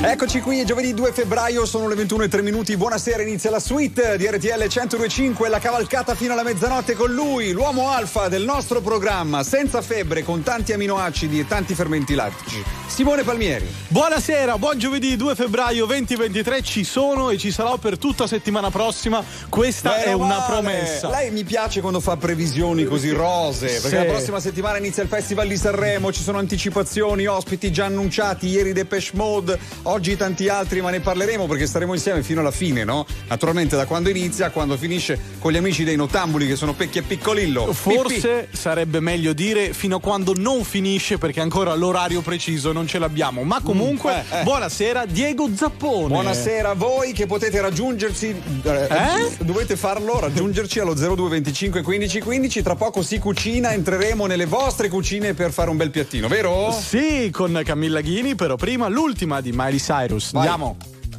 Eccoci qui, è giovedì 2 febbraio, sono le 21:03. Buonasera, inizia la suite di RTL 102.5, la cavalcata fino alla mezzanotte con lui, l'uomo alfa del nostro programma, senza febbre, con tanti aminoacidi e tanti fermenti lattici, Simone Palmieri. Buonasera, buon giovedì 2 febbraio 2023, ci sono e ci sarò per tutta settimana prossima, questa è una promessa. Lei mi piace quando fa previsioni così rosee, perché la prossima settimana inizia il Festival di Sanremo, ci sono anticipazioni, ospiti già annunciati, ieri Depeche Mode, oggi tanti altri, ma ne parleremo perché staremo insieme fino alla fine, no? Naturalmente da quando inizia a quando finisce, con gli amici dei Nottambuli che sono Pecchi e Piccolillo. Forse sarebbe meglio dire fino a quando non finisce, perché ancora l'orario preciso non ce l'abbiamo, ma comunque buonasera Diego Zappone. Buonasera a voi che potete raggiungerci, dovete farlo, raggiungerci allo 0225 15 15, tra poco si cucina, entreremo nelle vostre cucine per fare un bel piattino, vero? Sì, con Camilla Ghini, però prima l'ultima di Miley Cyrus. Vai. Andiamo.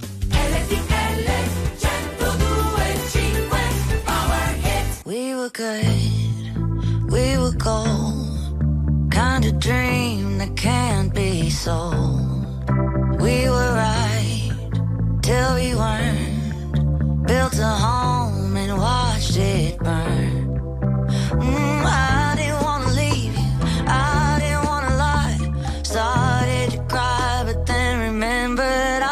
We were good, we were gold, kind of dream that can't be sold. We were right till we weren't, built a home and watched it burn. I didn't want to leave you, I didn't want to lie, started to cry but then remembered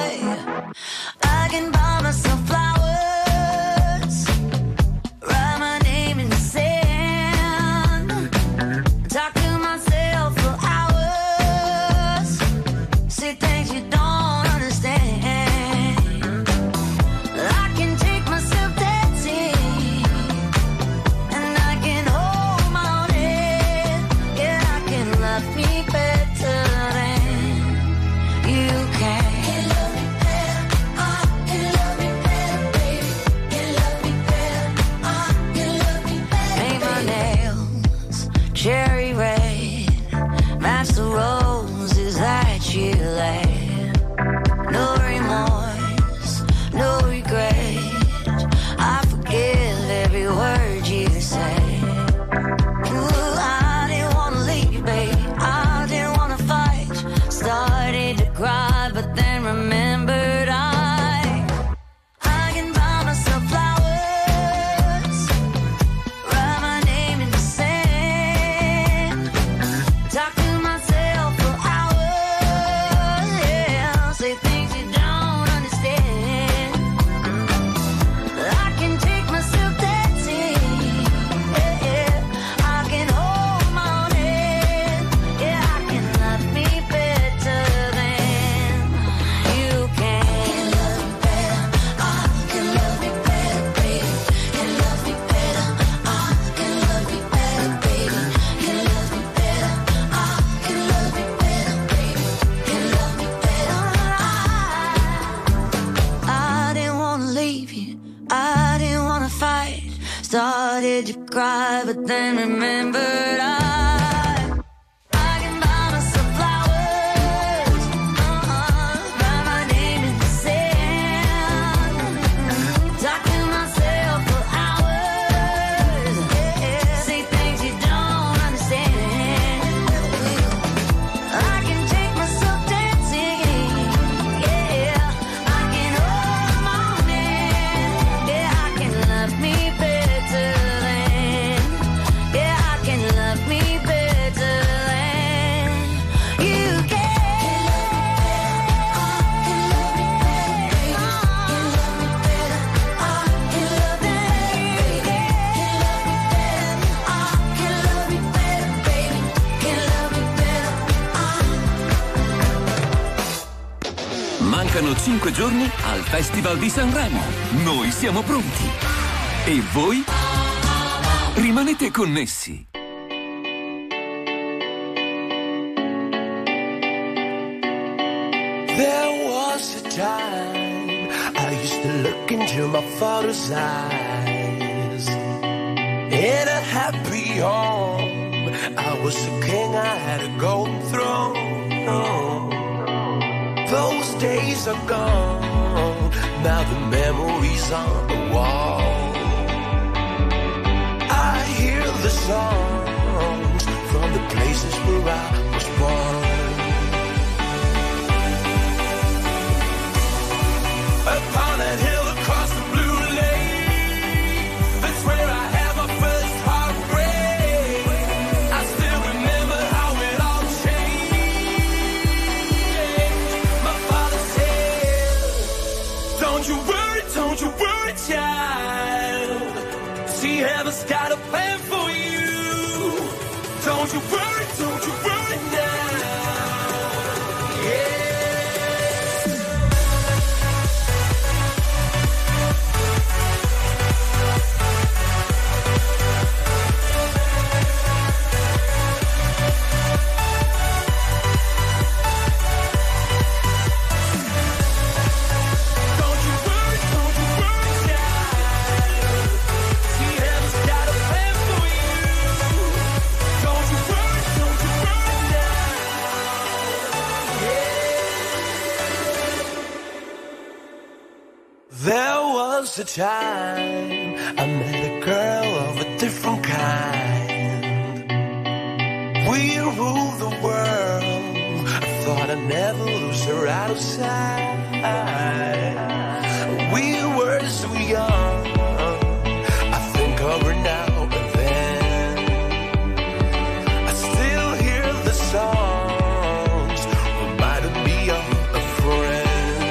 I can buy myself flowers, write my name in the sand, talk to myself for hours, say things you don't understand. I can take myself dancing, and I can hold my own head. Yeah, I can love me better than you can. Cherry red, match the roses that you laid. No remorse, no regret, I forgive every word you say. Ooh, I didn't want to leave, babe, I didn't want to fight. Started to cry, but then remembered I can buy myself flowers, write my name in the sand, talk to myself for hours, yeah, say things you don't understand. I can take myself dancing, yeah, I can hold my own head, yeah, I can love me better than you can. Can love me better, I can love me better, baby. Can love me better, I can love me better, baby. Can love me better, I can love me better, baby. Can love me better, I didn't wanna leave you, I didn't wanna fight. Started to cry, but then remembered I can buy myself flowers, write my name in the sand, talk to myself for hours, yeah, say things you don't understand. I can take myself dancing, yeah, I can hold my own hand, yeah, I can love me better than, yeah, I can love me better than you can. Mancano 5 giorni al Festival di Sanremo. Noi siamo pronti. E voi? Rimanete connessi. There was a time I used to look into my father's eyes. In a happy home, I was a king, I had a golden throne. Those days are gone, now the memories on the wall. I hear the songs from the places where I was born. heaven's got a plan for you. Don't you worry now. Yeah. There was a time I met a girl of a different kind. We ruled the world. I thought I'd never lose her out of sight. We were so young. I think of her now and then. I still hear the songs reminding me of a friend.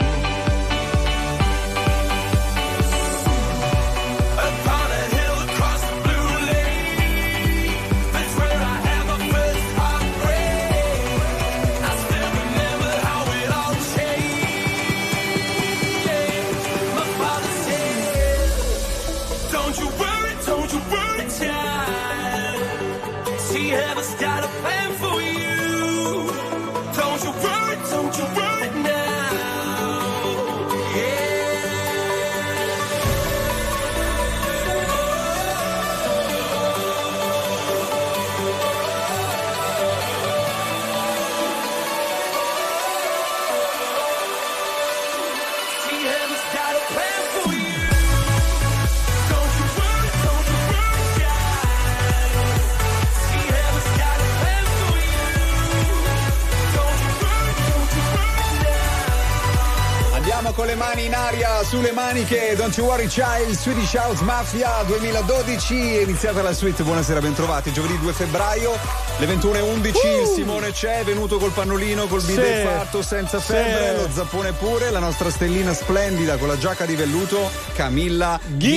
Heaven's got a plan for you. Don't you worry now. Yeah. See, heaven's got a plan for you. Don't you worry, child. See, heaven's got a plan for you. Don't you worry now. Andiamo con le mani in aria, sulle maniche, Don't You Worry Child, Swedish House Mafia 2012, è iniziata la suite, buonasera, bentrovati, giovedì 2 febbraio, le 21:11, il Simone c'è, venuto col pannolino, col bidet fatto, senza febbre, lo zappone pure, la nostra stellina splendida con la giacca di velluto, Camilla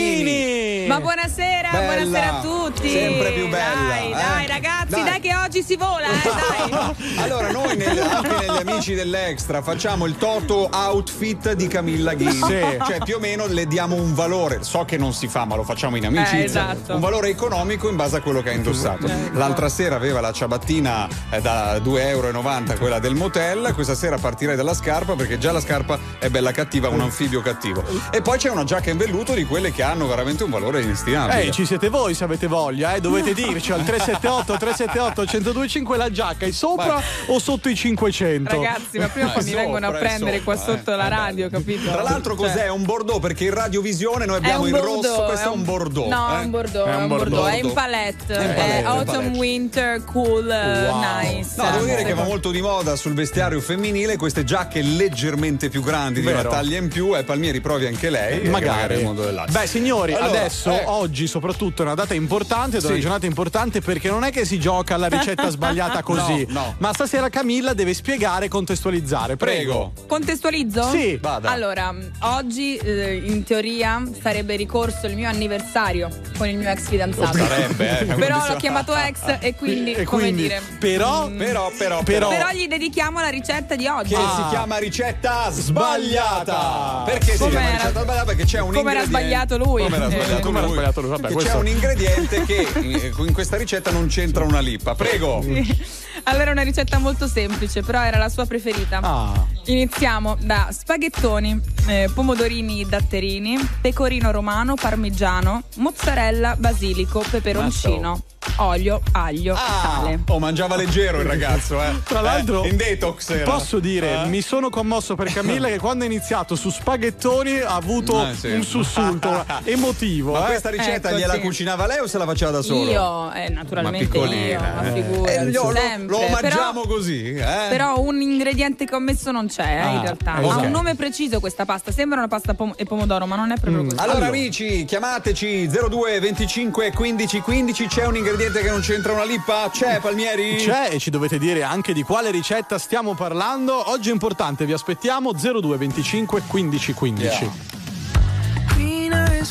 Ghini. Ma buonasera, Bella, buonasera a tutti. sempre più bella. Dai ragazzi, dai che oggi si vola, dai. Allora noi anche negli amici dell'Extra facciamo il toto outfit di Camilla Ghini, cioè più o meno le diamo un valore, so che non si fa ma lo facciamo in amicizia, esatto. Un valore economico in base a quello che ha indossato. L'altra sera aveva la ciabattina da €2,90, quella del motel, questa sera partirei dalla scarpa perché già la scarpa è bella cattiva, un anfibio cattivo, e poi c'è una giacca in velluto di quelle che hanno veramente un valore inestimabile. Ci siete voi se avete voglia, dovete dirci al 378-378-1025 la giacca è sopra o sotto i 500. Ragazzi, ma prima o poi mi vengono a prendere qua sotto la radio, capito? Tra l'altro cos'è? Un bordeaux, perché in radiovisione noi abbiamo il rosso, questo è un bordeaux. No, è un bordeaux, è in palette, è autumn winter cool, nice. No, devo dire che va molto di moda sul vestiario femminile queste giacche leggermente più grandi, di una taglia in più, e Palmieri provi anche lei. Magari. Il mondo dell'arte. Beh, signori, Allora, adesso, oggi soprattutto è una data importante, una giornata importante, perché non è che si gioca alla ricetta sbagliata così, no. ma stasera Camilla deve spiegare e contestualizzare. Prego. Contestualizzo? Sì. Vada. Allora, oggi in teoria sarebbe ricorso il mio anniversario con il mio ex fidanzato. Sarebbe, Però l'ho chiamato ex e quindi, come dire. Però Però gli dedichiamo la ricetta di oggi. che si chiama ricetta sbagliata. Perché si Com'era? chiama ricetta sbagliata? Perché c'è un Come era ingrediente. sbagliato lui. Come era sbagliato Come era lui? sbagliato lui? Vabbè, Che questo- c'è un ingrediente che in questa ricetta non c'entra una lippa. Prego. Allora, è una ricetta molto semplice, però era la sua preferita. Iniziamo da spaghettoni, pomodorini datterini, pecorino romano, parmigiano, mozzarella, basilico, peperoncino, olio, aglio, sale. Oh, mangiava leggero il ragazzo, Tra l'altro, in detox era. posso dire, mi sono commosso per Camilla che quando ha iniziato su spaghettoni ha avuto un sussulto emotivo. Ma questa ricetta Ecco, gliela sì. cucinava lei o se la faceva da solo? Io, naturalmente Ma io, piccolina, ma figurati, sempre. Lo mangiamo così, Però un ingrediente che ho messo non c'è, in realtà. ok. Ha un nome preciso questa pasta. Sembra una pasta e pomodoro, ma non è proprio così. Allora amici, chiamateci 02 25 15 15. C'è un ingrediente che non c'entra una lippa? C'è, Palmieri? C'è, e ci dovete dire anche di quale ricetta stiamo parlando. Oggi è importante, vi aspettiamo 02 25 15 15. Greener is fresh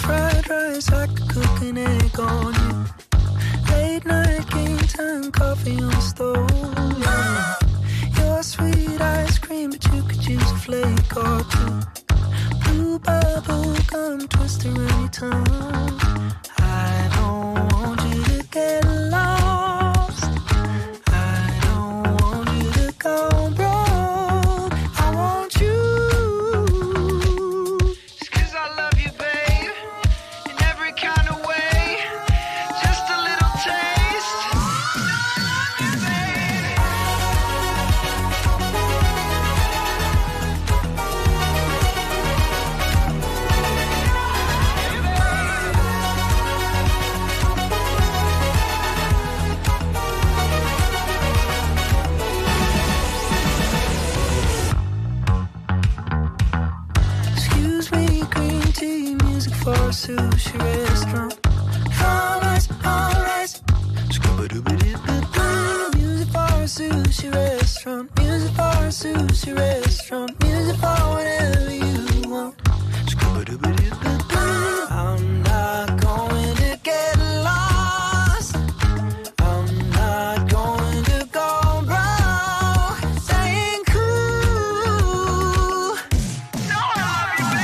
my dress, I could cook an egg on you. Late night game time, coffee on the stove. Yeah. Your sweet ice cream, but you could use a flake or two. Blue bubble gum twist around your tongue. I don't want you to get lost. I don't want you to go broke. I want you. Just 'cause I love you, babe, in every kind of way. Just a little taste. I love you, babe. Excuse me, green tea, music for a sushi restaurant. Alright, alright. Music for a sushi restaurant. Music for a sushi restaurant. Music for whatever you want. I'm not going to get lost. I'm not going to go broke. Staying cool. No, I love you,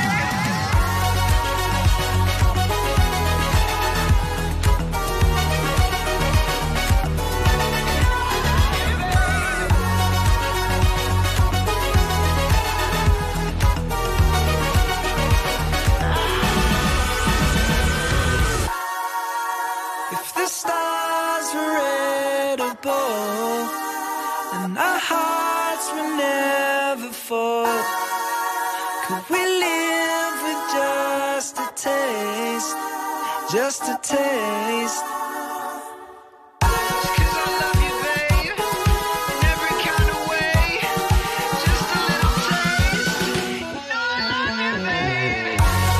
If the stars were edible and our hearts would never fall, could we live with just a taste? Just a taste. Just 'cause I love you, babe, in every kind of way. Just a little taste. You know I love you, baby.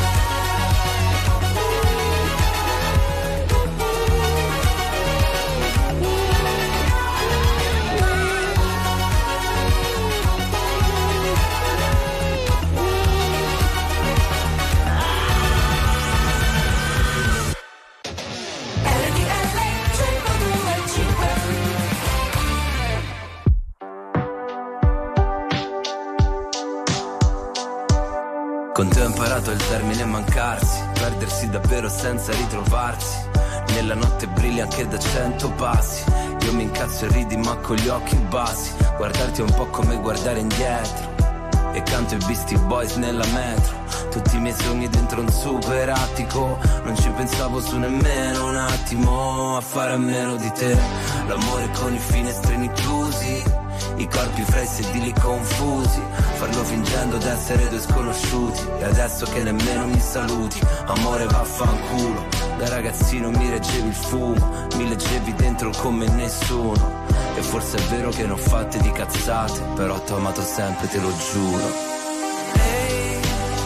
Con te ho imparato il termine mancarsi, perdersi davvero senza ritrovarsi. Nella notte brilli anche da 100 passi. Io mi incazzo e ridi ma con gli occhi bassi. Guardarti è un po' come guardare indietro. E canto i Beastie Boys nella metro. Tutti i miei sogni dentro un super attico. Non ci pensavo su nemmeno un attimo a fare a meno di te. L'amore con i finestrini chiusi, i corpi fra i sedili confusi, farlo fingendo d'essere due sconosciuti. E adesso che nemmeno mi saluti, amore vaffanculo. Da ragazzino mi reggevi il fumo, mi leggevi dentro come nessuno. E forse è vero che ne ho fatte di cazzate, però t'ho amato sempre, te lo giuro. Ehi,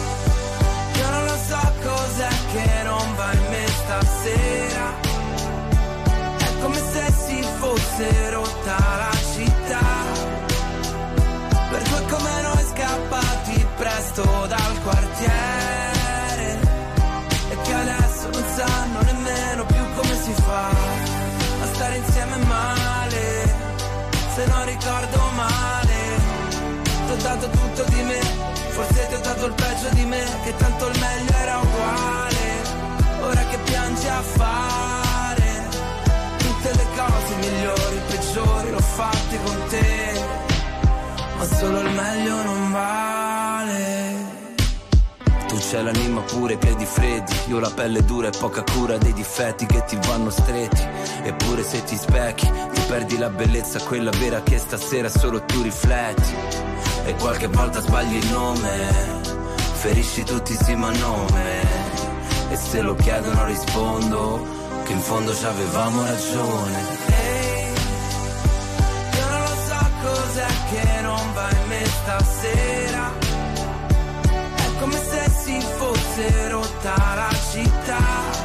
io non lo so cos'è che non va in me stasera. È come se si fosse rotta la città. Per due come noi scappati presto dal quartiere, e che adesso non sanno nemmeno più come si fa a stare insieme male. Se non ricordo male, t'ho dato tutto di me, forse ti ho dato il peggio di me, che tanto il meglio era uguale. Ora che piangi a fare tutte le cose migliori, peggiori, l'ho fatte con te, ma solo il meglio non vale. Tu c'hai l'anima pure, i piedi freddi, io la pelle dura e poca cura dei difetti che ti vanno stretti. Eppure se ti specchi, ti perdi la bellezza, quella vera che stasera solo tu rifletti. E qualche volta sbagli il nome, ferisci tutti sì ma nome. E se lo chiedono rispondo che in fondo ci avevamo ragione. Ehi, io non lo so cos'è che non va in me stasera. È come se si fosse rotta la città.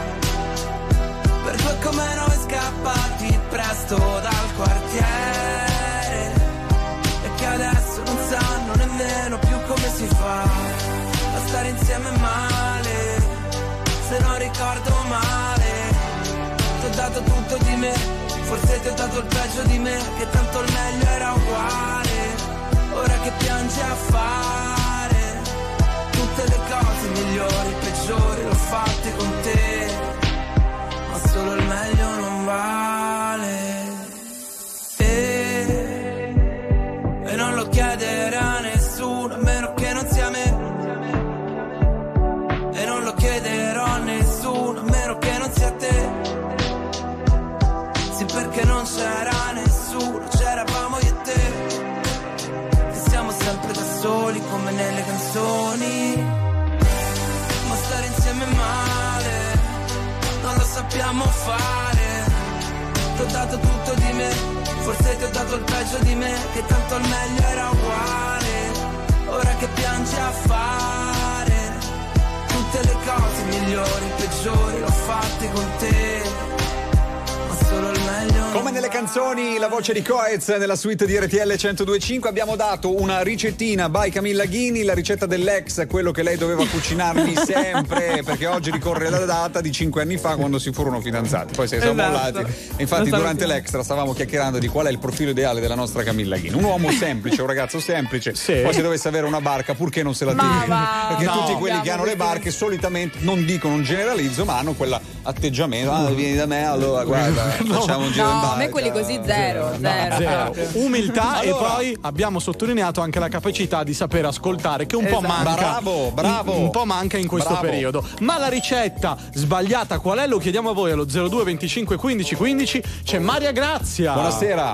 Per due come noi scappati presto dal quartiere, e che adesso non sanno nemmeno più come si fa a stare insieme male. Se non ricordo ricordo male. Ti ho dato tutto di me, forse ti ho dato il peggio di me, che tanto il meglio era uguale. Ora che piangi a fare tutte le cose migliori, peggiori, l'ho fatte con te, ma solo il meglio non vale. E non lo chiedere a nessuno, a meno che non sia me. E non lo chiederò a nessuno, a meno che non sia te. Sì, perché non c'era nessuno, c'eravamo io e te. E siamo sempre da soli come nelle canzoni. Ma stare insieme male, non lo sappiamo fare. Ti ho dato tutto di me, forse ti ho dato il peggio di me, che tanto il meglio era uguale. Ora che piangi a fare tutte le cose migliori, peggiori, l'ho fatte con te, ma solo il meglio. Come nelle canzoni, la voce di Coez nella suite di RTL 102.5. Abbiamo dato una ricettina by Camilla Ghini, la ricetta dell'ex, quello che lei doveva cucinarmi sempre, perché oggi ricorre la data di 5 anni fa quando si furono fidanzati. Poi si sono mollati. E infatti durante l'extra stavamo chiacchierando di qual è il profilo ideale della nostra Camilla Ghini. Un uomo semplice, un ragazzo semplice. Sì. Poi se dovesse avere una barca, purché non se la tiri? Perché tutti quelli che hanno le barche solitamente, non dico, non generalizzo, ma hanno quell'atteggiamento. Vieni da me, allora guarda, facciamo un giro in barca. A me quelli così zero. Umiltà, e poi abbiamo sottolineato anche la capacità di saper ascoltare, che un po' manca. Bravo. Un po' manca in questo periodo. Ma la ricetta sbagliata qual è? Lo chiediamo a voi allo 02 25 15 15. C'è Maria Grazia. Buonasera.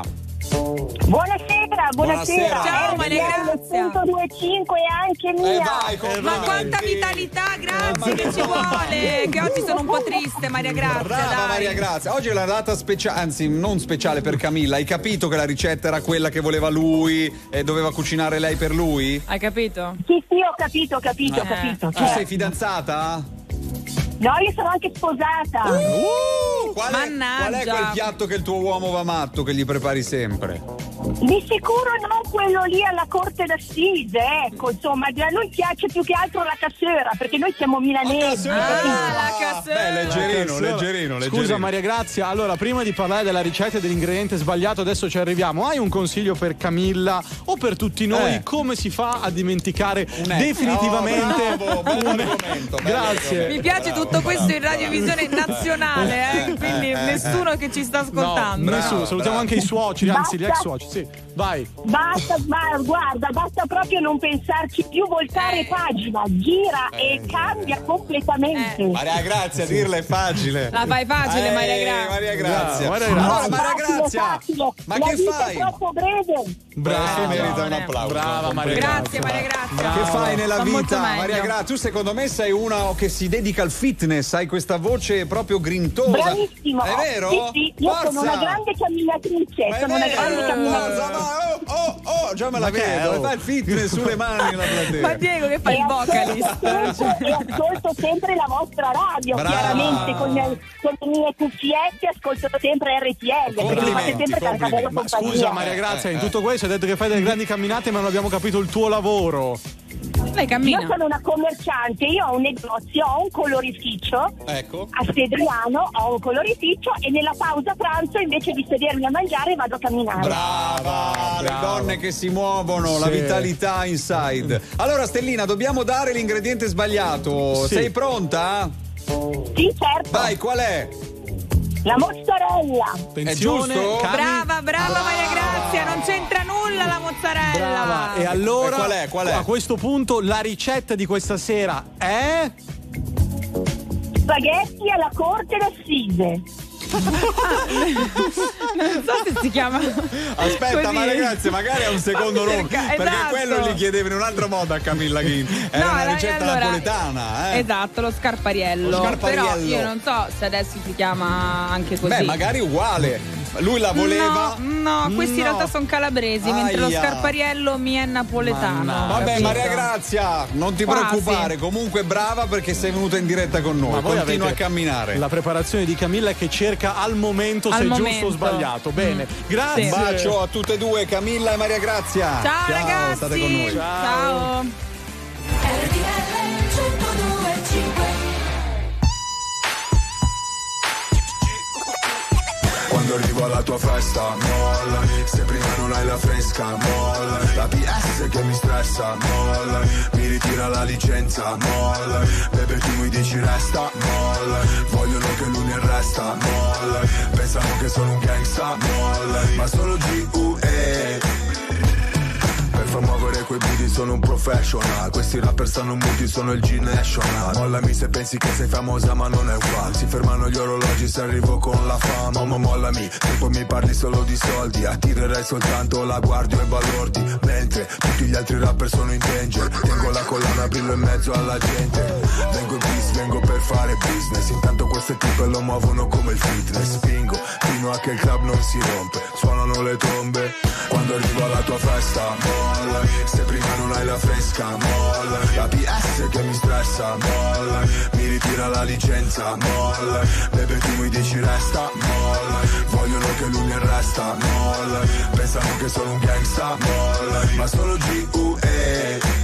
Buonasera. Ciao Maria Grazia. 102.5 è anche mia. Ma quanta vitalità, grazie, che ci vuole. Che oggi sono un po' triste, Maria Grazia. Brava, dai. Maria Grazia. Oggi è una data speciale, anzi non speciale per Camilla. Hai capito che la ricetta era quella che voleva lui e doveva cucinare lei per lui? Hai capito? Sì, ho capito. Tu sei fidanzata? No, io sono anche sposata. Qual è quel piatto che il tuo uomo va matto, che gli prepari sempre? Di sicuro non quello lì alla corte d'assise, ecco, insomma, a noi piace più che altro la cassera, perché noi siamo milanesi. La cassera. Leggerino. Scusa Maria Grazia, allora prima di parlare della ricetta e dell'ingrediente sbagliato, adesso ci arriviamo. Hai un consiglio per Camilla o per tutti noi? Come si fa a dimenticare definitivamente argomento. Grazie. Mi piace tutto questo in radiovisione nazionale, quindi nessuno che ci sta ascoltando. Nessuno, salutiamo anche i suoceri, anzi gli ex suoceri. Sì, vai. Basta proprio non pensarci più, voltare pagina, gira e cambia completamente. Maria Grazia, dirla è facile. La fai facile, Maria Grazia. Maria Grazia. Allora, Maria Grazia, ma la che vita fai? è troppo breve. Brava, merita un applauso. Brava Maria Grazie, Maria Grazia. Che fai nella Sto molto vita, meglio. Maria Grazia? Tu secondo me sei una che si dedica al fitness, hai questa voce proprio grintosa. Bravissimo. È vero? Sì, io sono una grande camminatrice. Già me la vedo. Fai il fitness sulle mani nella platea. Ma Diego che fa il vocalist? E ascolto sempre la vostra radio, chiaramente, con le mie cuffiette ascolto sempre RTL, perché mi fate sempre tanta bella compagnia. Scusa Maria Grazia, in tutto questo hai detto che fai delle grandi camminate, ma non abbiamo capito il tuo lavoro. Lei cammina. Io sono una commerciante, io ho un negozio, ho un colorificio. Ecco. A Sedriano ho un colorificio e nella pausa pranzo, invece di sedermi a mangiare, vado a camminare. Brava, le donne che si muovono, la vitalità inside. Allora Stellina, dobbiamo dare l'ingrediente sbagliato. Sei pronta? Sì, certo. Vai, qual è? La mozzarella. È giusto? Brava Maria Grazia, non c'entra nulla la mozzarella. Brava. E allora qual è? A questo punto la ricetta di questa sera è Spaghetti alla corte d'assise. Non so se si chiama. Aspetta, così. ma ragazzi, magari è un secondo nome. Perché esatto. quello gli chiedevo in un altro modo a Camilla Ghini. Era una ricetta napoletana, Esatto, lo scarpariello. Lo scarpariello. Però io non so se adesso si chiama anche così. Beh, magari uguale. Lui la voleva. No, questi in realtà sono calabresi, mentre lo scarpariello mi è napoletano. Vabbè, Maria Grazia, non ti preoccupare, comunque brava perché sei venuta in diretta con noi. Continua a camminare. La preparazione di Camilla che cerca al momento se è giusto o sbagliato. Bene, grazie. Un bacio a tutte e due, Camilla e Maria Grazia. Ciao ragazzi. State con noi. Ciao. Quando arrivo alla tua festa, mollami. Se prima non hai la fresca, mollami. La PS che mi stressa, mollami. Mi ritira la licenza, mollami. Bebe tu mi dici resta, mollami. Vogliono che lui mi arresta, mollami. Pensano che sono un gangsta, mollami. Ma solo G.U.E. Per far muovere quei booty sono un professional. Questi rapper stanno muti, sono il G-National. Mollami se pensi che sei famosa ma non è un fan. Si fermano gli orologi se arrivo con la fama. Mollami, se poi mi parli solo di soldi. Attirerei soltanto la guardia e balordi. Mentre tutti gli altri rapper sono in danger. Tengo la collana, brillo in mezzo alla gente. Vengo in peace, vengo per fare business. Intanto queste tipe lo muovono come il fitness. Spingo fino a che il club non si rompe. Suonano le trombe quando arrivo alla tua festa, mollami. Se prima non hai la fresca, mollami. La PS che mi stressa, mollami. Mi ritira la licenza, mollami. Bebe tu mi dici resta, mollami. Vogliono che lui mi arresta, mollami. Pensano che sono un gangsta, mollami. Ma solo G.U.E.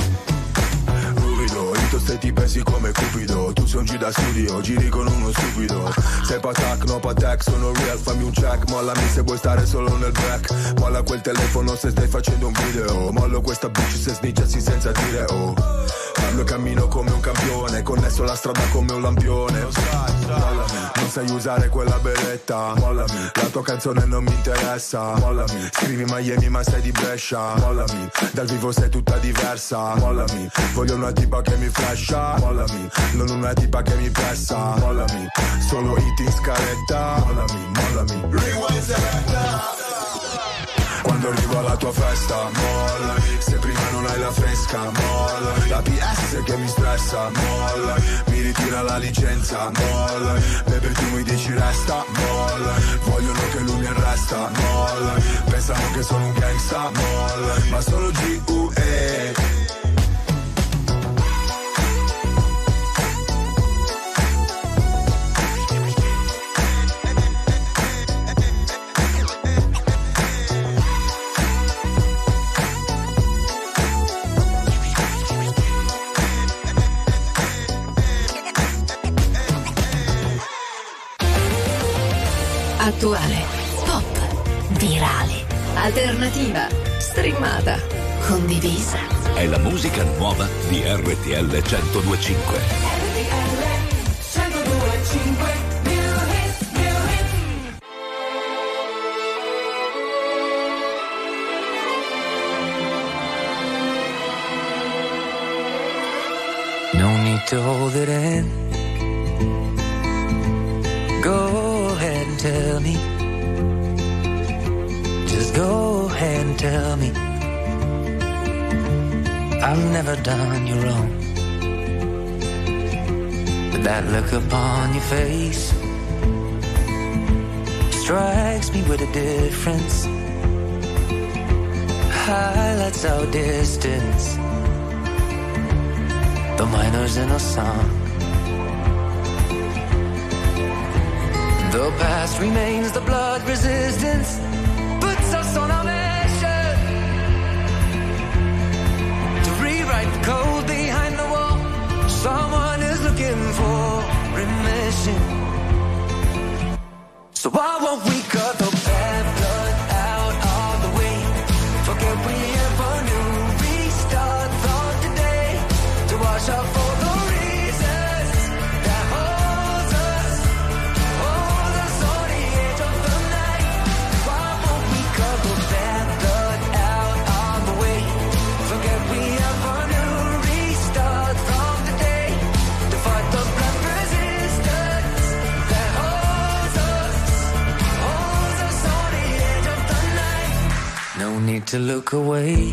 Se ti pensi come Cupido, tu sei un G da studio, giri con uno stupido. Sei patac, no patac, sono real, fammi un check. Mollami se vuoi stare solo nel back. Molla quel telefono se stai facendo un video. Mollo questa bitch se snitchassi senza dire oh. Parlo e cammino come un campione, connesso la strada come un lampione. Mollami, non sai usare quella beretta. Mollami, la tua canzone non mi interessa. Mollami, scrivi Miami ma sei di Brescia. Mollami, dal vivo sei tutta diversa. Mollami, voglio una tipa che mi flasha. Mollami, non una tipa che mi pressa. Mollami, solo hit in scaletta. Mollami, rewind selecta. Quando arrivo alla tua festa, mollami. Se prima non hai la fresca, mollami. La PS che mi stressa, mollami. Mi ritira la licenza, mollami. Bebe tu mi dici resta, mollami. Vogliono che lui mi arresta, mollami. Pensano che sono un gangsta, mollami. Ma solo G.U.E. Attuale, pop, virale, alternativa, streamata, condivisa. È la musica nuova di RTL 102.5. RTL 102.5. No need to hold it in. Go ahead and tell me. Just go ahead and tell me. I've never done you wrong. But that look upon your face strikes me with a difference. Highlights our distance. The miner's in a song. The past remains, the blood resistance puts us on a mission to rewrite the code behind the wall. Someone is looking for remission. So why won't we cut the bad blood out of the way? Forget we ever knew. Restart from today to wash out for the reasons that holds us. Hold us on the edge of the night. Why won't we cut the bad blood out of the way? Forget we ever knew. Restart from today to fight the blood resistance that holds us on the edge of the night. No need to look away.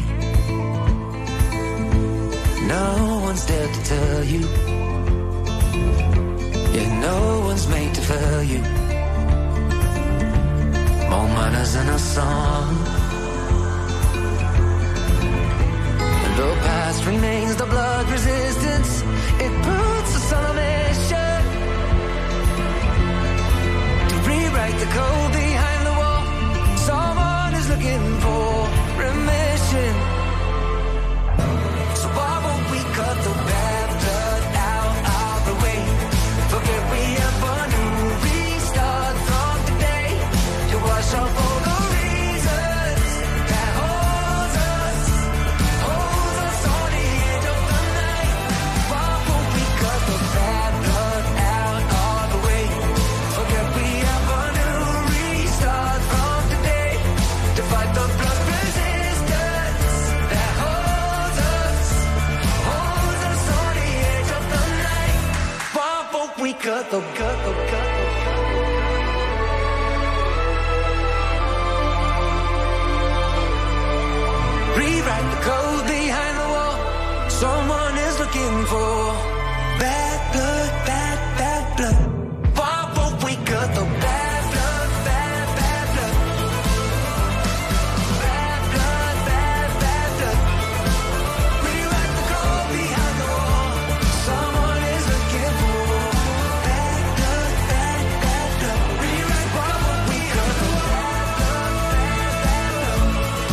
No one's there to tell you. Yeah, no one's made to fail you. More manners in a song. The past remains, the blood resistance. It puts us on a mission to rewrite the code behind the wall. Someone is looking for remission. So why won't we cut the bad blood out of the way? Forget we ever knew. Restart from today Rewrite the code behind the wall. Someone is looking for bad blood, bad blood. Why won't we cut the bad blood, bad blood? Bad blood, bad blood. Rewrite the code behind the wall. Someone is looking for bad blood, bad blood. Rewrite, why won't we cut the bad blood, bad blood?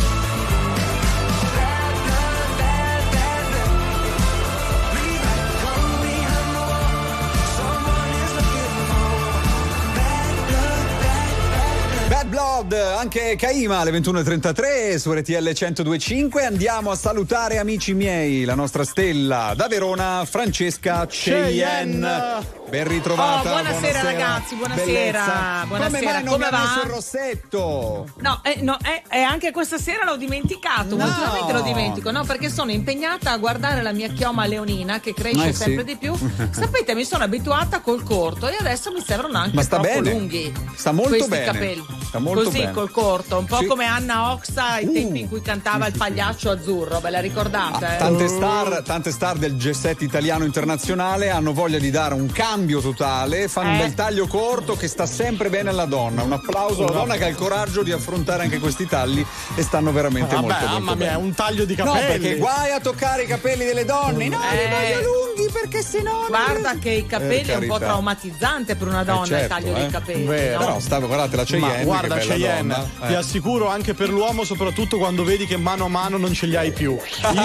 Bad blood, bad blood. Rewrite the code behind the wall. Someone is looking for bad blood, bad blood. Bad Blood, anche Caima alle 21.33 su RTL 102.5. Andiamo a salutare, amici miei, la nostra stella da Verona, Francesca Cheyenne. Ben ritrovata. Buonasera ragazzi, buonasera. Bellezza. Buonasera. Come mai non mi ha messo il rossetto? No, anche questa sera l'ho dimenticato. No. Ultimamente lo dimentico, no? Perché sono impegnata a guardare la mia chioma leonina che cresce sempre di più. Sapete, mi sono abituata col corto e adesso mi sembrano anche troppo lunghi. Sta molto questi bene. capelli. Sta molto così bene. col corto, un po' come Anna Oxa ai tempi in cui cantava il pagliaccio azzurro, ve la ricordate? Tante star del G7 italiano internazionale hanno voglia di dare un cambio totale, fanno un bel taglio corto che sta sempre bene alla donna. Un applauso alla donna che ha il coraggio di affrontare anche questi tagli e stanno veramente molto bene. Mamma mia, è un taglio di capelli. No, perché guai a toccare i capelli delle donne. No, li voglio lunghi perché sennò. Guarda che i capelli è un po' traumatizzante per una donna, il taglio dei capelli. Però guardate la Cheyenne. Guarda Cheyenne, ti assicuro anche per l'uomo, soprattutto quando vedi che mano a mano non ce li hai più.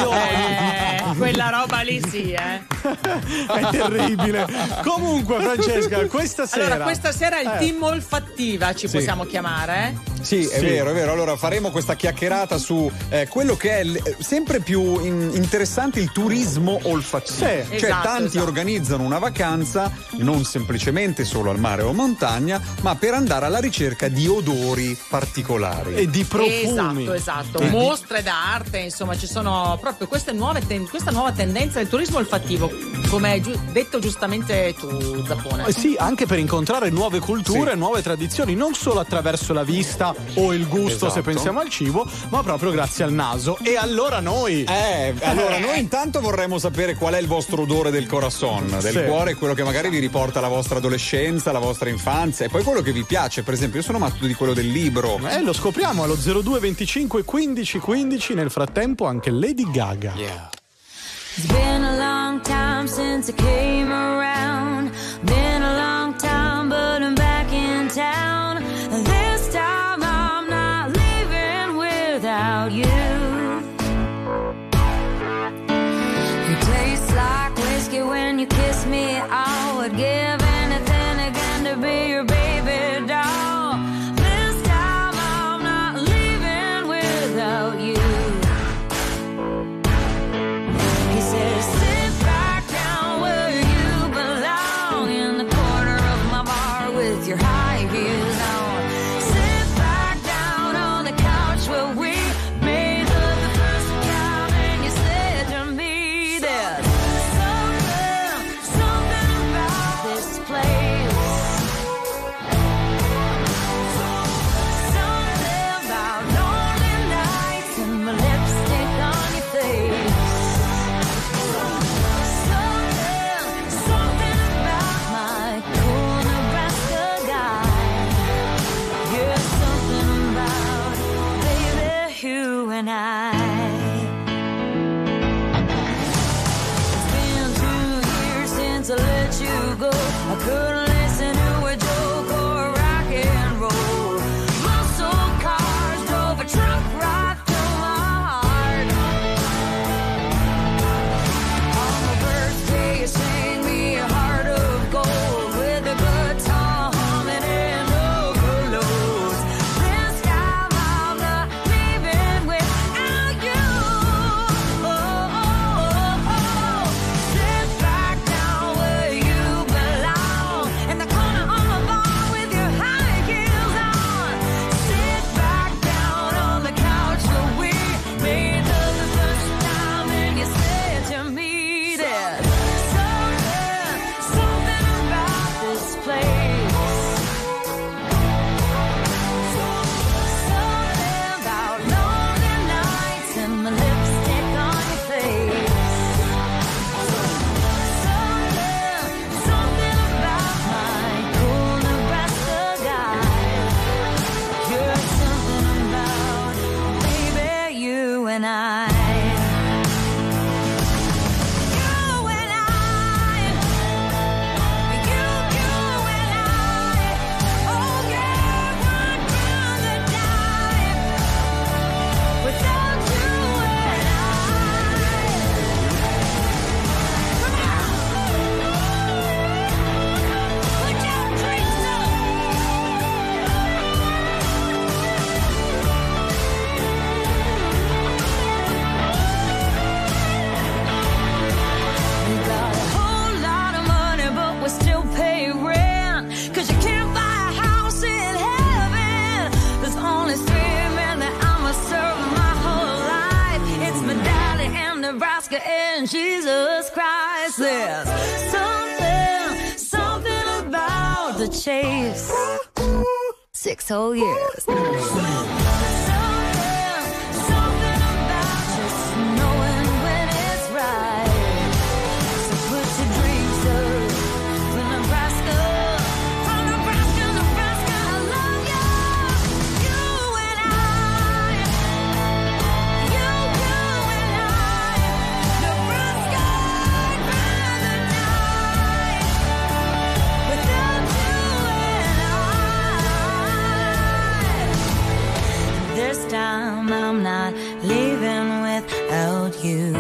Quella roba lì sì, È terribile. Comunque Francesca, questa sera il team olfattiva ci possiamo chiamare, Sì, è vero. Allora faremo questa chiacchierata su quello che è sempre più interessante, il turismo olfattivo. Tanti organizzano una vacanza non semplicemente solo al mare o montagna, ma per andare alla ricerca di odori particolari e di profumi. Esatto. Mostre d'arte, insomma, ci sono proprio questa nuova tendenza del turismo olfattivo, come hai detto giustamente tu, Zappone. Sì, anche per incontrare nuove culture, nuove tradizioni, non solo attraverso la vista o il gusto, se pensiamo al cibo, ma proprio grazie al naso. E allora noi intanto vorremmo sapere qual è il vostro odore del corazon, del cuore, quello che magari vi riporta alla vostra adolescenza, alla vostra infanzia, e poi quello che vi piace. Per esempio, io sono matto di quello del libro. Lo scopriamo allo 02 25 15 15. Nel frattempo anche Lady Gaga. It's been a long time since I came around. Been a long time, but I'm back in town. This time I'm not leaving without you. You taste like whiskey when you kiss me. I would give anything again to be your baby doll. This time I'm not leaving without you. He says, sit back down where you Nebraska and Jesus Christ. There's something about the chase. 6 whole years. Time I'm not leaving without you.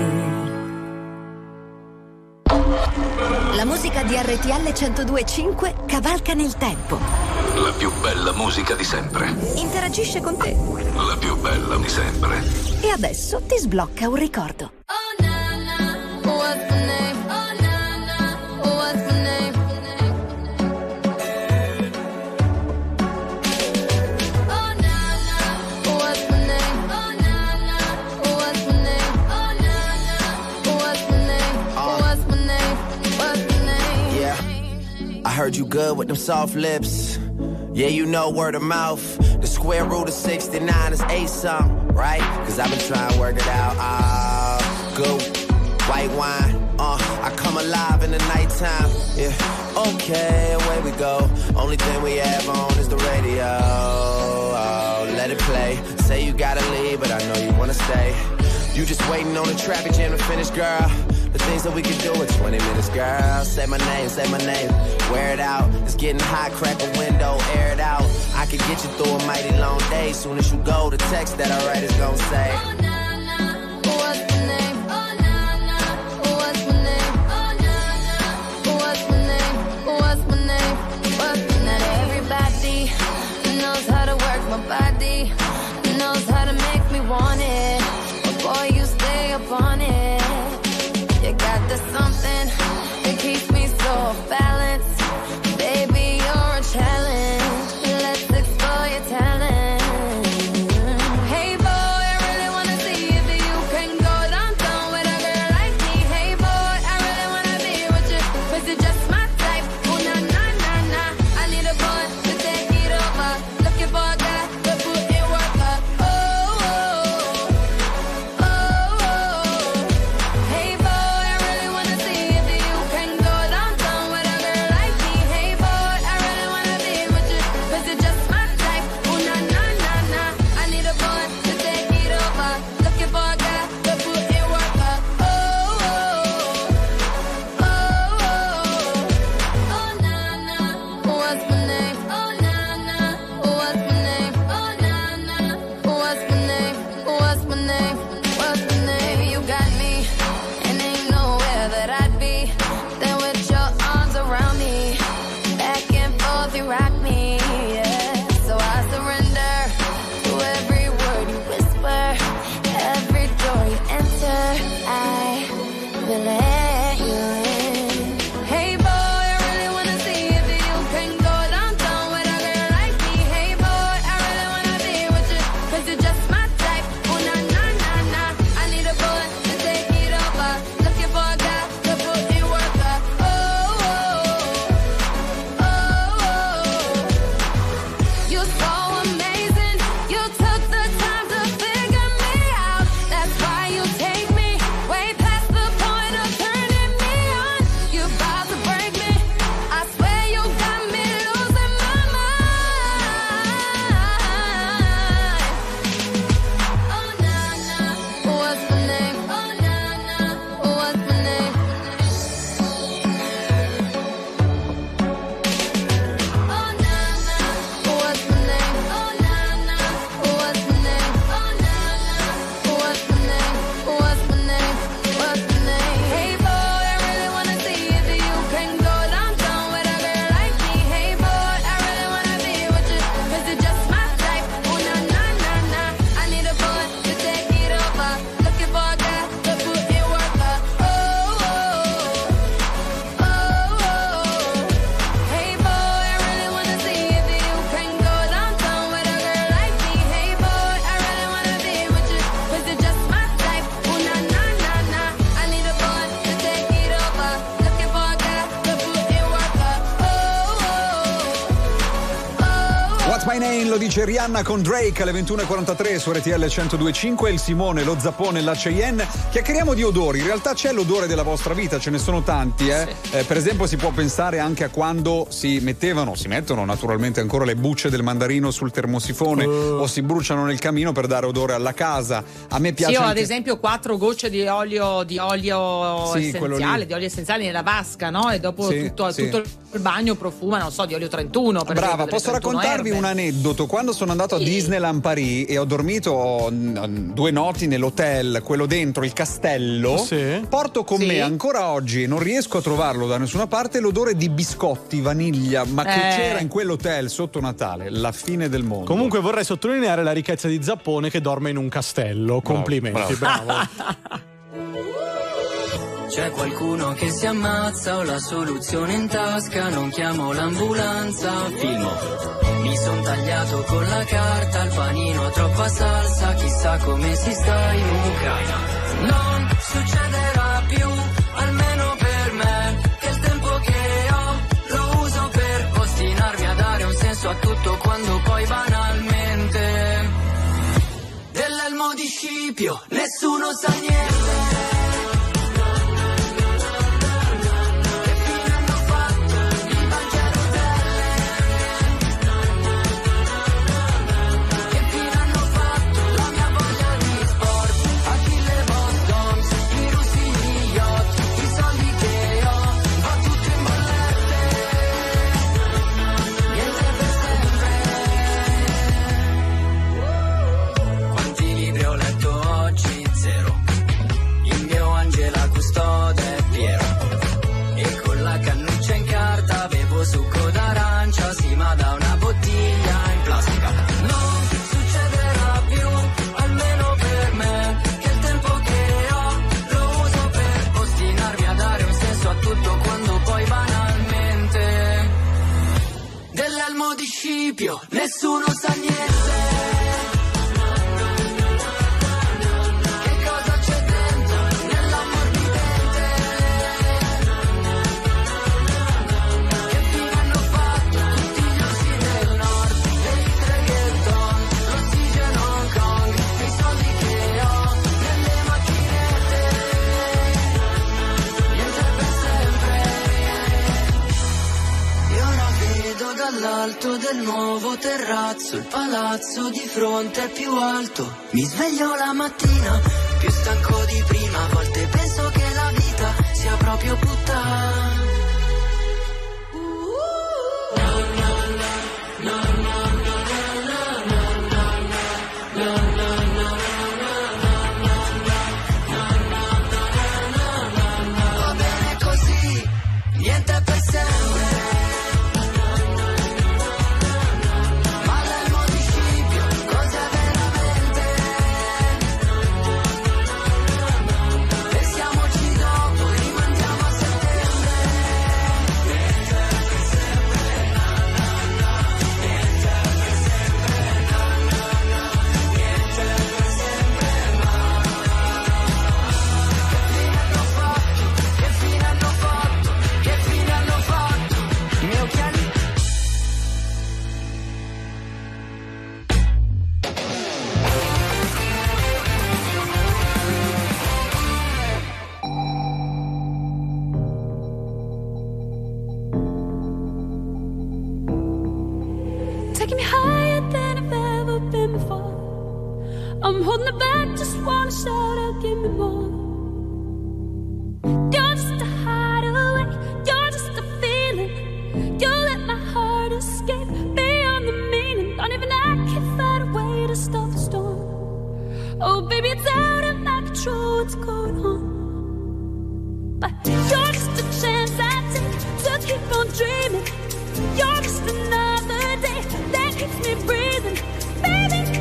La musica di RTL 102.5 cavalca nel tempo. La più bella musica di sempre. Interagisce con te. La più bella di sempre. E adesso ti sblocca un ricordo. I heard you good with them soft lips. Yeah, you know word of mouth. The square root of 69 is 8-something, right? Cause I've been trying to work it out. Good white wine. I come alive in the nighttime. Yeah, okay, away we go. Only thing we have on is the radio. Oh, let it play. Say you gotta leave, but I know you wanna stay. You just waiting on the traffic jam to finish, girl. The things that we can do in 20 minutes, girl. Say my name, wear it out. It's getting hot, crack a window, air it out. I could get you through a mighty long day. Soon as you go, the text that I write is gonna say, oh, na, na. What's my name? Oh, na, na. What's my name? Oh, na, na. What's my name? What's my name? What's my name? Everybody knows how to work my body, knows how to make me want it. But boy, you stay up on it. You got this something that keeps me so off balance. Baby, you're a challenge. Let's explore your talent. Hey boy, I really wanna see Rain, lo dice Rihanna con Drake alle 21.43 su RTL 102.5. Il Simone, lo Zappone e la Cheyenne. Chiacchieriamo di odori, in realtà c'è l'odore della vostra vita, ce ne sono tanti, Sì. Per esempio si può pensare anche a quando si mettono naturalmente ancora le bucce del mandarino sul termosifone o si bruciano nel camino per dare odore alla casa. A me piace. Sì, io anche... ad esempio 4 gocce di olio essenziale nella vasca, no? E dopo tutto il bagno profuma, non so, di olio 31. Brava, posso raccontarvi un aneddoto? Quando sono andato a Disneyland Paris e ho dormito 2 notti nell'hotel, quello dentro il castello, porto con me ancora oggi, non riesco a trovarlo da nessuna parte, l'odore di biscotti, vaniglia, ma che c'era in quell'hotel sotto Natale, la fine del mondo. Comunque vorrei sottolineare la ricchezza di Zappone che dorme in un castello. Complimenti, bravo. C'è qualcuno che si ammazza, ho la soluzione in tasca, non chiamo l'ambulanza, filmo. Mi son tagliato con la carta, il panino ha troppa salsa, chissà come si sta in Ucraina. Non succederà più, almeno per me, che il tempo che ho lo uso per ostinarmi a dare un senso a tutto quando poi banalmente dell'elmo di Scipio nessuno sa niente. Nessuno sa niente. Che cosa c'è dentro nell'ammorbidente? Che fine hanno fatto tutti gli ossi del nord, dei reggaeton, l'ossigeno Hong Kong, i soldi che ho nelle macchinette, niente per sempre. Io la vedo dall'alto del nuovo terrazzo, il palazzo di fronte è più alto. Mi sveglio la mattina più stanco di prima, a volte penso che la vita sia proprio puttana. Va bene così, niente per sempre. I'm holding it back, just wanna shout out, give me more. You're just a hideaway, you're just a feeling. You let my heart escape beyond the meaning. Don't even I can find a way to stop the storm. Oh baby, it's out of my control, what's going on? But you're just a chance I take to keep on dreaming. You're just another day that keeps me breathing. Baby,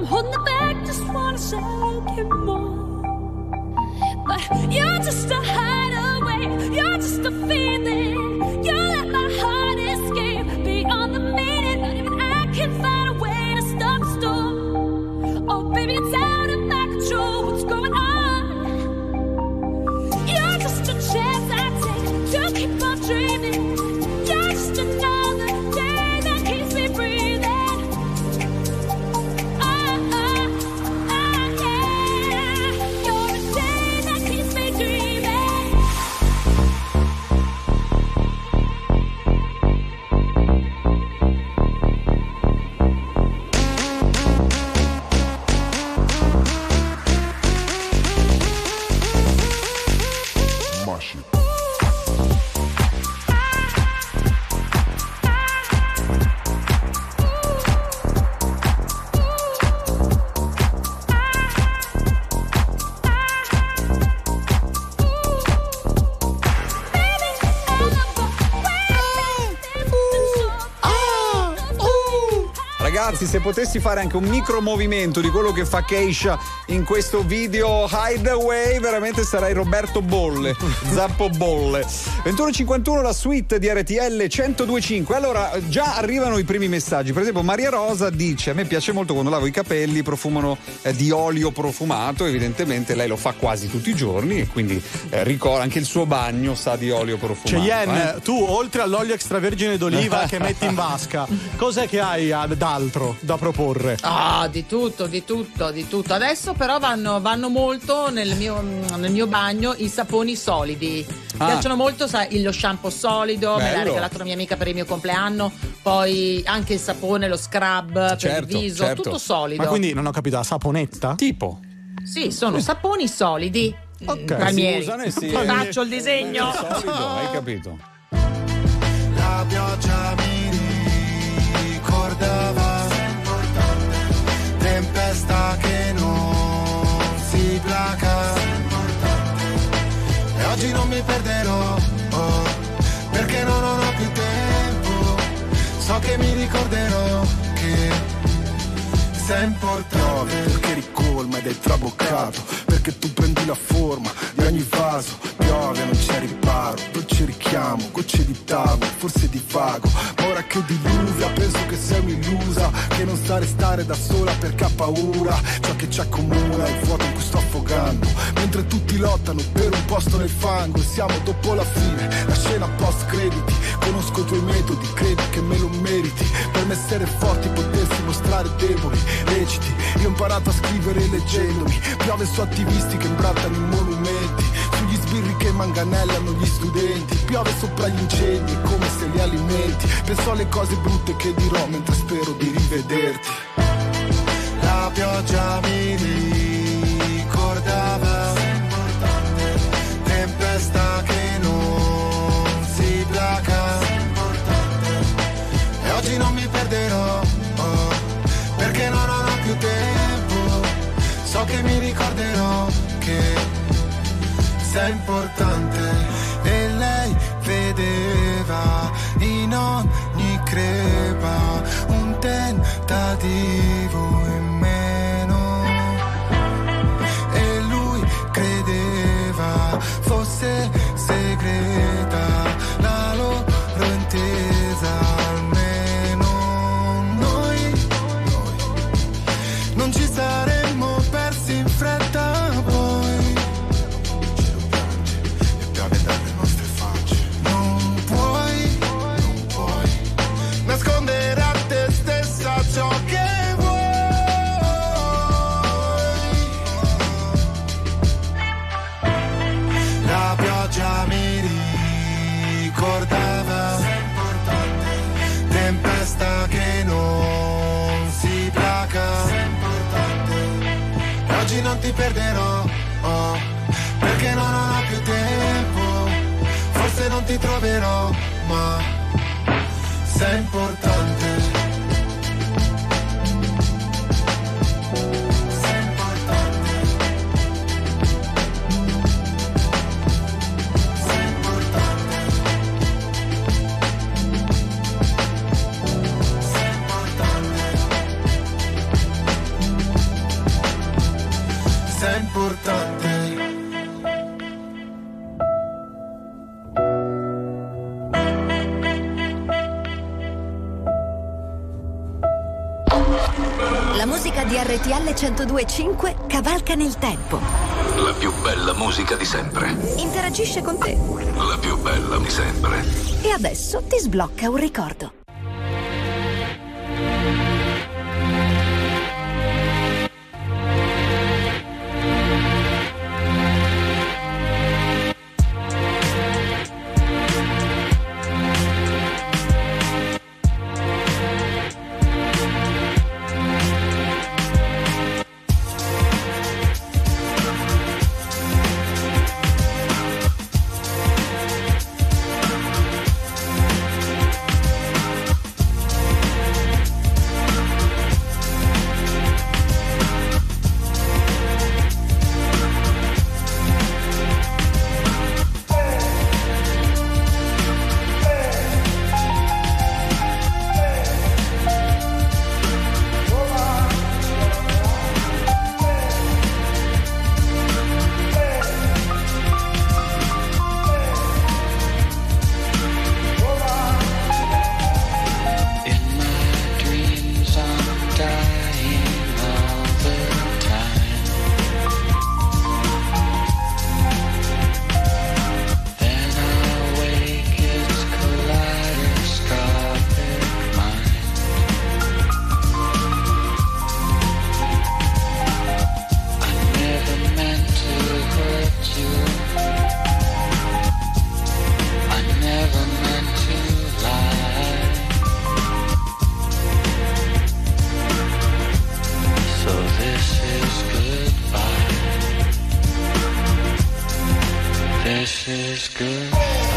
holding it back, just wanna say it more. But you're just a hideaway, you're just a feeling. You let my heart escape beyond the meaning. Not even I can find a way to stop the storm. Oh baby, it's out of my control, what's going on? You're just a chance I take to keep on dreaming. You're just another day that keeps me breathing. Ragazzi, se potessi fare anche un micro movimento di quello che fa Keisha in questo video Hideaway, veramente sarai Roberto Bolle, Zappo Bolle. 21:51 la suite di RTL 102.5. Allora, già arrivano i primi messaggi. Per esempio Maria Rosa dice: a me piace molto quando lavo i capelli, profumano di olio profumato. Evidentemente lei lo fa quasi tutti i giorni e quindi ricorda anche il suo bagno sa di olio profumato. Cheyenne, tu oltre all'olio extravergine d'oliva che metti in vasca, cos'è che hai d'altro da proporre? Ah, di tutto. Adesso però vanno molto nel mio bagno i saponi solidi. Mi piacciono molto, sai, lo shampoo solido. Bello. Me l'ha regalato una mia amica per il mio compleanno. Poi anche il sapone, lo scrub per il viso, tutto solido. Ma quindi non ho capito, la saponetta? Tipo? Sì, sono saponi solidi. Ok. Faccio il disegno. Solido, hai capito? La pioggia mi ricordava tempesta che non si placa e oggi non mi perderò perché non ho più tempo, so che mi ricorderò che sei importante, perché ricolma ed è traboccato, perché tu prendi la forma di ogni vaso, piove non c'è riparo, dolce richiamo, gocce di tavolo, forse di vago, ma ora che diluvia penso che sei un'illusa, che non sa restare da sola perché ha paura, ciò che ci accomuna è il vuoto in cui sto affogando, mentre tutti lottano per un posto nel fango, siamo dopo la fine, la scena post crediti, conosco i tuoi metodi, credi che me lo meriti, per me essere forti potersi mostrare deboli, reciti, io ho imparato a scrivere leggendomi, piove su attivisti che imbrattano i monumenti, sugli sbirri che manganellano gli studenti, piove sopra gli incendi come se li alimenti, penso alle cose brutte che dirò mentre spero di rivederti. La pioggia mi ricordava tempesta che non si placa e oggi non mi perderò perché non ho più tempo, so che mi ricorderò che sei importante. E lei vedeva in ogni crepa un tentativo in meno e lui credeva fosse segreta la loro intesa. Non ci saremmo persi in fretta poi e piove dalle nostre facce. Non puoi nascondere a te stessa ciò che vuoi. La pioggia mi ricordava tempesta che non si placa. Oggi non ti perderò, perché non ho più tempo, forse non ti troverò, ma sei importante. Sei importante. Sei importante. Sei importante. La musica di RTL 102.5 cavalca nel tempo. La più bella musica di sempre. Interagisce con te. La più bella di sempre. E adesso ti sblocca un ricordo. This is good.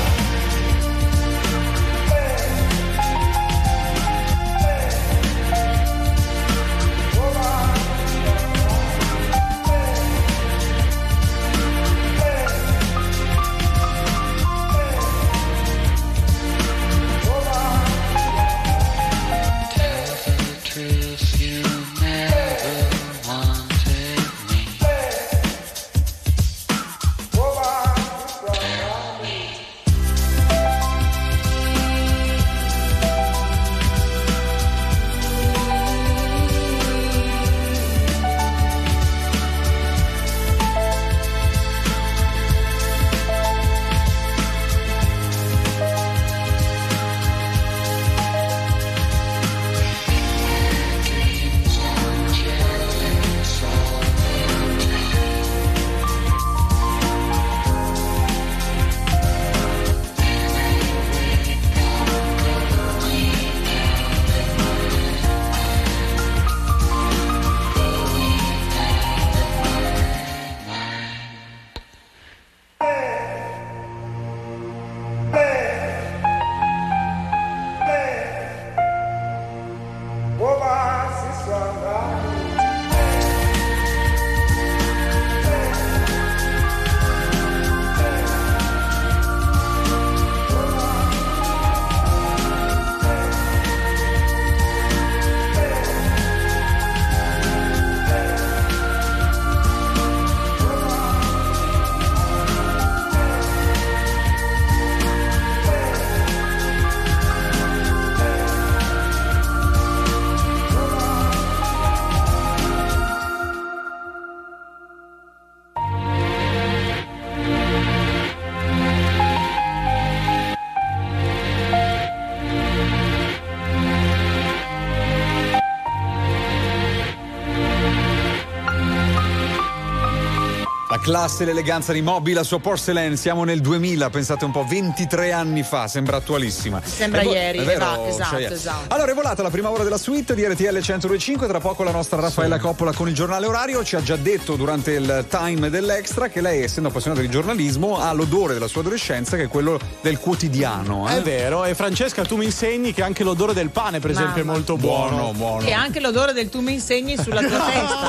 Classe e l'eleganza di Moby, la sua Porcelain. Siamo nel 2000, pensate un po', 23 anni fa, sembra attualissima. Sembra ieri, vero, esatto. Allora è volata la prima ora della suite di RTL 102.5, tra poco la nostra Raffaella Coppola con il giornale orario. Ci ha già detto durante il time dell'Extra che lei, essendo appassionata di giornalismo, ha l'odore della sua adolescenza, che è quello del quotidiano. È vero, e Francesca, tu mi insegni che anche l'odore del pane, per esempio, è molto buono. E anche l'odore del tu mi insegni sulla tua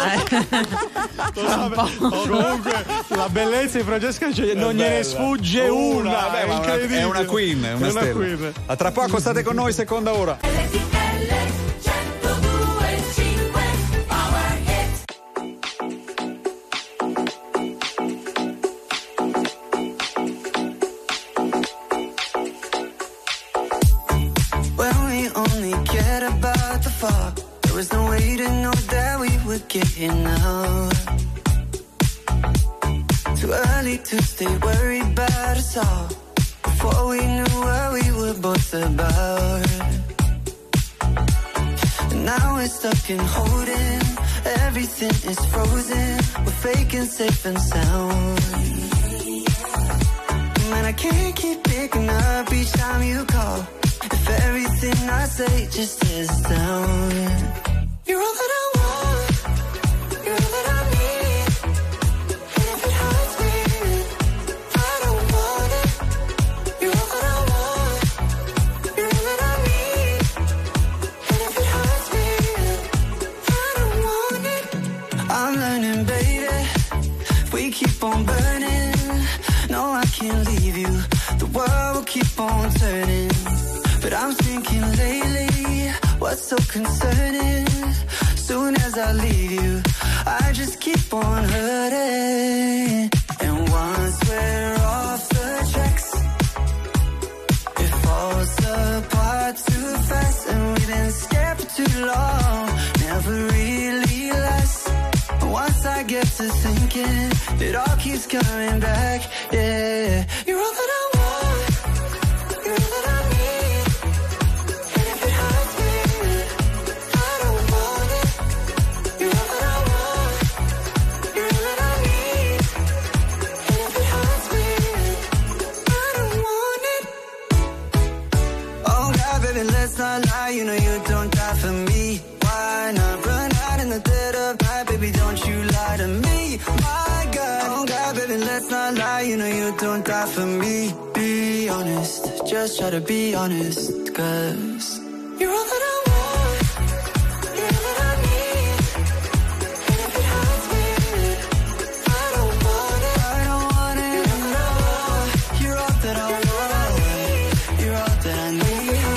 testa. Comunque la bellezza di Francesca non gliene sfugge una. Vabbè, è incredibile. È una queen, è una stella. Queen. A tra poco state con noi, seconda ora. When we only cared about the fall, there was no way to know that get here now. Too early to stay worried about us all. Before we knew what we were both about. And now we're stuck in holding. Everything is frozen. We're faking safe and sound. Man, I can't keep picking up each time you call. If everything I say just is down. You're all that I want. You're all that I need. And if it hurts me, I don't want it. You're all that I want. You're all that I need. And if it hurts me, I don't want it. I'm learning, baby. If we keep on burning, no, I can't leave you. The world will keep on turning. But I'm thinking lately, what's so concerning? Soon as I leave you, I just keep on hurting. And once we're off the tracks, it falls apart too fast. And we've been scared for too long, never really lasts. And once I get to thinking, it all keeps coming back, yeah. You're all that I want, you're all that I need. And if it hurts me, I don't want it. You're all that I want, you're all that I need. And if it hurts me, I don't want it. Oh God, baby, let's not lie. You know you don't die for me. Why not run out in the dead of night? Baby, don't you lie to me. My God, oh God, baby, let's not lie. You know you don't die for me. Be honest, just try to be honest. Cause you're all that I want, you're all that I need. And if it hurts me, I don't want it. I don't want it. You're all that I want, you're all that I need.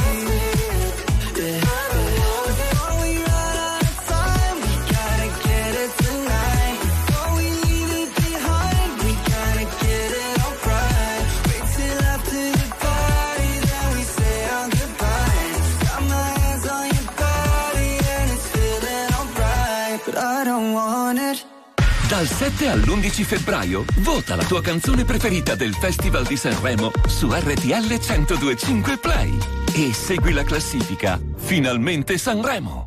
Dal 7 all'11 febbraio vota la tua canzone preferita del Festival di Sanremo su RTL 102.5 Play e segui la classifica Finalmente Sanremo.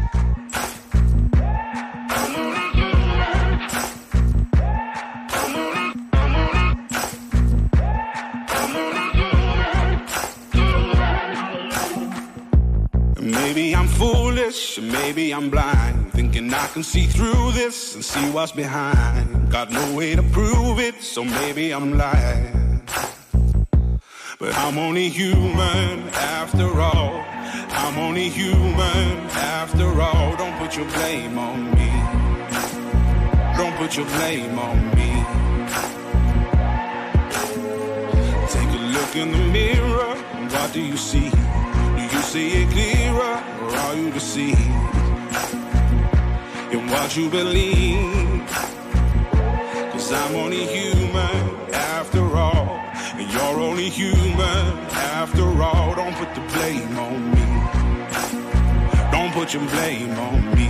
Maybe I'm foolish, maybe I'm blind, thinking I can see through this and see what's behind. Got no way to prove it, so maybe I'm lying. But I'm only human after all. I'm only human after all. Don't put your blame on me. Don't put your blame on me. Take a look in the mirror, what do you see? You see it clearer, or are you deceived in what you believe? 'Cause I'm only human after all, and you're only human after all. Don't put the blame on me. Don't put your blame on me.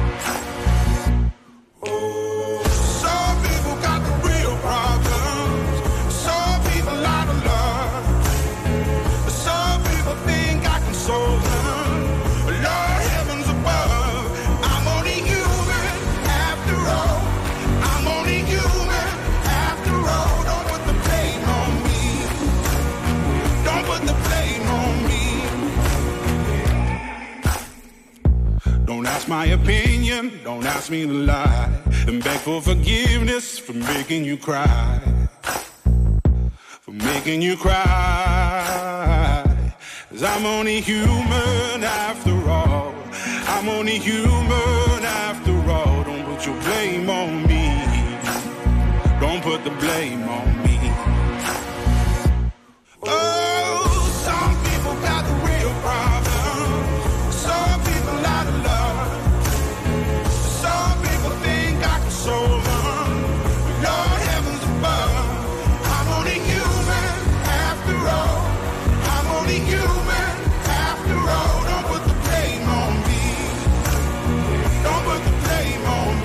Some people got the real problems. Some people out of love. Some people think I can solve them. Lord heavens above, I'm only human after all. I'm only human after all. Don't put the blame on me. Don't put the blame on me. Don't ask my opinion, don't ask me to lie, and beg for forgiveness for making you cry. For making you cry. 'Cause I'm only human after all. I'm only human after all. Don't put your blame on me. Don't put the blame on me. Oh, some people got the real problem. Some people out of love. Some people think I can solve them. Lord heavens above, I'm only human after all. I'm only human after all. Don't put the blame on me. Don't put the blame on me.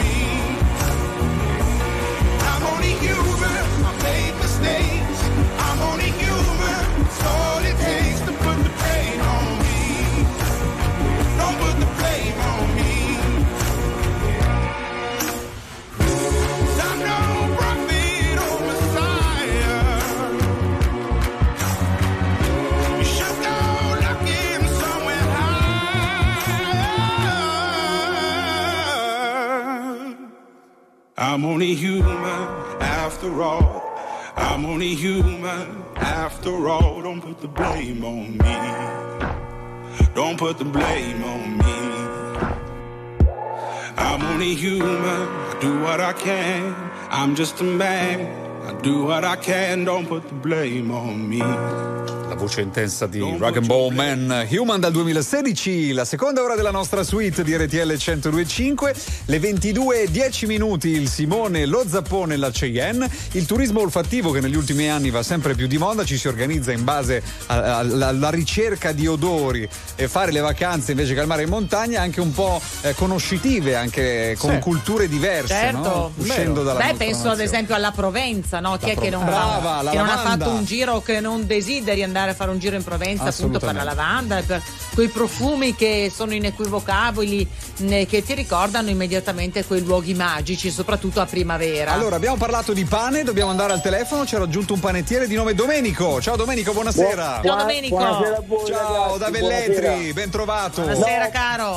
I'm only human after all. I'm only human after all. Don't put the blame on me. Don't put the blame on me. I'm only human. I do what I can. I'm just a man. I do what I can. Don't put the blame on me. La voce intensa di Rock and Ball Man, Human dal 2016, la seconda ora della nostra suite di RTL 102.5, le 22:10 il Simone, lo Zappone e la Cheyenne, il turismo olfattivo che negli ultimi anni va sempre più di moda, ci si organizza in base alla ricerca di odori e fare le vacanze invece che al mare in montagna anche un po' conoscitive, anche con culture diverse, certo, no? Uscendo dalla nostra penso nazione. ad esempio alla Provenza, no? Chi è che non Brava, che non ha fatto un giro, che non desideri andare a fare un giro in Provenza appunto per la lavanda e per quei profumi che sono inequivocabili, che ti ricordano immediatamente quei luoghi magici, soprattutto a primavera. Allora, abbiamo parlato di pane, dobbiamo andare al telefono, ci ha raggiunto un panettiere di nome Domenico. Ciao Domenico, buonasera. Ciao Domenico. Buonasera a voi, ciao, ragazzi, da Velletri, buonasera. ben trovato. Buonasera caro.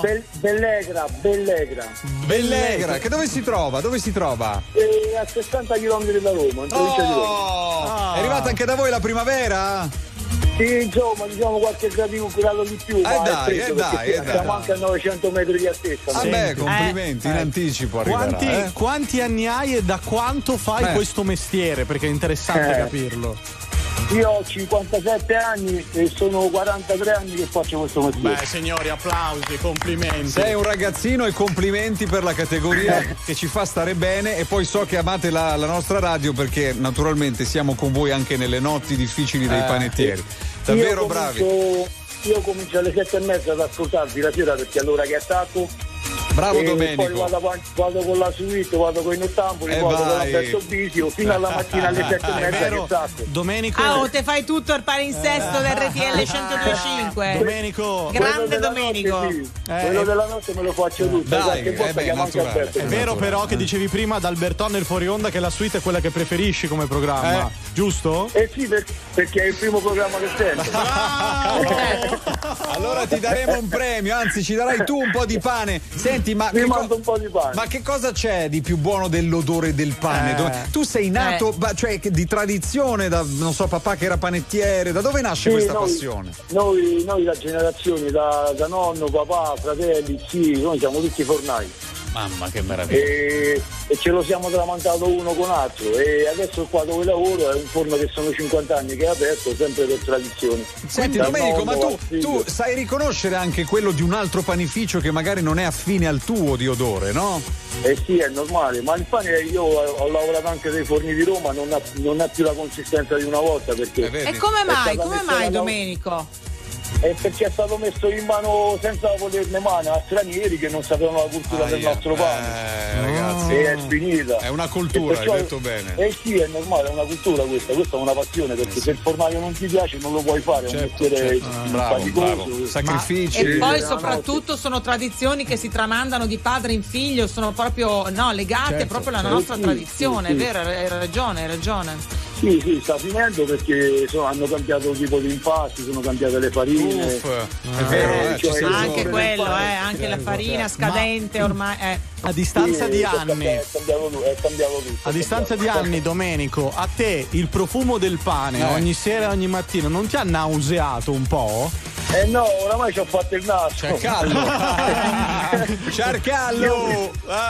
Bellegra. Che dove si trova? Dove si trova? A 60 km da Roma, in provincia di Roma. È arrivata anche da voi la primavera? Sì, insomma, diciamo qualche grado di più, ma dai. siamo anche a 900 metri di altezza. Vabbè, complimenti, in anticipo arriverà. Quanti anni hai e da quanto fai questo mestiere? Perché è interessante capirlo. Io ho 57 anni e sono 43 anni che faccio questo mestiere. Beh, signori, applausi, complimenti. Sei un ragazzino e complimenti per la categoria che ci fa stare bene, e poi so che amate la nostra radio perché naturalmente siamo con voi anche nelle notti difficili dei panettieri. Davvero bravi. Io comincio alle 7:30 ad ascoltarvi la sera perché allora che attacco. Bravo Domenico. Poi vado con la suite, vado con i nottambuli, vado con Alberto Bisio fino alla mattina alle 7:30 che stacco. Domenico. Te fai tutto il palinsesto del RTL 102.5. Domenico. Grande Domenico. Quello della notte me lo faccio tutto. Dai, è vero però che dicevi prima ad Alberton nel fuori onda che la suite è quella che preferisci come programma, giusto? Sì, perché è il primo programma che sento. Allora ti daremo un premio, anzi ci darai tu un po' di pane. Senti, ma mando un po' di pane. Ma che cosa c'è di più buono dell'odore del pane? Tu sei nato, cioè di tradizione, da non so, papà che era panettiere, da dove nasce questa passione? Noi da generazioni, da nonno, papà, fratelli, zii, noi siamo tutti fornai. Mamma che meraviglia. E ce lo siamo tramandato uno con altro, e adesso qua dove lavoro è un forno che sono 50 anni che è aperto, sempre per tradizione. Senti Domenico, ma tu sai riconoscere anche quello di un altro panificio che magari non è affine al tuo di odore, no? Sì, è normale, ma il pane, io ho lavorato anche nei forni di Roma, non ha più la consistenza di una volta perché. E come mai Domenico? Perché è stato messo in mano senza volerne mano a stranieri che non sapevano la cultura del nostro pane. Ragazzi, è finita. È una cultura, hai detto bene. Sì, è normale, è una cultura questa è una passione, perché se il formaio non ti piace non lo puoi fare, è un mestiere bravo. Sacrifici. E poi soprattutto sono tradizioni che si tramandano di padre in figlio, sono proprio legate proprio alla nostra tradizione, è vero, hai ragione. Sì, sta finendo perché hanno cambiato il tipo di impasti, sono cambiate le farine. È vero, anche quello, anche la farina scadente ormai. A distanza di anni. È cambiato tutto. A distanza di anni, Domenico, a te il profumo del pane ogni sera e ogni mattina non ti ha nauseato un po'? No, oramai ci ho fatto il naso. Ciarcallo!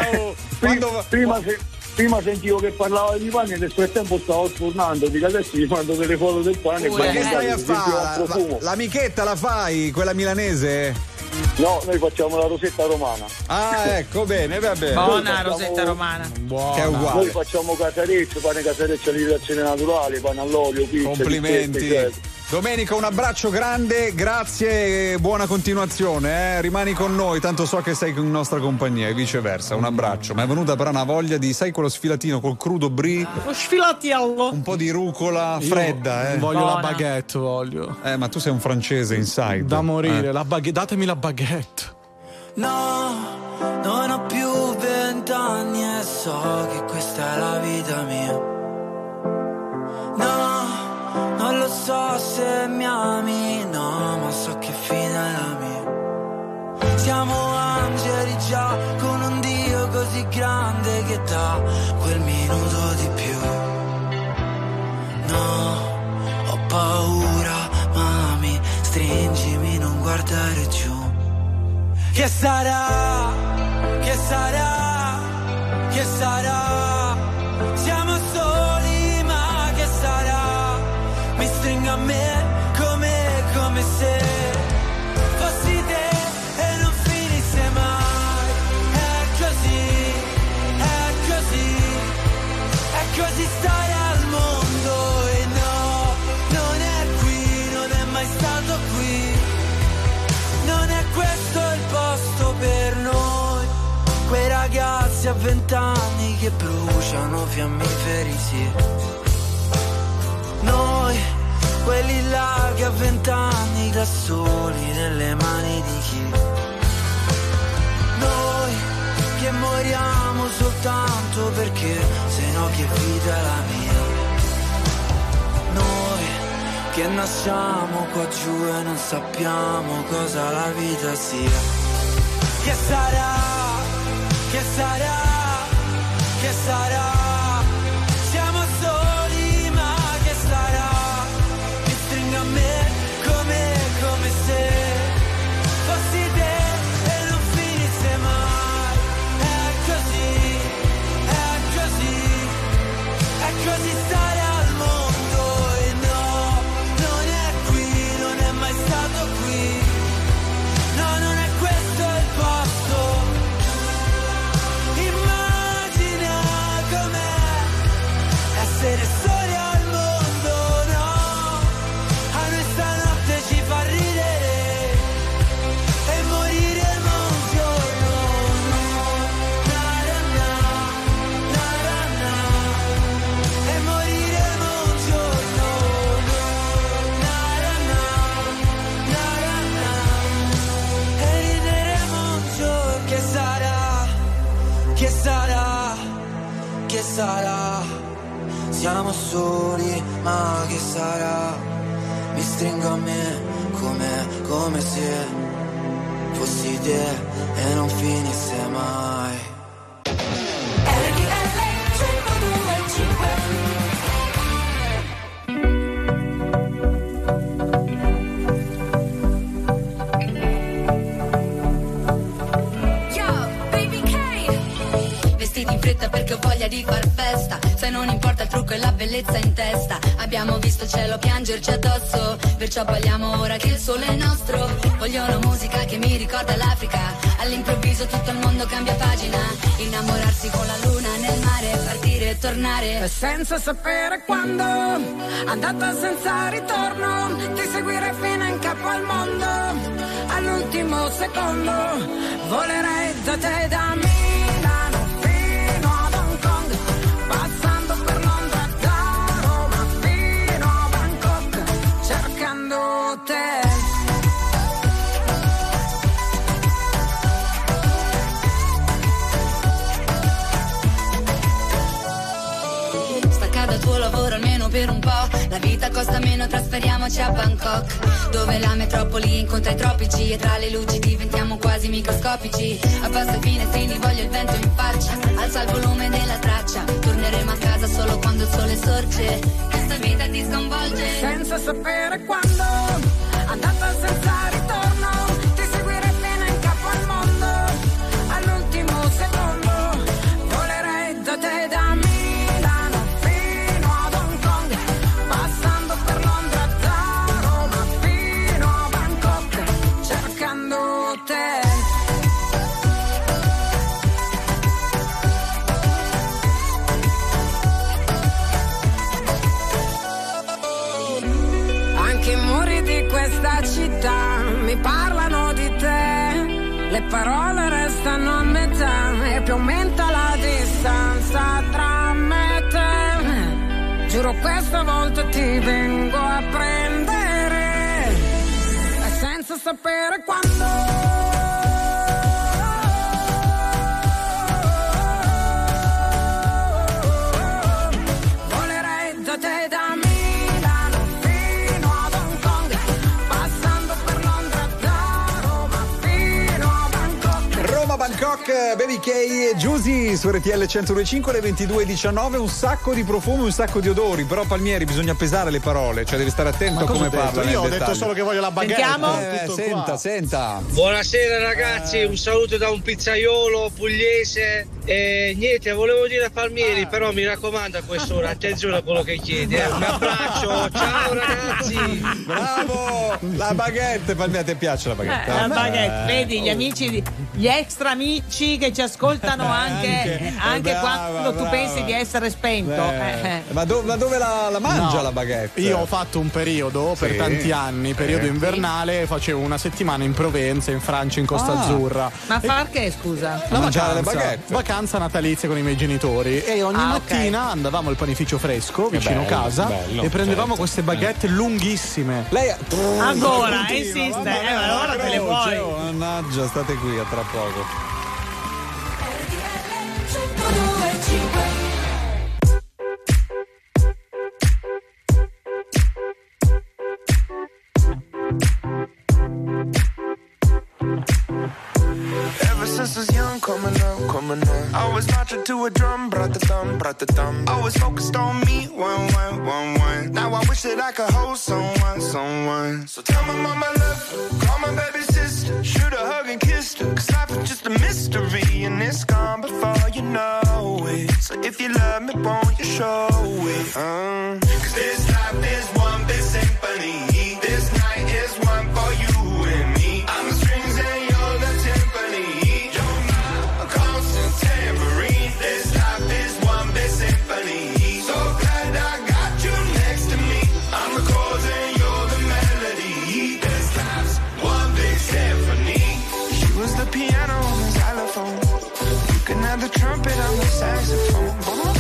Prima sentivo che parlava di pane e nel frattempo stavo sfornando, dico adesso gli mando delle foto del pane. Ma che stai a fare? L'amichetta la fai, quella milanese? No, noi facciamo la rosetta romana. Ecco, bene, vabbè. Buona rosetta romana. Buona. Che è uguale. Noi facciamo casareccio, pane casareccio a lievitazione naturale, pane all'olio, pizza. Complimenti. Domenico, un abbraccio grande, grazie e buona continuazione, rimani con noi, tanto so che sei in nostra compagnia e viceversa, un abbraccio. Mi è venuta però una voglia di, sai, quello sfilatino col crudo brie, lo sfilatiello, un po' di rucola fredda, voglio Buona. la baguette, voglio. Ma tu sei un francese inside. Da morire, datemi la baguette. No, non ho più 20 anni e so che questa è la vita mia. No, non lo so se mi ami, no, ma so che fine è la mia. Siamo angeli già, con un Dio così così grande che dà quel minuto di più. No, ho paura, mami, stringimi, non guardare giù. Che sarà, che sarà, che sarà? Siamo soli, ma che sarà? Mi stringo a me come se fossi te e non finisse mai. È così, è così, è così stare al mondo. E no, non è qui, non è mai stato qui. Non è questo il posto per noi. Quei ragazzi a 20 anni che bruciano fiammiferi, sì. Noi, quelli là che a 20 anni da soli nelle mani di chi. Noi che moriamo soltanto perché se no che vita è la mia. Noi che nasciamo qua giù e non sappiamo cosa la vita sia. Che sarà, che sarà, che sarà? Siamo soli, ma che sarà? Mi stringo a me come se fossi te e non finisse mai. È così, è così, è così stare al mondo. E no, non è qui, non è mai stato qui. No, non è questo il posto. Immagina com'è essere soli al mondo, no? A noi stanotte ci fa ridere e moriremo un giorno, no? Na na na, na na na. E moriremo un giorno, no? Na na na, na na na. E rideremo un giorno. Che sarà, che sarà, che sarà? Siamo soli, ma che sarà? Mi stringo a me come se fossi te e non finisse mai. Vestiti in fretta perché ho voglia di far festa. Se non importa il trucco e la bellezza in testa. Abbiamo visto il cielo piangerci addosso, perciò balliamo ora che il sole è nostro. Voglio una musica che mi ricorda l'Africa. All'improvviso tutto il mondo cambia pagina. Innamorarsi con la luna nel mare, partire e tornare senza sapere quando, andata senza ritorno, ti seguire fino in capo al mondo. All'ultimo secondo volerei da te, da Milano fino ad Hong Kong, passando per Londra, da Roma fino a Bangkok, cercando te. Stacca dal tuo lavoro almeno per un po'. La vita costa meno, trasferiamoci a Bangkok, dove la metropoli incontra i tropici e tra le luci diventiamo quasi microscopici. Abbasso i finestrini, voglio il vento in faccia, alza il volume della traccia. Torneremo a casa solo quando il sole sorge. Questa vita ti sconvolge senza sapere quando, andata senza ritorno, ti seguire fino in capo al mondo. All'ultimo secondo volerei da te, da Milano fino ad Hong Kong, passando per Londra, da Roma fino a Bangkok, cercando te. Anche i muri di questa città mi parlano di te, le parole restano a metà e più aumenta la distanza tra me e te. Giuro questa volta ti vengo a prendere e senza sapere quando. Volerei da te, da Milano fino ad Hong Kong, passando per Londra, da Roma fino a Bangkok. Roma Bangkok Black, Baby K e Juicy su RTL 102.5 alle 22.19. Un sacco di profumi, un sacco di odori. Però Palmieri bisogna pesare le parole, cioè devi stare attento a come parla. Io ho detto solo che voglio la baguette. Sentiamo. Senta. Buonasera ragazzi, un saluto da un pizzaiolo pugliese. E niente, volevo dire a Palmieri, però mi raccomando a quest'ora, attenzione a quello che chiedi. Un abbraccio, ciao ragazzi. Bravo! La baguette, Palmieri, a te piace la baguette? La baguette, vedi gli amici, gli extra amici che ci ascoltano anche quando tu pensi di essere spento. Ma dove la mangia la baguette? Io ho fatto un periodo per tanti anni, periodo invernale, facevo una settimana in Provenza, in Francia, in Costa Azzurra. Ma far che, scusa? La mangiare le baguette. Vacanza natalizia con i miei genitori e ogni mattina andavamo al panificio fresco vicino casa e prendevamo queste baguette lunghissime. Lei ancora insiste, allora te le vuoi. Mannaggia, state qui a tra poco. Since I was young, coming up. I was marching to a drum, brat-a-thumb. Always focused on me, one. Now I wish that I could hold someone. So tell my mama I love her, call my baby sister, shoot a hug and kiss her. Cause life is just a mystery and it's gone before you know it. So if you love me, won't you show it? Cause this life is one big symphony. This night is one for you and me. I'm the strings and you're the timpani. Tambourine, this life is one big symphony. So glad I got you next to me. I'm the chords and you're the melody. This life's one big symphony. She was the piano on the xylophone. You can have the trumpet on the saxophone.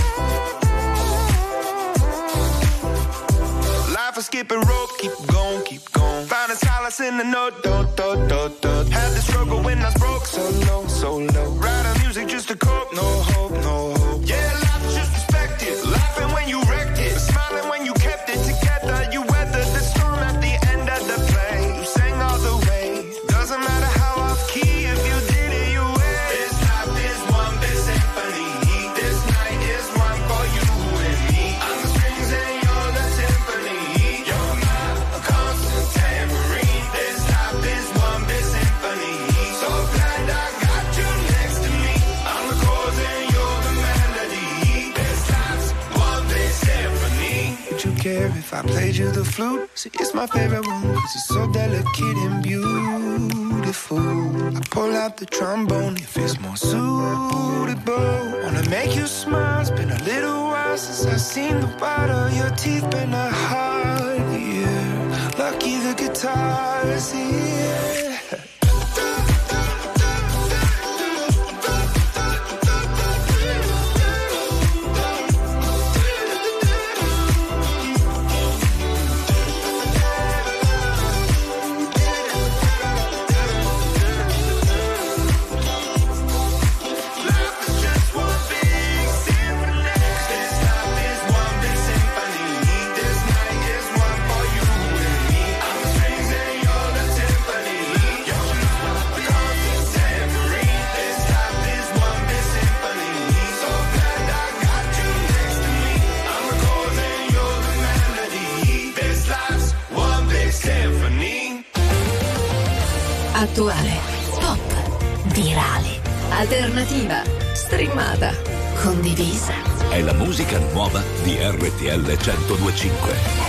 Life is skipping rope, keep going. Finding solace in the note, do. Had the struggle when I was broke, so low. Writing music just to cope, no hope. Yeah, life is just perspective. Laughing when you wrecked it, smiling when you kept it together. You weathered the storm at the end of the play. You sang all the way. Doesn't matter how off key, if you did it, you win. This life is one big symphony. This night is one for you and me. I'm the strings and you're the timpani. You're my constant tambourine. This life is one big symphony. So glad I got you next to me. I'm the chords and you're the melody. This life's one big symphony. Would you care if I played you the flute? See, it's my favorite one, cause it's so delicate and beautiful. I pull out the trombone if it's more suitable. Wanna make you smile, it's been a little while since I've seen the white of your teeth. Been a hard year, lucky the guitar's here. Attuale, pop, virale, alternativa, streamata, condivisa. È la musica nuova di RTL 102.5.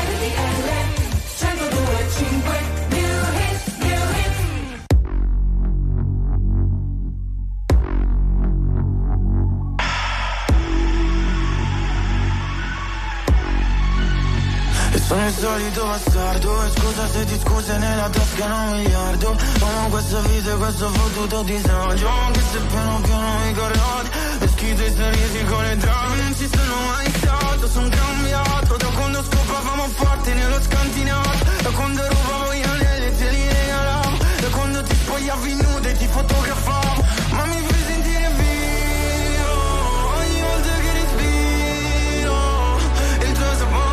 Sono il solito bastardo e scusa se ti scuse nella tasca un miliardo. Amo questa vita e questo fottuto disagio, anche se piano piano mi corrodi e schito i sorrisi con le drame. Non ci sono mai stato, sono cambiato da quando scopavamo forte nello scantinato, da quando rubavo gli anelli e te li regalavo, da quando ti spogliavi nuda e ti fotografavo. Ma mi fai sentire vivo ogni volta che respiro il tuo sapore.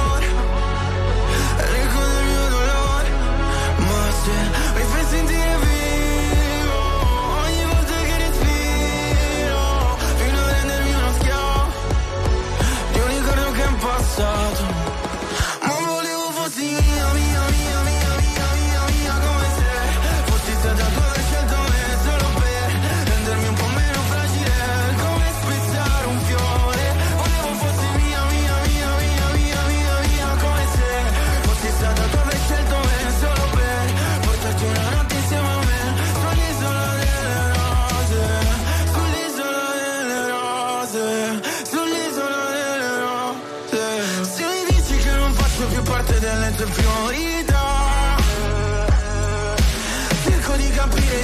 Mi fai sentire vivo ogni volta che respiro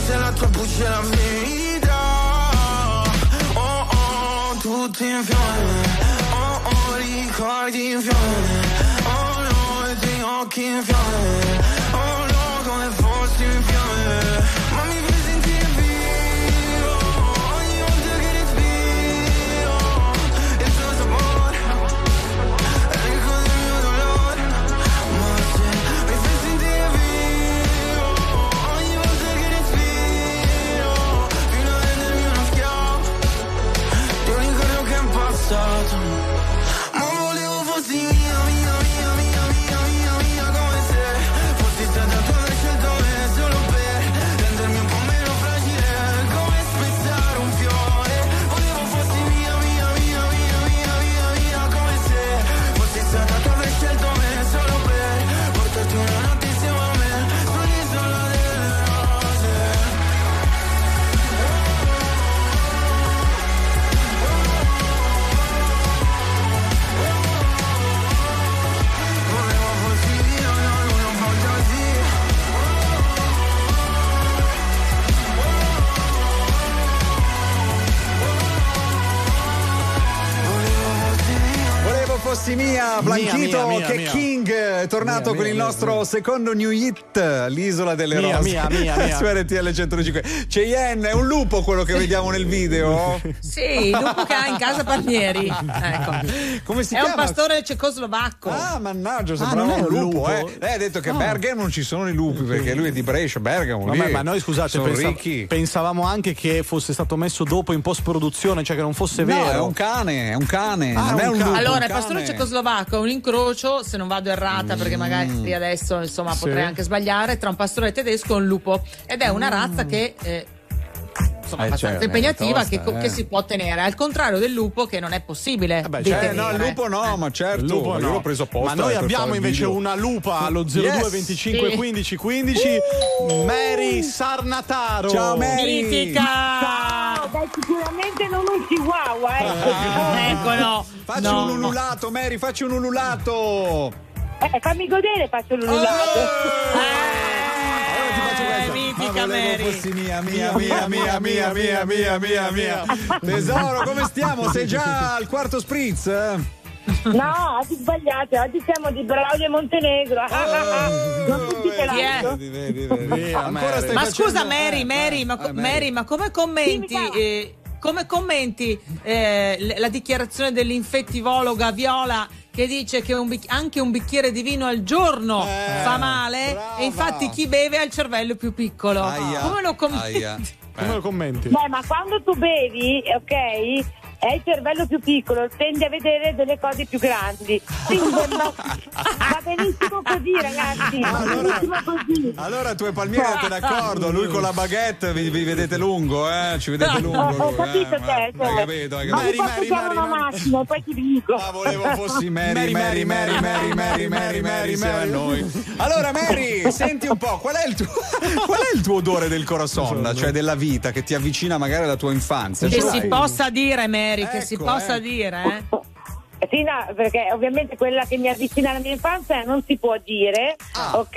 se la tua voce è la vita. Oh oh, tutti in fiamme. Oh oh, ricordi in fiamme. Oh no, i tuoi occhi in fiamme. Oh no, come fossi in fiamme. Ma mi fai sentire vivo ogni volta che respiro. Il tuo sapore, l'eco del mio dolore. Ma se mi fai sentire vivo ogni volta che respiro, fino a rendermi uno schiavo di un ricordo che è passato. Ma volevo fossi mia, mia, mia, mia, mia, mia, mia, come se fossi stata tu aver scelto me solo per rendermi un po' meno fragile, come spezzare un fiore. Volevo fossi mia, mia, mia, mia, mia, mia, mia, come se fossi stata tu aver scelto me solo per portarti una notte insieme a me sull'isola delle rose. Volevo fossi mia, una fantasia. Volevo fossi mia, Blanchito mia, che mia. King è tornato con il nostro secondo new hit, l'isola delle Mia, rose. mia. Su RTL 105. Cheyenne, è un lupo quello che vediamo nel video? Sì, il lupo che ha in casa Palmieri. Ecco. Come si È chiama? un pastore cecoslovacco. Ah, mannaggia, sembrava non è un un lupo, lupo? Lei ha detto che a Bergamo non ci sono i lupi perché lui è di Brescia, Bergamo. Vabbè, lì ma noi scusate, sono ricchi. pensavamo anche che fosse stato messo dopo in produzione, cioè che non fosse No, vero. è un cane, Ah, non è un lupo. Allora, il un pastore cane. cecoslovacco è un incrocio, se non vado errata, perché magari adesso insomma Sì. potrei anche sbagliare, tra un pastore tedesco e un lupo. Ed è una razza che insomma abbastanza certo, impegnativa, tosta, che si può tenere, al contrario del lupo che non è possibile di tenere. No, il lupo no, ma certo, Il lupo io no. l'ho preso apposta. Ma noi per abbiamo fare il invece video. una lupa allo 02 25 Sì. 15 15. Mary Sarnataro. Ciao, Mary. Mitica! No, dai, sicuramente non un chihuahua, Eccolo! Facci No. un ululato, Mary, facci un ululato. Fammi godere, faccio l'ululato. Mitica volevo Mary. fossi mia. Tesoro, come stiamo? Sei già al quarto spritz? No, oggi sbagliate, oggi siamo di Braulio e Montenegro. Non tutti ce l'hanno. Vedi. Ancora stai Ma facendo- scusa Mary, ma come commenti la dichiarazione dell'infettivologa Viola che dice che anche un bicchiere di vino al giorno fa male, brava. e infatti chi beve ha il cervello più piccolo? Aia, Come lo commenti? aia. Come lo commenti? Beh, ma quando tu bevi, ok, è il cervello più piccolo, tendi a vedere delle cose più grandi. Quindi va benissimo così, ragazzi. Va benissimo così. Allora tu e Palmieri siete d'accordo? Lui con la baguette vi vedete lungo, ci vedete lungo. Ho lui, capito te, Hai capito, hai Ma capito. mi faccio chiamare una macchina e poi ti dico. Ah, volevo fossi Mary insieme a noi. Allora Mary, senti un po', qual è il tuo odore del corazon, cioè della vita che ti avvicina magari alla tua infanzia? Che Ce si l'hai? possa dire, Mary, che si Ecco, possa dire, Sì, no, perché ovviamente quella che mi avvicina alla mia infanzia non si può dire, ok?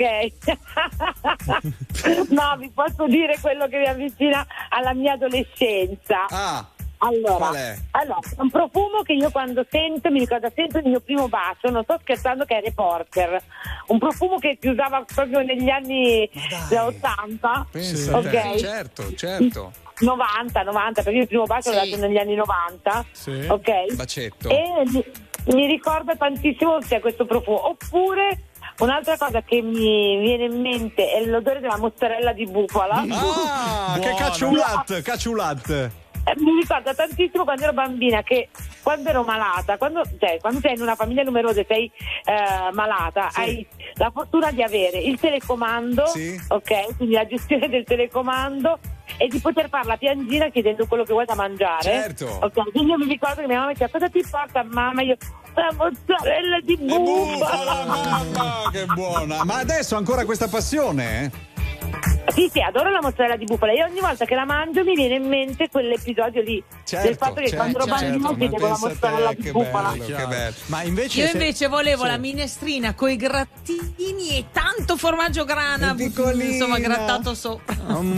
No, vi posso dire quello che mi avvicina alla mia adolescenza. Allora, qual è? allora, è un profumo che io quando sento mi ricorda sempre il mio primo bacio, non sto scherzando, che è Reporter, un profumo che si usava proprio negli anni 80, Pensa a te. Certo. 90, perché io il primo bacio l'ho dato negli anni 90, ok? Bacetto. E mi ricorda tantissimo questo profumo. Oppure un'altra cosa che mi viene in mente è l'odore della mozzarella di bufala. Ah, che cacciulat. Mi ricorda tantissimo quando ero bambina, che quando ero malata, quando sei in una famiglia numerosa e sei malata, hai la fortuna di avere il telecomando, ok? Quindi la gestione del telecomando e di poter fare la piangina chiedendo quello che vuoi da mangiare. Certo. Ok, quindi io mi ricordo che mia mamma diceva: cosa ti porta, mamma? Io: la mozzarella di bufala. Mamma, che buona. Ma adesso ancora questa passione? Sì, adoro la mozzarella di bufala e ogni volta che la mangio mi viene in mente quell'episodio lì, del fatto che quando ero bambino vedevo la mozzarella di bufala. Che bello. Ma invece io invece volevo la minestrina coi grattini e tanto formaggio grana, insomma, grattato sopra.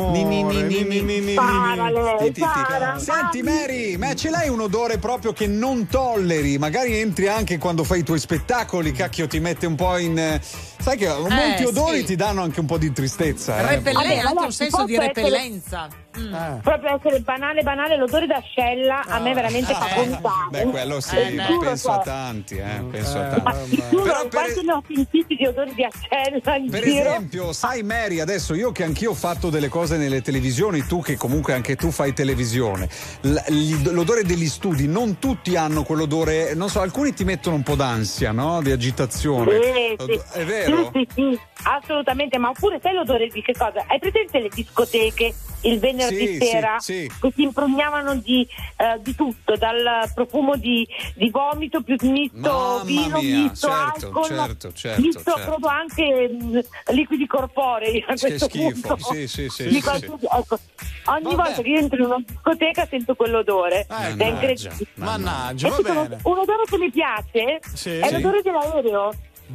Senti Mary, ma ce l'hai un odore proprio che non tolleri? Magari entri anche quando fai i tuoi spettacoli, cacchio, ti mette un po' in... Sai che molti odori ti danno anche un po' di tristezza. Anche un senso di repellenza. Proprio essere banale, l'odore d'ascella a me veramente fa vomitare. Beh, quello sì, penso a tanti, penso a tanti. Però quanti ne ho sentiti di odori di ascella in per giro? esempio, sai Mary, adesso io che anch'io ho fatto delle cose nelle televisioni, tu che comunque anche tu fai televisione, l'odore degli studi, non tutti hanno quell'odore, non so, alcuni ti mettono un po' d'ansia, no? Di agitazione. Sì. È vero? Sì, assolutamente, ma oppure sai l'odore di che cosa? Hai presente le discoteche il venerdì sera che si imprognavano di tutto, dal profumo di vomito più misto vino, misto alcol, misto proprio anche liquidi corporei a questo punto. Ecco, ogni volta che entro in una discoteca sento quell'odore. È incredibile. Mannaggia, va bene. Un odore che mi piace è l'odore dell'aereo.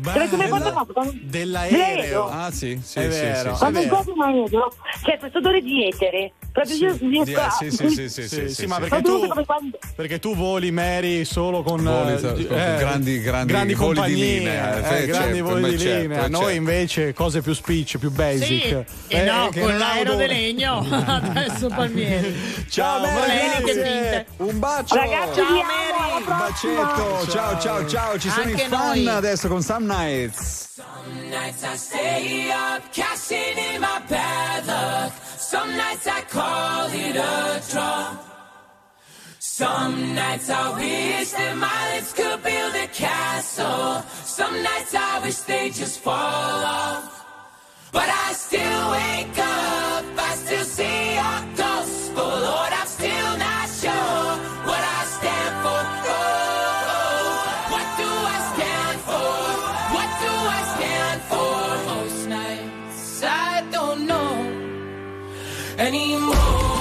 Dell'aereo. Ah sì, è vero. Quando guardo un aereo c'è questo odore di etere. Proprio io riesco a... Sì, ma perché tu voli, Mary, solo con grandi compagnie, grandi voli di linea. Noi invece cose più spicce, più basic. Con l'aereo di legno. Adesso Palmieri. Ciao Mary, un bacio. Ragazzi, ciao Mary. Un bacetto. Ciao. Ci sono i fan adesso con Some Nights. Some nights I stay up, cashing in my bad luck. Some nights I call it a draw. Some nights I wish that my lips could build a castle. Some nights I wish they just fall off. But I still wake up, I still see your ghost. Oh Lord, I'm still not sure what I stand for. Oh, what do I stand for? What do I stand for? Most nights I don't know anymore.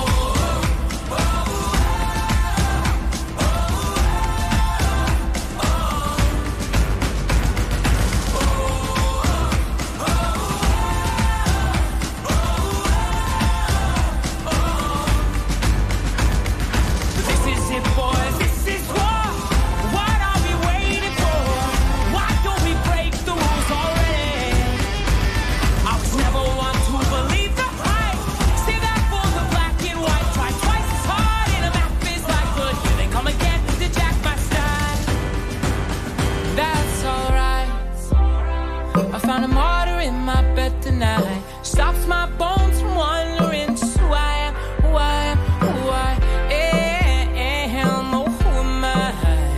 Found a martyr in my bed tonight. Stops my bones from wandering. Just who I am, who I am, who I am. Oh, who am I?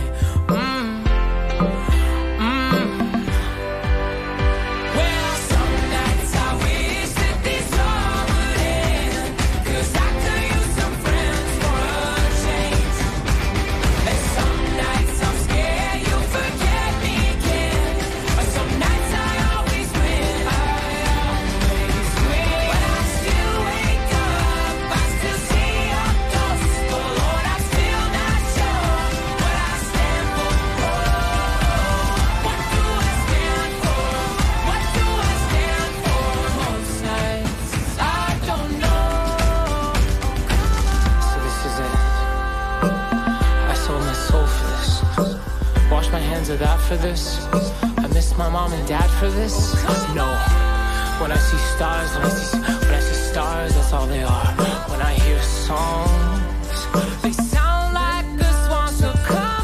Well, some nights I wish that this all would end, 'cause I could use some friends for a change. And some nights I'm scared you'll forget me again. But some nights I always win. But I still wake up, I still see your ghost. Oh Lord, I'm still not sure what I stand for. What do I stand for? What do I stand for? Most nights I don't know. So this is it. I sold my soul for this. Wash my hands of that for this. I miss my mom and dad for this. No. When I see stars, when I see stars, that's all they are. When I hear songs, they sound like a swan. So come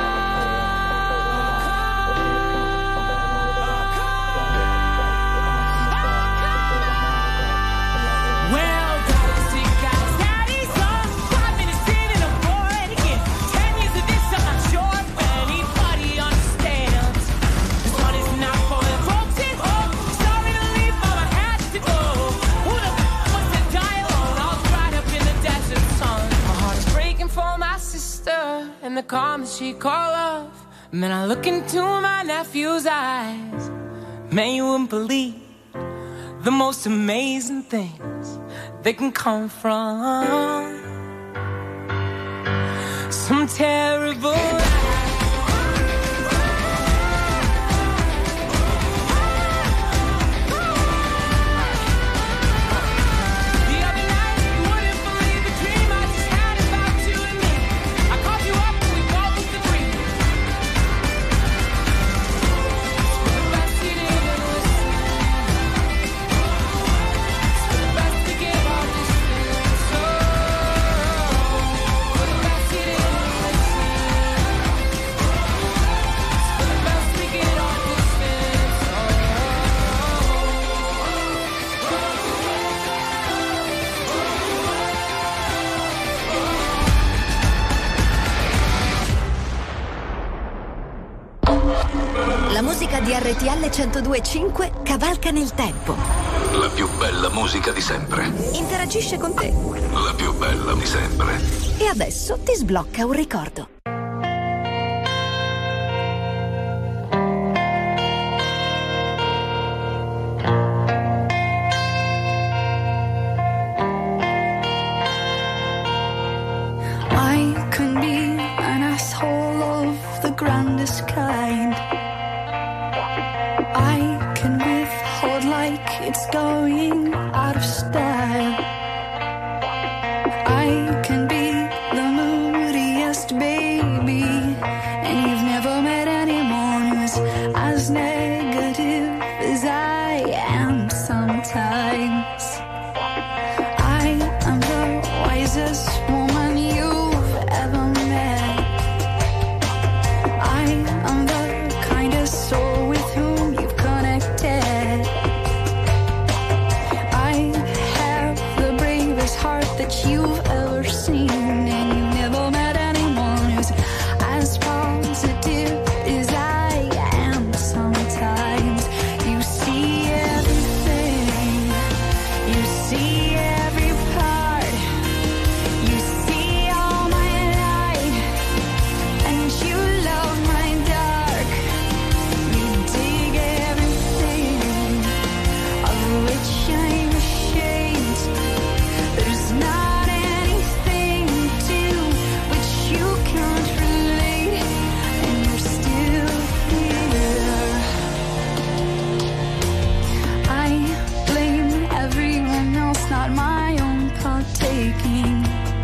well, daddy's sick, daddy's on. 5 minutes in and I'm bored again. 10 years of this, I'm not sure if anybody understands. This one is not for the broken home. Sorry to leave, but I had to go. Who the wants to die alone? All dried up in the desert sun. My heart is breaking for my sister and the calm that she call love. And then I look into my nephew's eyes. Man, you wouldn't believe the most amazing things that can come from some terrible. La musica di RTL 102.5 cavalca nel tempo. La più bella musica di sempre. Interagisce con te. La più bella di sempre. E adesso ti sblocca un ricordo. I can be an asshole of the grandest kind. I can withhold like it's going out of style. I can be the moodiest baby, and you've never met anyone who's as negative as I am sometimes. I am the wisest woman you've ever met. I am the kindest soul with whom you've connected. I have the bravest heart that you've ever seen, and you've never met anyone who's as positive as I am sometimes. You see everything, you see every part, you see all my light, and you love my dark. You dig everything of which I'm ashamed. There's not anything to which you can't relate, and you're still here. I blame everyone else, not my own partaking.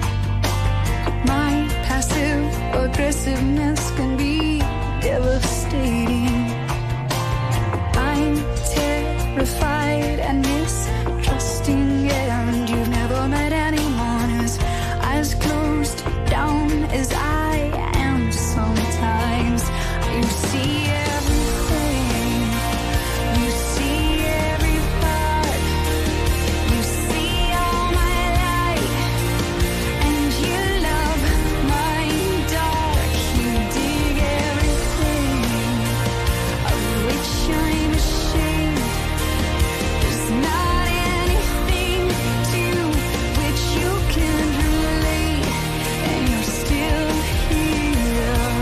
My passive aggressiveness can be devastating. I'm terrified and mistrusting, and you've never met anyone who's as closed down as I am sometimes. You see everything, you see every part, you see all my light, and you love my dark. You dig everything of which I'm ashamed. There's not anything to which you can relate, and you're still here.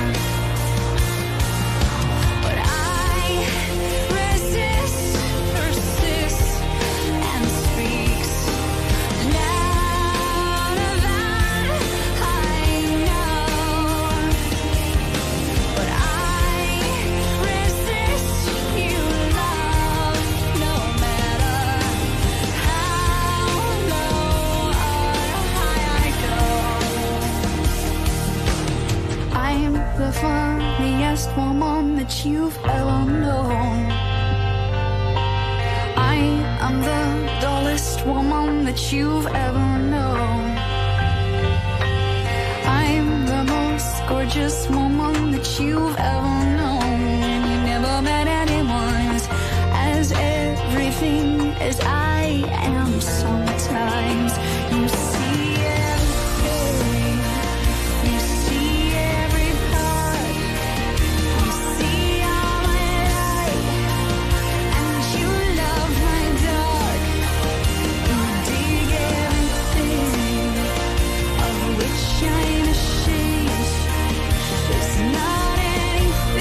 But I resist, persists, and speaks louder than I know. But I resist you, love, no matter how low or high I go. I'm the funniest woman that you've ever known. I am the dullest woman that you've ever known. I'm the most gorgeous woman that you've ever known. You never met anyone who's as everything as I am sometimes. You see everything, you see every part, you see all my light, and you love my dark. You dig everything of which I'm ashamed. There's not anything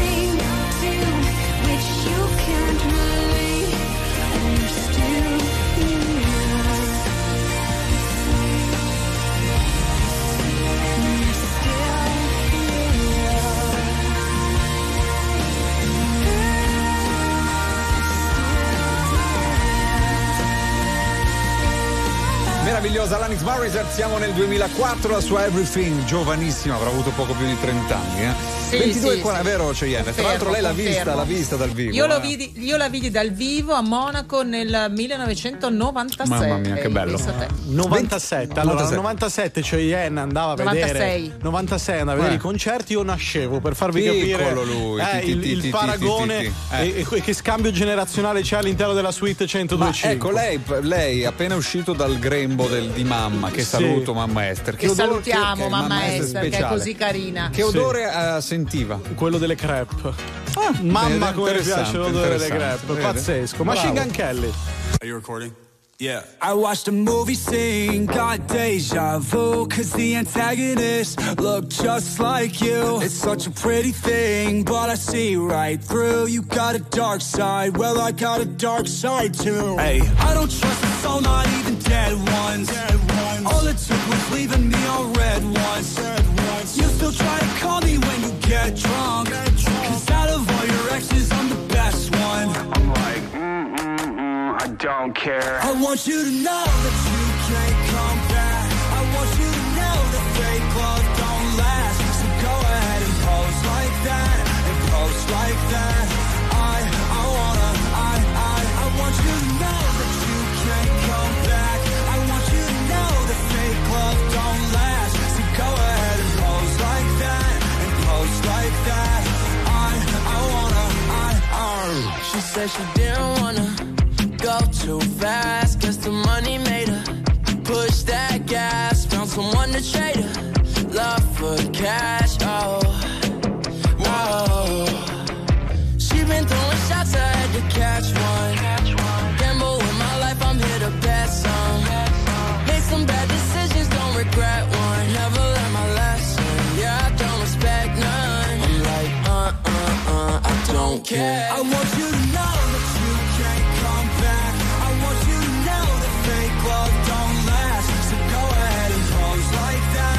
Meravigliosa Alanis Morissette, siamo nel 2004, la sua Everything, giovanissima, avrà avuto poco più di 30 anni. Sì, 22 sì, è vero Cheyenne? Tra l'altro lei l'ha vista dal vivo. Io la vidi dal vivo a Monaco nel 1996. Mamma mia, che bello. 97. Allora, nel 97 Cheyenne andava a vedere 96 andava a vedere i concerti, io nascevo, per farvi capire lui. Il paragone e che scambio generazionale c'è all'interno della suite 102.5. Ecco, lei appena uscito dal grembo di mamma, che saluto mamma Esther. Che salutiamo mamma Esther, che è così carina. Che odore sentiva? Quello delle crepe. Mamma come mi piace l'odore delle crepe, pazzesco. Machine Gun Kelly. Are you recording? Yeah. I watched a movie scene, got deja vu, cause the antagonist looked just like you. It's such a pretty thing, but I see right through. You got a dark side, well I got a dark side too. Hey, I don't trust a soul, not even dead ones. All it took was leaving me on red ones. You still try to call me when you get drunk, cause out of all your exes I'm the best one. I'm like, I don't care. I want you to know that you can't come back. I want you to know that fake love don't last. So go ahead and pose like that, and pose like that. I want you to know that you can't come back. I want you to know that fake love don't last. So go ahead and pose like that, and pose like that. She said she didn't wanna go too fast, guess the money made her push that gas. Found someone to trade her love for cash. Oh, she been throwing shots, I had to catch one. Gamble with my life, I'm here to bet some. Made some bad decisions, don't regret one. Never learned my lesson, yeah, I don't respect none. I'm like, I don't care. I want you to know that you can't come back. I want you to know that fake love don't last. So go ahead and pose like that,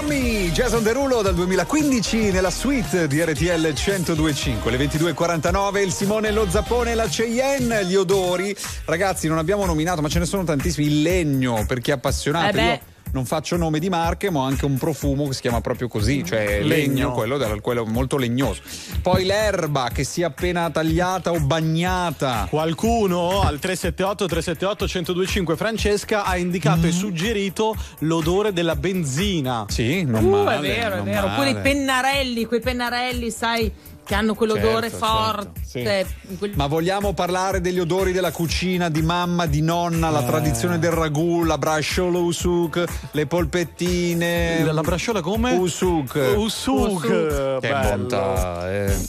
Tommy, Jason Derulo dal 2015 nella suite di RTL 102.5, le 22.49, il Simone, lo Zappone, la Cheyenne, gli odori. Ragazzi, non abbiamo nominato, ma ce ne sono tantissimi. Il legno, per chi è appassionato. Io non faccio nome di marche, ma ho anche un profumo che si chiama proprio così, cioè legno, quello molto legnoso. Poi l'erba, che sia appena tagliata o bagnata. Qualcuno al 378-378-1025, Francesca, ha indicato e suggerito l'odore della benzina. Sì, non male. È vero. Oppure i pennarelli, quei pennarelli, sai, che hanno quell'odore forte. Sì. Ma vogliamo parlare degli odori della cucina di mamma, di nonna, la tradizione del ragù, la brasciola usuk, le polpettine. La brasciola come? Usuk. Che bontà.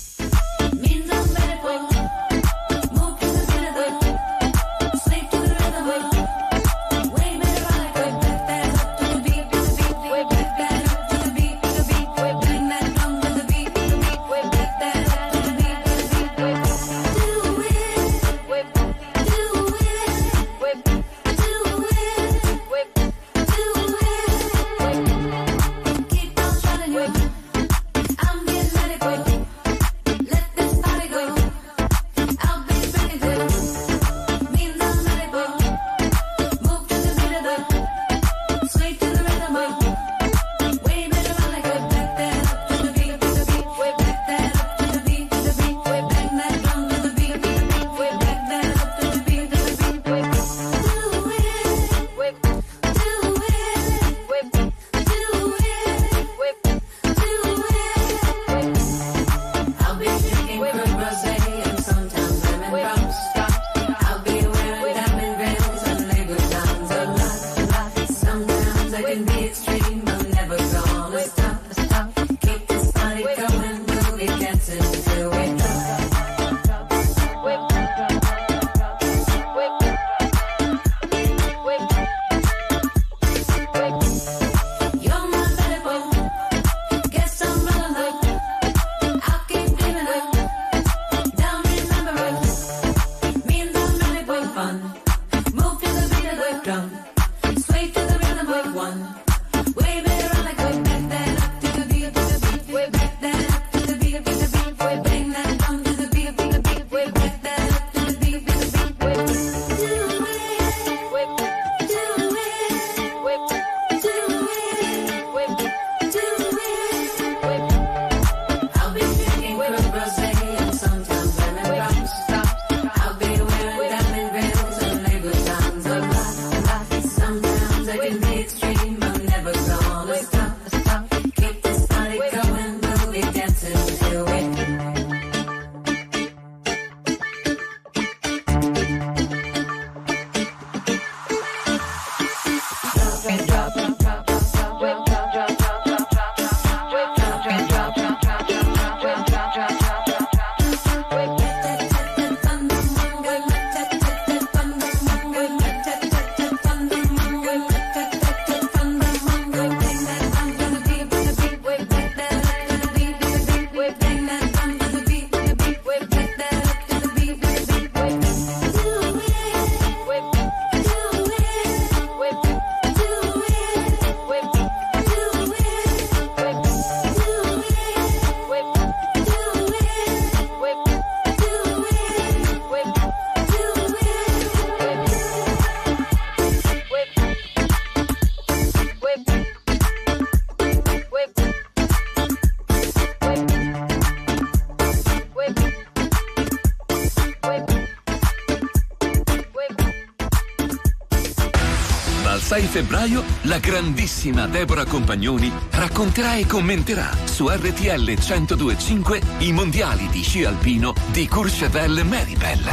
Dal 6 febbraio la grandissima Deborah Compagnoni racconterà e commenterà su RTL 102.5 i mondiali di sci alpino di Courchevel Méribel.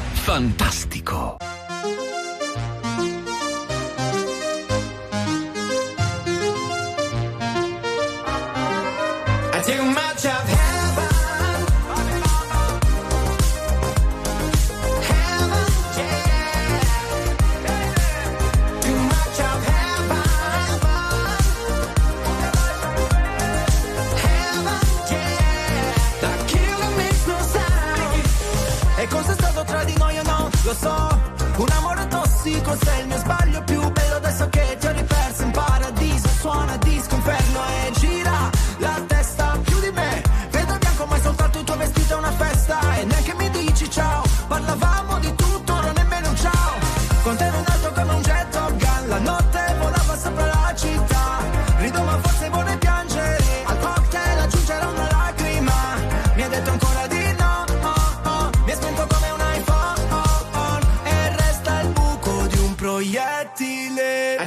Fantastico! Lo so, un amore tossico, sei il mio sbaglio più bello. Adesso che ti ho riperso in paradiso, suona disco inferno e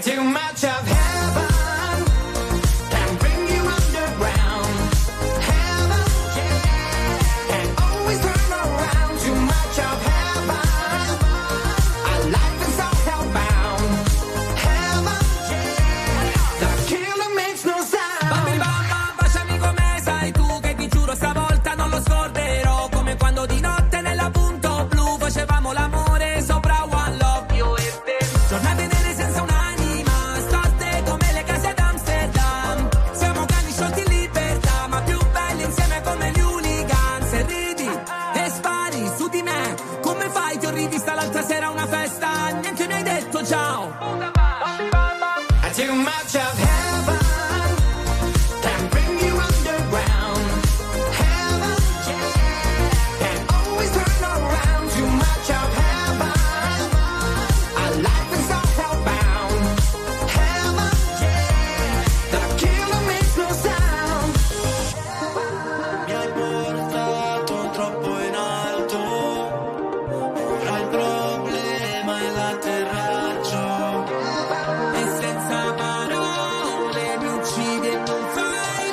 Too much of heaven can bring you underground. Heaven, yeah, can always turn around. Too much of heaven, our life is all hellbound. Heaven, yeah, the killer makes no sound. Bambini bamba, baciami come sai tu, che ti giuro stavolta non lo scorderò. Come quando di notte nella punto blu facevamo l'amore sopra One Love, io e te. Giornate nere senza un'anima, storte come le case d'Amsterdam. Siamo cani sciolti in libertà, ma più belli insieme come gli hooligans. E ridi e spari su di me, come fai? Ti ho rivista l'altra sera a una festa, niente mi hai detto ciao. Too much of heaven can bring you underground. Heaven, yeah, can always turn around. Too much of heaven, our life is all hellbound. Heaven, yeah, the killer makes no sound. Mi hai portato troppo in alto, ora il problema è l'atterraggio. E senza parole mi uccidi e non fai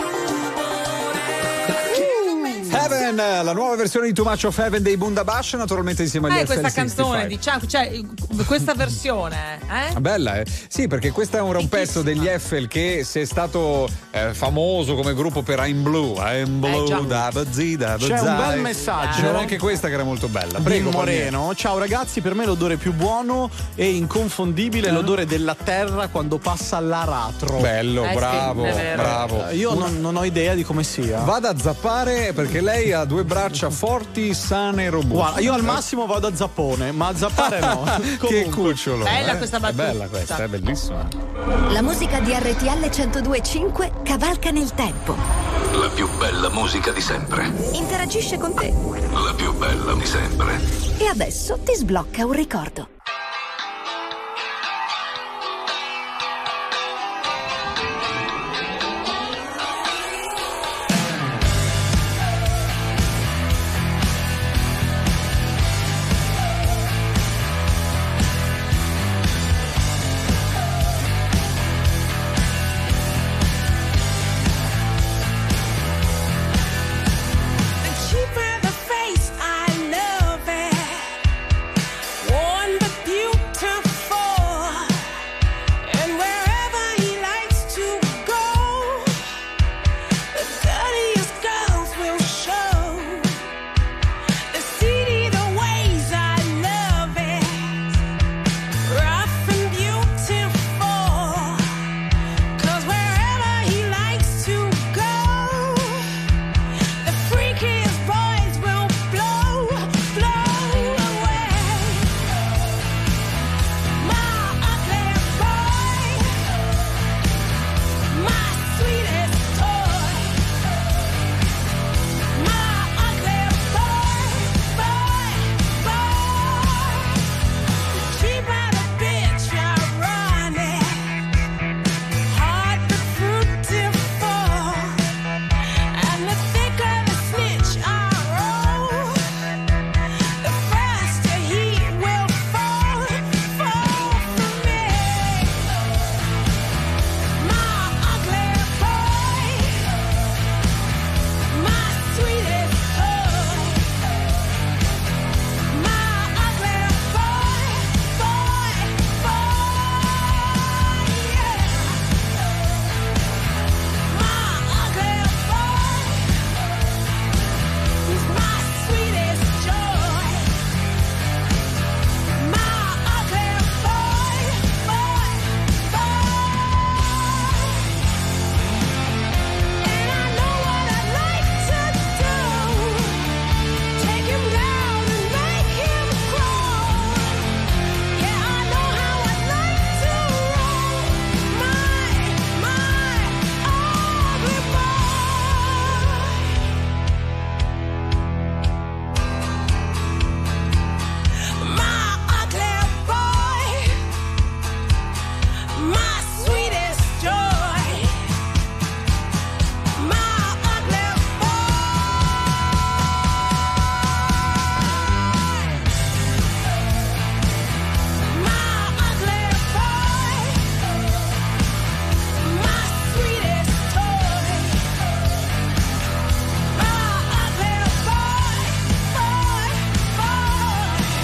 rumore. Heaven, la nuova versione di Too Much of Heaven dei Bundabash, naturalmente insieme agli questa FL65. canzone, diciamo, cioè questa versione, Bella, eh? Sì, perché questo è un pezzo degli Eiffel che se è stato famoso come gruppo per I'm Blue, C'è un bel messaggio. C'era anche questa che era molto bella. Prego, Moreno. Ciao ragazzi, per me l'odore più buono e inconfondibile è l'odore della terra quando passa l'aratro. Bello, bravo, bravo. Io non ho idea di come sia. Vado a zappare perché lei ha due braccia forti, sane e robuste. Guarda, io al massimo vado a zappone, ma a zappare no. Che cucciolo. Bella questa battuta. È bella questa, è bellissima. La musica di RTL 102.5 cavalca nel tempo. La più bella musica di sempre. Interagisce con te. La più bella di sempre. E adesso ti sblocca un ricordo. Cheaper the face, I love it. Worn but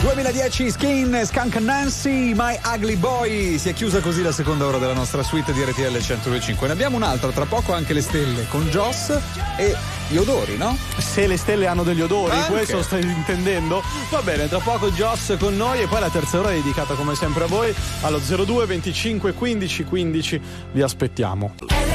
2010 Skin, Skunk Nancy, My Ugly Boy. Si è chiusa così la seconda ora della nostra suite di RTL 102.5. Ne abbiamo un'altra, tra poco anche le stelle con Joss e gli odori, no? Se le stelle hanno degli odori, anche. Questo stai intendendo? Va bene, tra poco Joss con noi e poi la terza ora è dedicata come sempre a voi allo 02 25 15 15. Vi aspettiamo.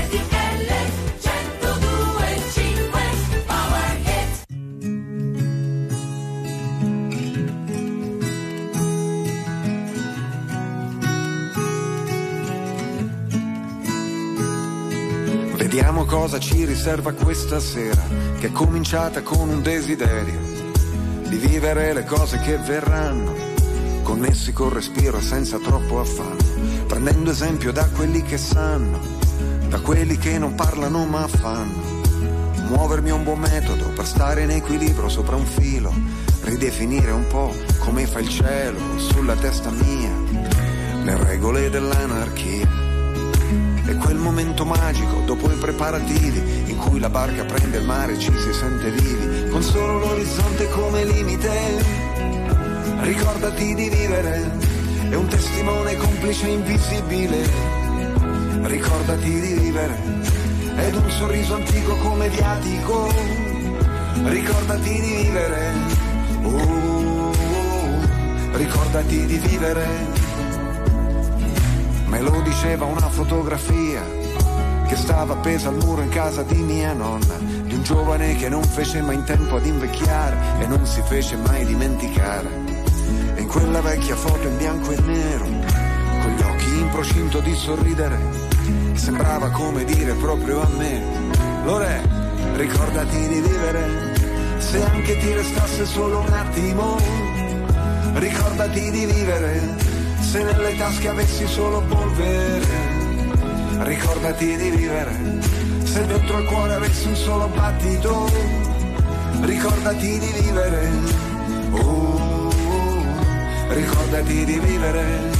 Vediamo cosa ci riserva questa sera, che è cominciata con un desiderio di vivere le cose che verranno, connessi col respiro e senza troppo affanno, prendendo esempio da quelli che sanno, da quelli che non parlano ma fanno. Muovermi è un buon metodo per stare in equilibrio sopra un filo, ridefinire un po' come fa il cielo sulla testa mia, le regole dell'anarchia. E quel momento magico, dopo i preparativi, in cui la barca prende il mare e ci si sente vivi, con solo l'orizzonte come limite. Ricordati di vivere, è un testimone complice invisibile. Ricordati di vivere, ed un sorriso antico come viatico. Ricordati di vivere, ricordati di vivere. Me lo diceva una fotografia che stava appesa al muro in casa di mia nonna, di un giovane che non fece mai in tempo ad invecchiare e non si fece mai dimenticare. E in quella vecchia foto in bianco e nero, con gli occhi in procinto di sorridere, sembrava come dire proprio a me: Lore, ricordati di vivere, se anche ti restasse solo un attimo. Ricordati di vivere, se nelle tasche avessi solo polvere. Ricordati di vivere, se dentro il cuore avessi un solo battito. Ricordati di vivere, ricordati di vivere.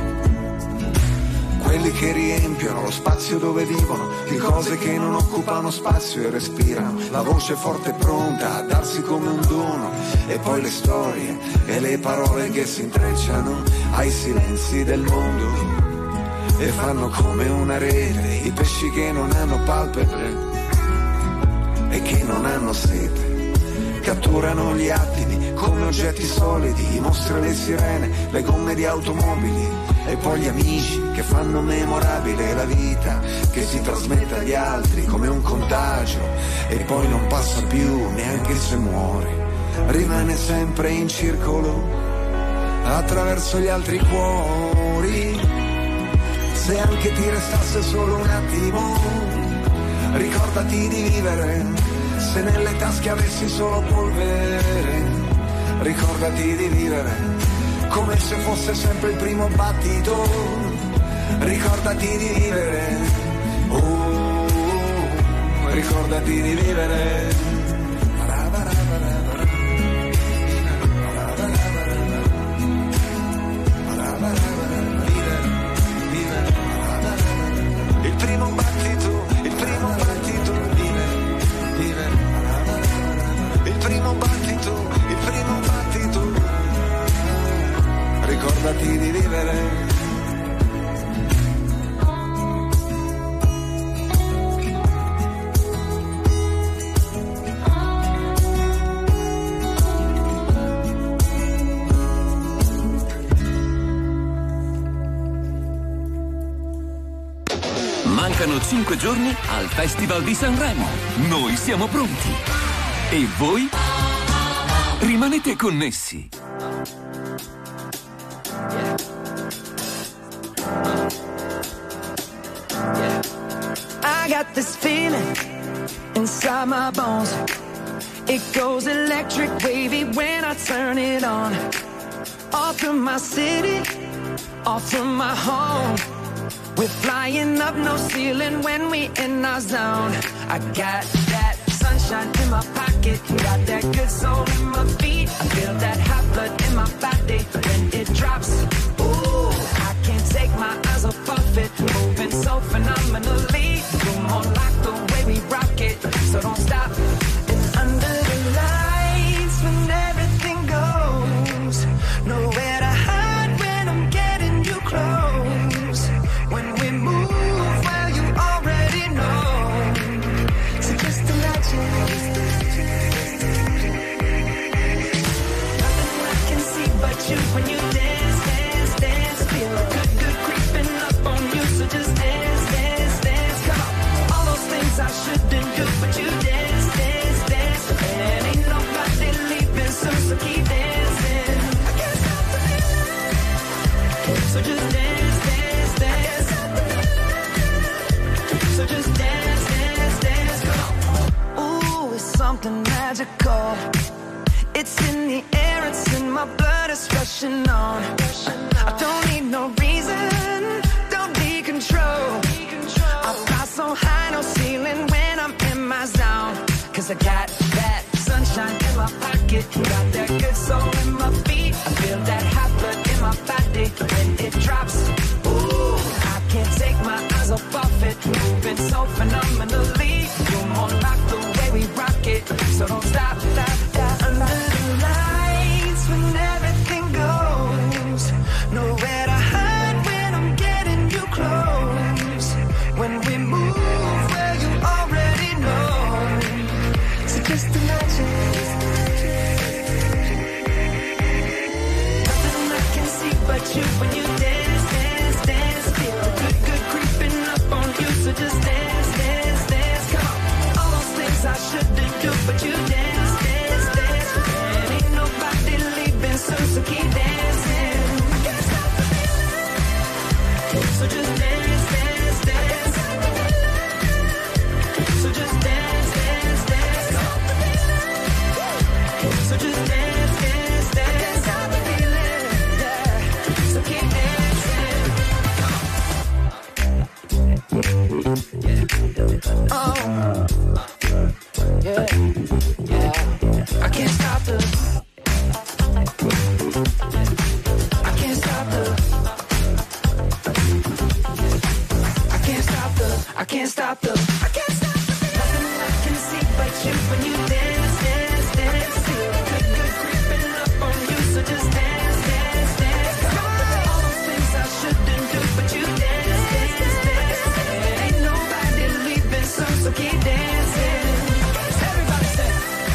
Quelli che riempiono lo spazio dove vivono, di cose che non occupano spazio e respirano, la voce forte e pronta a darsi come un dono, e poi le storie e le parole che si intrecciano ai silenzi del mondo e fanno come una rete, i pesci che non hanno palpebre e che non hanno sete, catturano gli attimi come oggetti solidi, i mostri e le sirene, le gomme di automobili, e poi gli amici che fanno memorabile la vita, che si trasmette agli altri come un contagio e poi non passa più neanche se muori, rimane sempre in circolo attraverso gli altri cuori. Se anche ti restasse solo un attimo, ricordati di vivere, se nelle tasche avessi solo polvere. Ricordati di vivere come se fosse sempre il primo battito. Ricordati di vivere, ricordati di vivere. Il primo battito, il primo battito, vivere. Il primo battito, il primo battito. Ricordati di vivere. Mancano 5 giorni al Festival di Sanremo. Noi siamo pronti. E voi? Rimanete connessi. I got this feeling inside my bones. It goes electric wavy when I turn it on. Off from my city, off from my home. We're flying up, no ceiling when we in our zone. I got that sunshine in my pocket, got that good soul in my feet. I feel that hot blood in my body when it drops. Ooh, I can't take my eyes off of it, moving so phenomenally. You're more like the way we rock it, so don't stop. And under the lights when everything goes, when you dance, dance, dance. Feel the good creeping up on you, so just dance, dance, dance. Come on, all those things I shouldn't do, but you dance, dance, dance. And ain't nobody leaving soon, so keep dancing. I can't stop the feeling, so just dance, dance, dance. So just dance, dance, dance. Come on. Ooh, it's something magical. It's in the air, it's in my blood, it's rushing on. I don't need no reason, don't be control. I fly so high, no ceiling when I'm in my zone. Cause I got that sunshine in my pocket, got that good soul in my feet. I feel that hot blood in my body when it drops. Ooh, I can't take my eyes off of it, moving so phenomenally. You're more like the way we rock it, so don't stop, stop, stop. Under the lights when everything goes, nowhere to hide when I'm getting you close. When we move where you already know, so just imagine. Nothing I can see but you when you dance, dance, dance. Feel the good creeping up on you, so just dance, dance, dance. Come on, all those things I shouldn't do, but you dance, dance, dance. And ain't nobody leaving soon, so keep dancing. I can't stop the feeling, so just dance, dance, dance. So just dance, dance, dance. So just dance, dance, dance. I can't stop the feeling, yeah. So keep dancing. Oh, yeah, yeah. I can't stop the. I can't stop the. I can't stop the. I can't stop the. I can't stop the. Nothing I can see but you when you dance, dance, dance. Feel good creeping up on you, so just dance, dance, dance. All those things I shouldn't do, but you dance, dance, dance. Ain't nobody leaving soon, so keep dancing. Everybody say.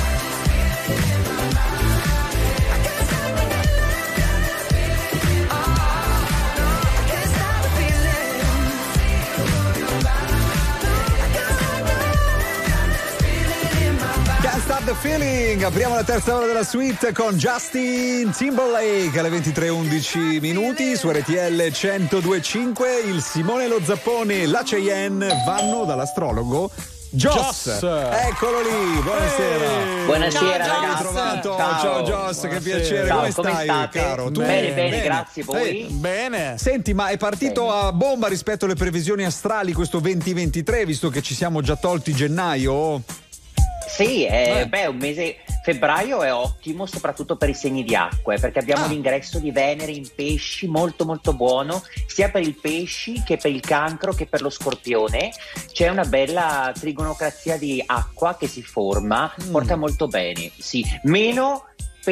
Can't Stop the Feeling. Apriamo la terza ora della suite con Justin Timberlake alle 23:11 minuti su RTL 102.5. Il Simone lo Zappone, la Cheyenne vanno dall'astrologo Joss. Eccolo lì, buonasera. Buonasera Ciao, ragazzi. trovato. Ciao. Ciao Joss, che piacere. Ciao, come come stai, state? caro? Tu? Bene, bene, grazie. Voi? Bene. Senti, ma è partito a bomba rispetto alle previsioni astrali questo 2023, visto che ci siamo già tolti gennaio? Sì, un mese. Febbraio è ottimo soprattutto per i segni di acqua, perché abbiamo l'ingresso di Venere in pesci molto molto buono, sia per il pesci che per il cancro che per lo scorpione. C'è una bella trigonocrazia di acqua che si forma, porta molto bene, sì, meno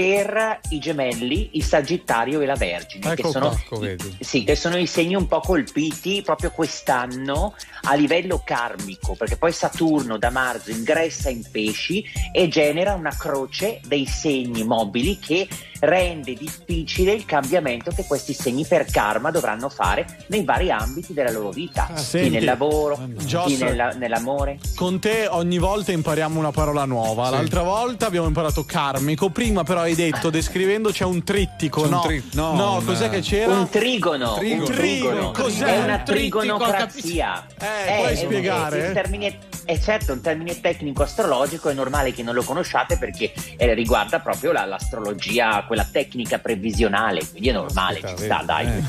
per i gemelli, il Sagittario e la Vergine, Ecco che sono, sì, che sono i segni un po' colpiti proprio quest'anno a livello karmico, perché poi Saturno da marzo ingressa in pesci e genera una croce dei segni mobili che rende difficile il cambiamento che questi segni per karma dovranno fare nei vari ambiti della loro vita, chi nel lavoro, Joss, chi nell'amore. Con te ogni volta impariamo una parola nuova. L'altra volta abbiamo imparato karmico, prima però hai detto, descrivendo, c'è un trittico. No, cos'è che c'era? Un trigono. Un trigono. Cos'è? È una trigonocrazia. Puoi spiegare? Un termine, certo, un termine tecnico astrologico, è normale che non lo conosciate perché riguarda proprio l'astrologia, quella tecnica previsionale, quindi è normale, ci sta, dai.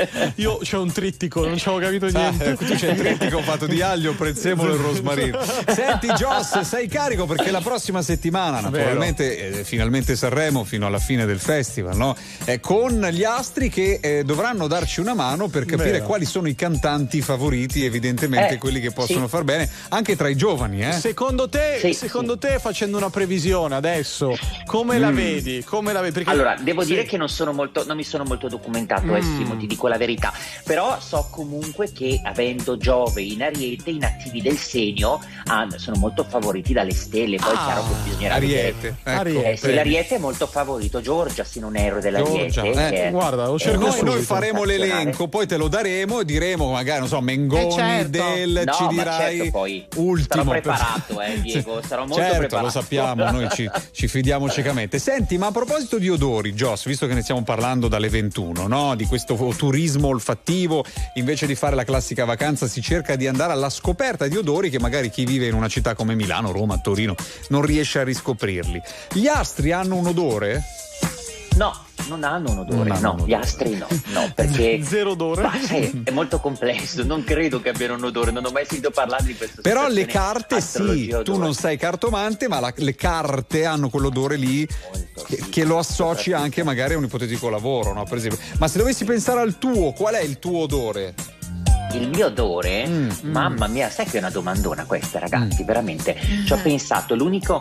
Io c'ho un trittico, non ci avevo capito niente. Tu c'è il trittico fatto di aglio, prezzemolo e rosmarino. Senti Joss, sei carico perché la prossima settimana, naturalmente, finalmente Sanremo fino alla fine del festival, no? Con gli astri che dovranno darci una mano per capire quali sono i cantanti favoriti, evidentemente quelli che possono far bene, anche tra i giovani, Secondo te, te, facendo una previsione adesso, come la vedi? Perché... Allora, devo dire che non mi sono molto documentato, Simo, ti dico la verità. Però so comunque che avendo Giove in Ariete, i nativi del segno sono molto favoriti dalle stelle. Poi è chiaro che bisognerà Ariete. vedere. Se l'Ariete è molto favorito, Giorgia, se non erro, dell'Ariete. Guarda, lo cerco noi faremo l'elenco, poi te lo daremo e diremo magari, non so, Mengoni, ci dirai certo, poi ultimo. Sarò preparato, Diego, sarò molto preparato. Lo sappiamo, noi ci fidiamo ciecamente. Senti, ma a proposito di odori, Joss, visto che ne stiamo parlando dalle 21, no? Di questo turismo olfattivo, invece di fare la classica vacanza si cerca di andare alla scoperta di odori che magari chi vive in una città come Milano, Roma, Torino non riesce a riscoprirli. Gli astri hanno un odore? No, non hanno un odore, gli astri no, perché zero odore. È molto complesso, non credo che abbiano un odore, non ho mai sentito parlare di questo. Però le carte sì, tu non sei cartomante, ma le carte hanno quell'odore lì che lo associ anche magari a un ipotetico lavoro, no? Per esempio. Ma se dovessi pensare al tuo, qual è il tuo odore? Il mio odore? Mamma mia, sai che è una domandona questa, ragazzi, veramente. Ci ho pensato, l'unico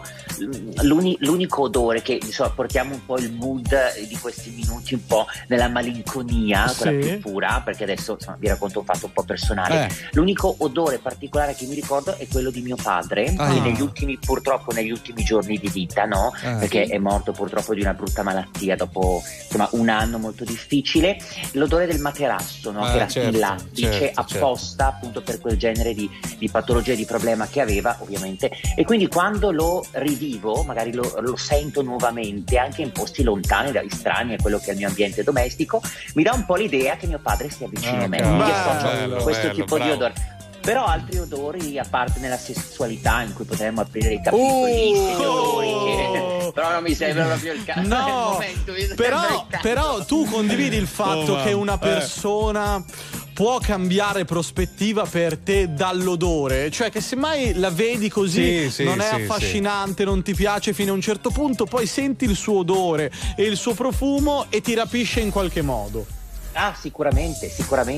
odore che portiamo un po' il mood di questi minuti un po' nella malinconia, quella più pura, perché adesso vi racconto un fatto un po' personale. L'unico odore particolare che mi ricordo è quello di mio padre, che purtroppo negli ultimi giorni di vita, no? Perché è morto purtroppo di una brutta malattia dopo un anno molto difficile. L'odore del materasso, no? Che era in lattice, apposta appunto per quel genere di patologia e di problema che aveva, ovviamente, e quindi quando lo rivivo magari lo sento nuovamente anche in posti lontani, strani a quello che è il mio ambiente domestico, mi dà un po' l'idea che mio padre stia vicino a me, quindi associo questo tipo di odore. Però altri odori, a parte nella sessualità, in cui potremmo aprire i capitoli, odori che però non mi sembra proprio il caso. No, però tu condividi il fatto che una persona può cambiare prospettiva per te dall'odore, cioè che se mai la vedi così non è affascinante, non ti piace fino a un certo punto, poi senti il suo odore e il suo profumo e ti rapisce in qualche modo. Sicuramente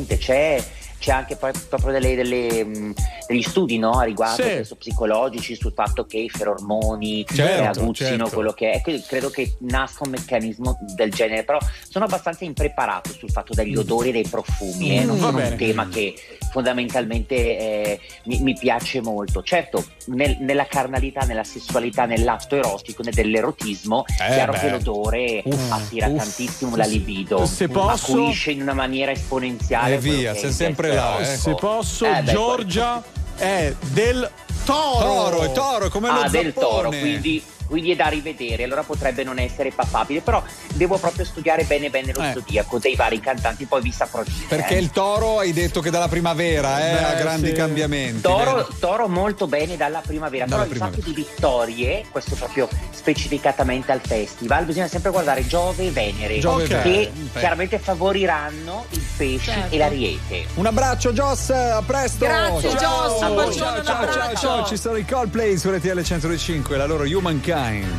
c'è anche proprio degli studi, no, a riguardo psicologici sul fatto che i ferormoni aguzzino quello che è. Credo che nasca un meccanismo del genere, però sono abbastanza impreparato sul fatto degli odori e dei profumi, non sono un tema che fondamentalmente mi piace molto. Certo, nella carnalità, nella sessualità, nell'atto erotico, dell'erotismo, chiaro che l'odore attira tantissimo la libido, acuisce in una maniera esponenziale. Via, sei sempre là. Se posso, Giorgia è del toro. È toro, come lo Giappone. Del toro, quindi è da rivedere, allora potrebbe non essere papabile, però devo proprio studiare bene lo zodiaco dei vari cantanti, poi vi saprò dire. Perché il toro hai detto che dalla primavera ha grandi cambiamenti. Toro molto bene dalla primavera, però il fatto di vittorie, questo proprio specificatamente al festival, bisogna sempre guardare Giove e Venere, che chiaramente favoriranno il pesce e l'Ariete. Un abbraccio Joss, a presto. Grazie Joss, un bacione, un abbraccio. Ciao, ci sono i Coldplay su RTL 102.5, la loro Humankind.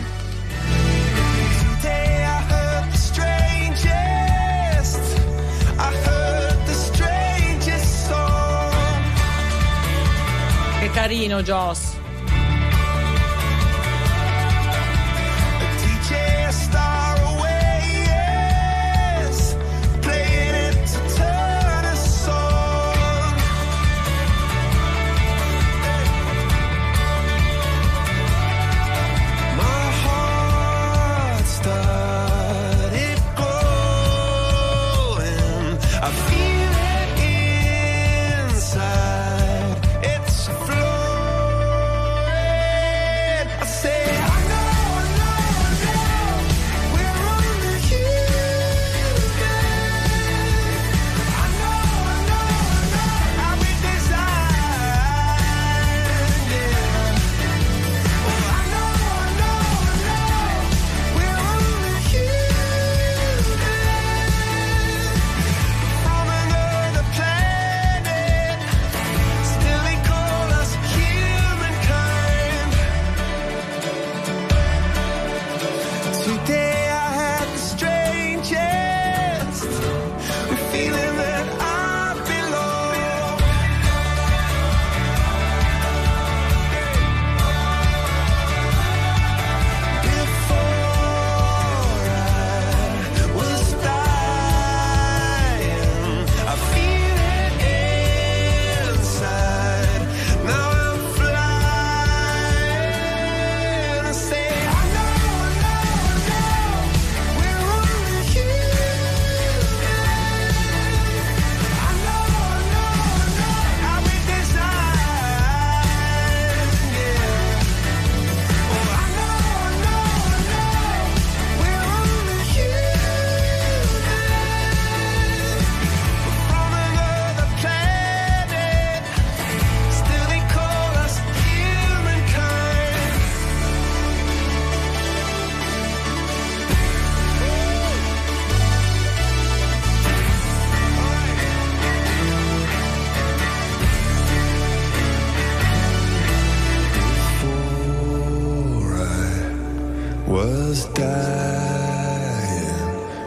Che carino Joss.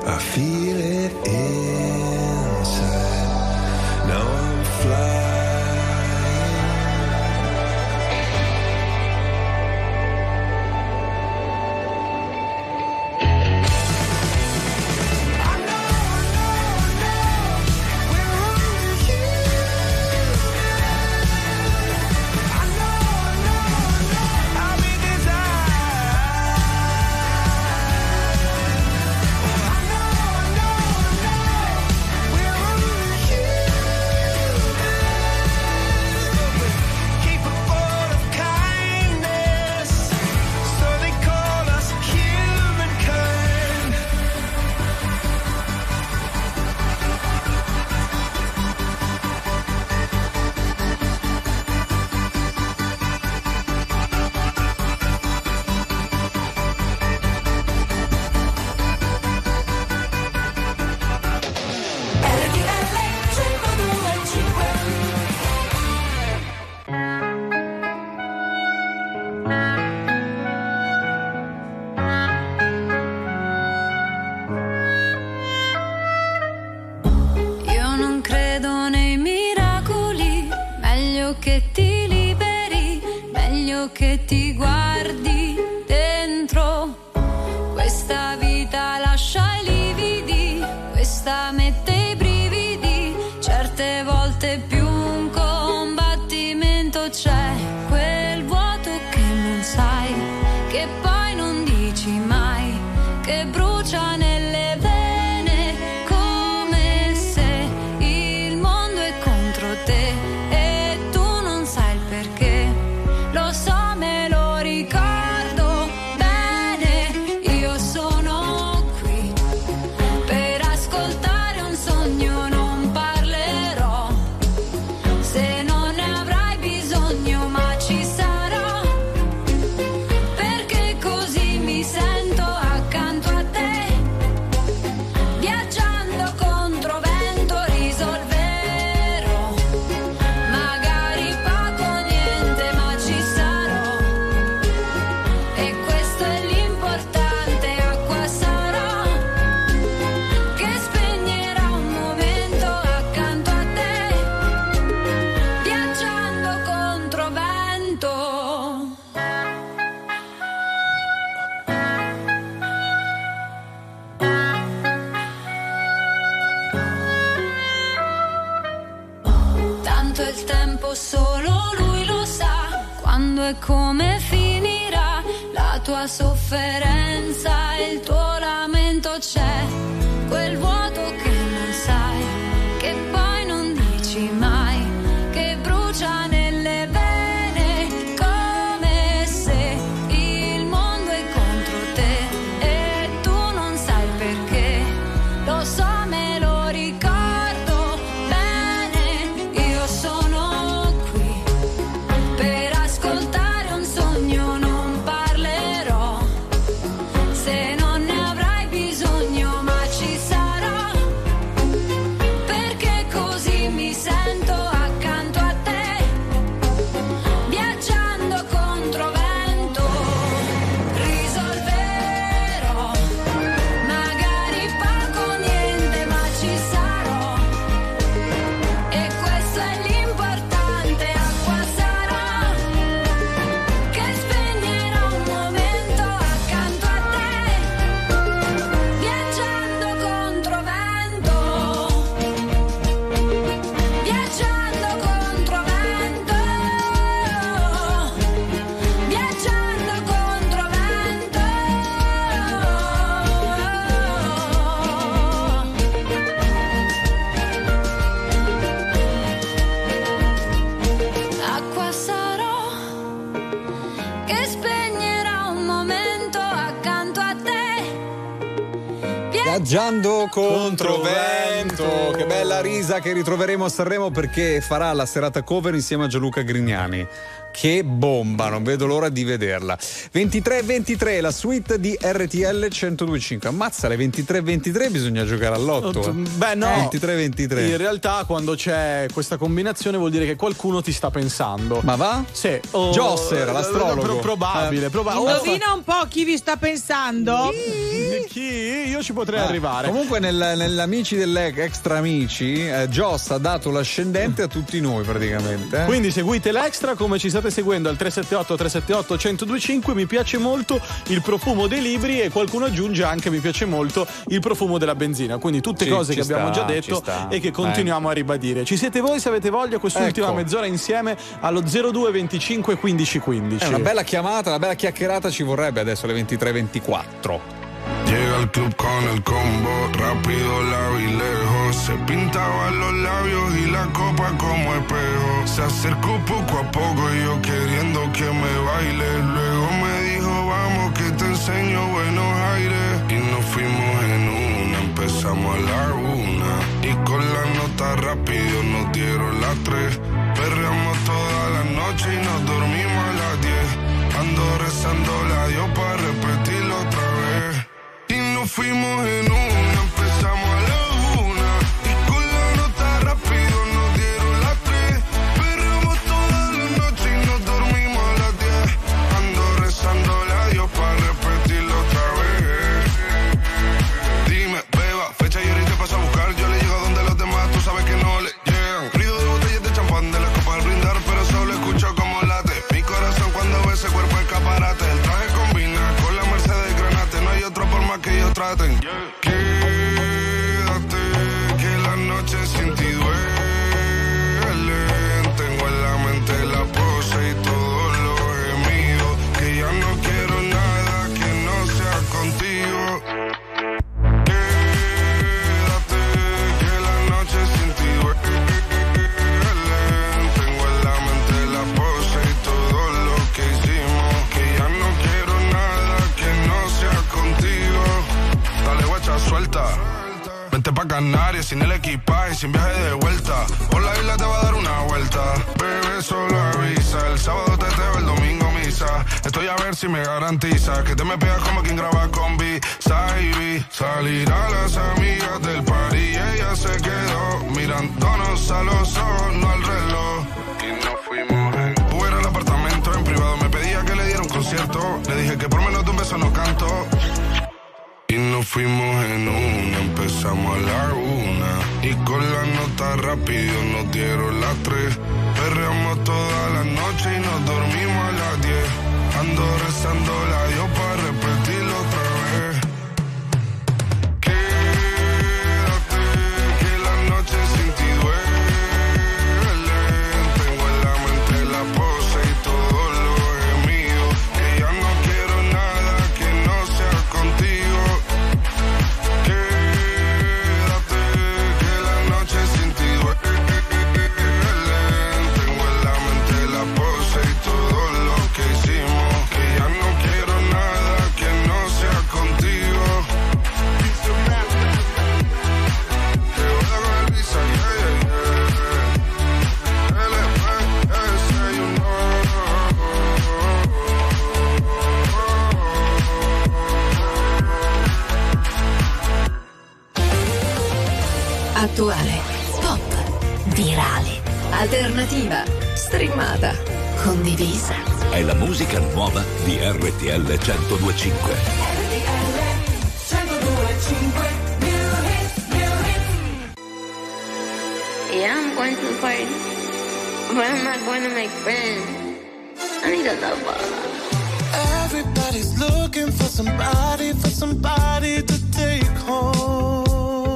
I feel it inside. Now I'm flying. Che ti guardi dentro, questa vita lascia i lividi, questa mette i brividi, certe volte più un combattimento c'è, quel vuoto che non sai, che poi non dici mai, che brucia nelle vene, come se il mondo è contro te e tu non sai il perché, lo so. Come finirà la tua sofferenza, il tuo lamento, c'è quel vuoto che non sai, che poi non dici mai, che brucia nelle vene, come se il mondo è contro te e tu non sai perché, lo so, me lo ricordo bene, io sono qui per ascoltare. Viaggiando contro vento. Che bella risa che ritroveremo a Sanremo, perché farà la serata cover insieme a Gianluca Grignani. Che bomba, non vedo l'ora di vederla. 23:23, la suite di RTL 102.5. Ammazza, alle 23:23 bisogna giocare all'otto. Beh, no. 23:23. In realtà, quando c'è questa combinazione, vuol dire che qualcuno ti sta pensando. Ma va? Sì. Josser, l'astrologo. Probabile. Indovina un po' chi vi sta pensando? Chi? Io ci potrei arrivare. Comunque, nell'Amici dell'Extra Amici, Joss ha dato l'ascendente a tutti noi, praticamente. Quindi seguite l'Extra come ci state seguendo al 378-378-1025. Mi piace molto il profumo dei libri e qualcuno aggiunge anche mi piace molto il profumo della benzina, quindi tutte cose che abbiamo già detto e che continuiamo a ribadire. Ci siete voi se avete voglia quest'ultima mezz'ora insieme allo 02 25 15 15. Una bella chiamata, una bella chiacchierata ci vorrebbe adesso alle 23:24. Llega al club con el combo, rápido, largo y lejos. Se pintaba los labios y la copa como espejo. Se acercó poco a poco y yo queriendo que me baile. Luego me dijo, vamos que te enseño buenos aires. Y nos fuimos en una, empezamos a la 1. Y con la nota rápido nos dieron las 3. Perreamos toda la noche y nos dormimos a las 10. Ando rezando la Dios para repetirlo otra vez. Y nos fuimos en una, empezamos a la 1. Y con la nota rápido nos dieron las 3. Perramos toda la noche y nos dormimos a las 10. Ando rezando a Dios para repetirlo otra vez. Dime, beba, fecha y ahorita paso a buscar. Yo le llego donde los demás, tú sabes que no le llegan. Ruido de botellas de champán, de las copas al brindar, pero solo escucho como late. Mi corazón cuando ve ese cuerpo escaparate. El traje combina con la Mercedes Granate. No hay otra forma que ellos traten. Quédate, que la noche sin ti duele. Tengo en la mente la pose y todos los gemidos. Que ya no quiero nada que no sea contigo. Quédate, que la noche sin ti duele. Tengo en la mente la pose y todo lo que hicimos. Que ya no quiero nada que no sea contigo. Dale guacha, suelta. Vente pa' Canarias sin el equipaje, sin viaje de vuelta. Por la isla te va a dar una vuelta. Bebé, solo avisa. El sábado teteo, el domingo misa. Estoy a ver si me garantiza que te me pegas como quien graba con B-Side. Salir a las amigas del party y ella se quedó mirándonos a los ojos, no al reloj. Y nos fuimos en Uber al apartamento en privado. Me pedía que le diera un concierto. Le dije que por menos de un beso no canto. Y nos fuimos en una, empezamos a la 1. Y con la nota rápido nos dieron las 3. Perreamos toda la noche y nos dormimos a las 10. Ando rezando la Dios para repetirlo otra vez. Quédate, que la noche sin ti duele. Tengo en la mente la pose y todo lo gemido. Que ya no quiero nada que no sea contigo. Quédate, que la noche sin ti duele. Tengo en la mente la pose y todo lo que hicimos. Que ya no quiero nada que no sea contigo. Te voy a dar el visa, LPS, you Attuale, pop, virale, alternativa, streamata, condivisa. È la musica nuova di RTL 102.5. Yeah, I'm going to the party, but I'm not going to make friends. I need a lover. Everybody's looking for somebody to take home.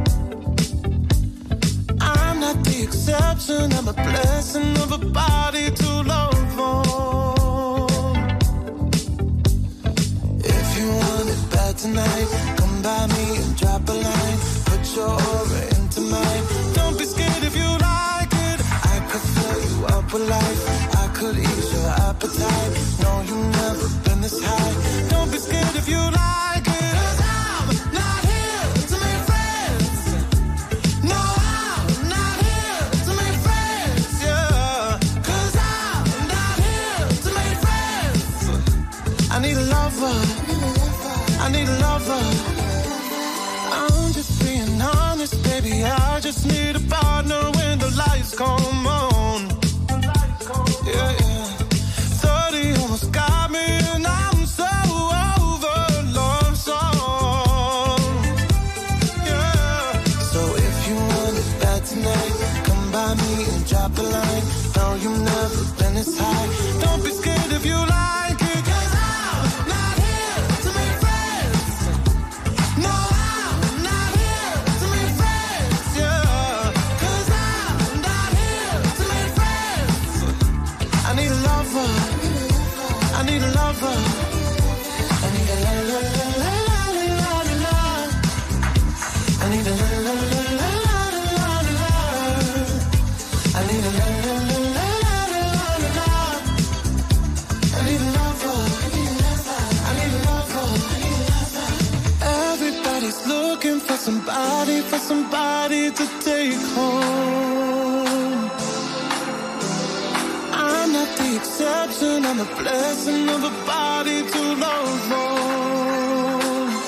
I'm not the exception, I'm a blessing of a body to love on. If you want it bad tonight, come by me and drop a line. Put your aura into mine. Don't be scared if you like it. I could fill you up with life. I could ease your appetite. No, you've never been this high. Don't be scared if you like it. 'Cause I'm not here to make friends. No, I'm not here to make friends, yeah. 'Cause I'm not Baby, I just need a partner when the lights come on. Yeah, yeah. 30 almost got me and I'm so over love song. Yeah. So if you want it bad tonight, come by me and drop the line. No, you've never been this high. Don't be scared if you like it, 'cause I'm not here to make friends. No, I'm not here to make friends, yeah. 'Cause I'm not here to make friends. I need a lover, I need a lover. I need a la la la la la la la la. I need a la la la la la la la la. I need a la la la la la la la. I need a lover, I need a lover. Everybody's looking for somebody to take home. I'm not the exception, I'm the blessing of a body to love more.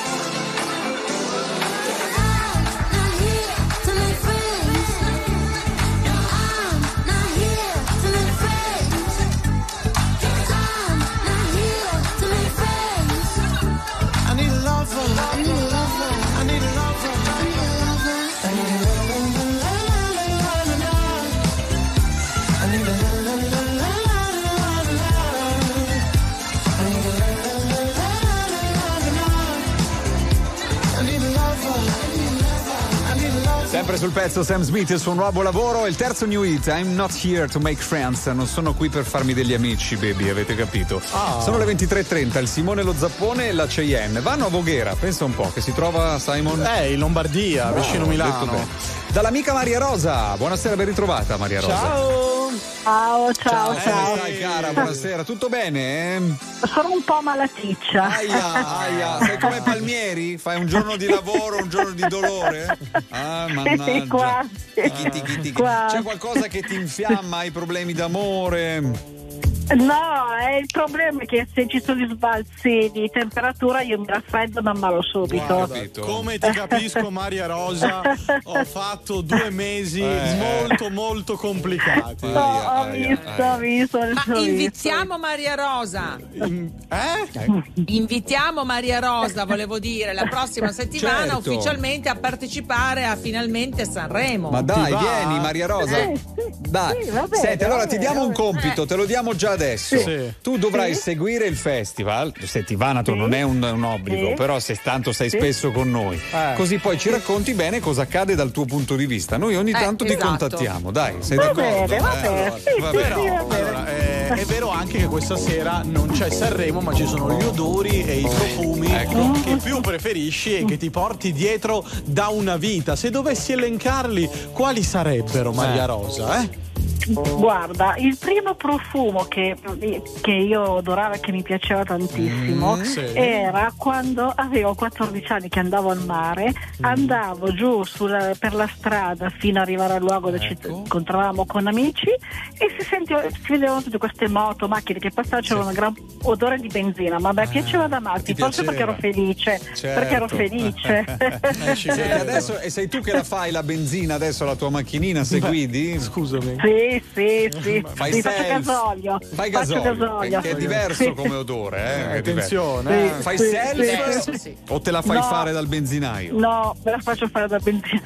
I need a lover, I need a lover, I need a lover, I need a lover. I need a la la la la la la la. I need a la la la la la la la. I need a la la la la la la. I need a lover, I need a lover. Sempre sul pezzo Sam Smith e il suo nuovo lavoro, il terzo new hit, I'm not here to make friends, non sono qui per farmi degli amici, baby, avete capito? Sono le 23:30, il Simone lo Zappone e la Cheyenne vanno a Voghera, pensa un po', che si trova Simon? In Lombardia, vicino Milano. Dall'amica Maria Rosa, buonasera, ben ritrovata Maria Rosa. Ciao. Ciao. Come stai cara, buonasera, tutto bene? Sono un po' malaticcia. Aia, sei come Palmieri? Fai un giorno di lavoro, un giorno di dolore? Ah, mannaggia. Quasi. C'è qualcosa che ti infiamma, hai problemi d'amore? No, il problema è che se ci sono gli sbalzi di temperatura io mi raffreddo e mi ammalo subito. Guarda, come ti capisco Maria Rosa, ho fatto 2 mesi molto molto complicati. Ho visto. Ma invitiamo Maria Rosa. Invitiamo Maria Rosa, volevo dire, la prossima settimana ufficialmente a partecipare a Finalmente Sanremo. Ma dai, vieni Maria Rosa. Dai. Sì, vabbè, senti, allora ti diamo un compito, te lo diamo già adesso. Sì. Tu dovrai seguire il festival, se ti va non è un obbligo, però se tanto sei spesso con noi, così poi ci racconti bene cosa accade dal tuo punto di vista. Noi ogni tanto ti contattiamo, dai, sei d'accordo? È vero anche che questa sera non c'è Sanremo, ma ci sono gli odori e i profumi che più preferisci e che ti porti dietro da una vita. Se dovessi elencarli, quali sarebbero, Maria Rosa? Guarda, il primo profumo che io adoravo e che mi piaceva tantissimo era quando avevo 14 anni, che andavo al mare, andavo giù per la strada fino ad arrivare al luogo dove ci incontravamo con amici e si vedevano tutte queste macchine che passavano, c'era un gran odore di benzina, ma a me piaceva da matti, forse perché ero felice. Senti, adesso sei tu che la fai la benzina adesso la tua macchinina, se guidi? Scusami. Sì. Fai faccio gasolio. Fai gasolio, che è diverso come odore, attenzione. Fai self o te la fai fare dal benzinaio? No, me la faccio fare dal benzinaio.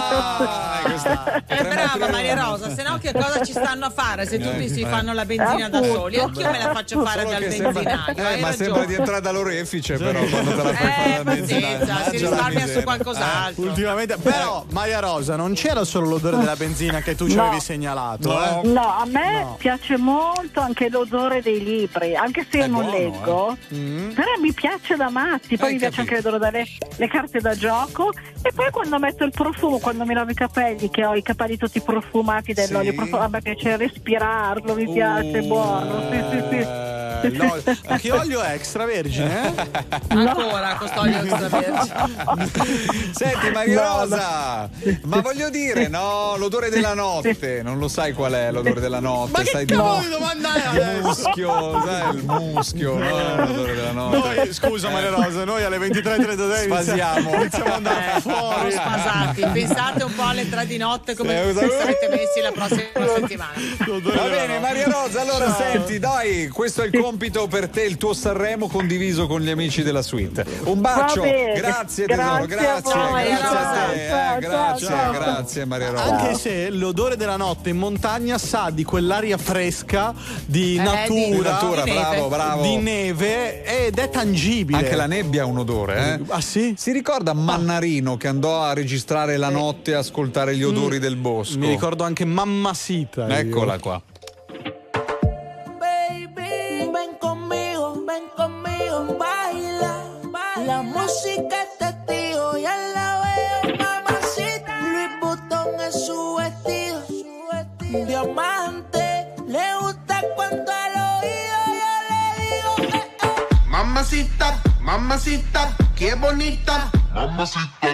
Brava Maria Rosa, se no che cosa ci stanno a fare se tutti si fanno la benzina da soli? Anch'io me la faccio fare dal benzinaio. Ma sembra di entrare dall'orefice, però quando te la fai fare dal benzinaio si risparmia su qualcos'altro. Ultimamente, però Maria Rosa, non c'era solo l'odore della benzina che tu ci avevi segnalato, No, a me piace molto anche l'odore dei libri, anche se io non leggo, però mi piace da matti. Poi mi piace anche l'odore delle carte da gioco. E poi quando metto il profumo, quando mi lavo i capelli, che ho i capelli tutti profumati dell'olio profumato, a me piace respirarlo, mi piace, buono. Sì. Che olio è extravergine? Ancora questo olio extravergine. Senti Maria Rosa, ma voglio dire, no, l'odore della notte, non lo sai qual è l'odore della notte? Ma che cavolo di domanda è? Il muschio, sai, il muschio, no, l'odore della notte. Scusa Maria Rosa, noi alle 23:33 iniziamo ad andare fuori. Spasati. Pensate un po' alle 3 di notte come sarete messi la prossima settimana. Va bene Maria Rosa, allora senti, dai, questo è il compito per te, il tuo Sanremo condiviso con gli amici della suite. Un bacio, grazie tesoro, grazie Maria Rosa. Anche se l'odore della notte in montagna sa di quell'aria fresca di natura, bravo, di neve, ed è tangibile. Anche la nebbia ha un odore, Ah sì? Si ricorda Mannarino che andò a registrare la notte e ascoltare gli odori del bosco? Mi ricordo anche Mammasita. Eccola qua. Baby, ven conmigo, baila. La música es testigo, ya la veo, mamacita. Louis Vuitton es su vestido, diamante. Le gusta cuando al oído yo le digo Mamacita, mamacita, qué bonita. Mamacita.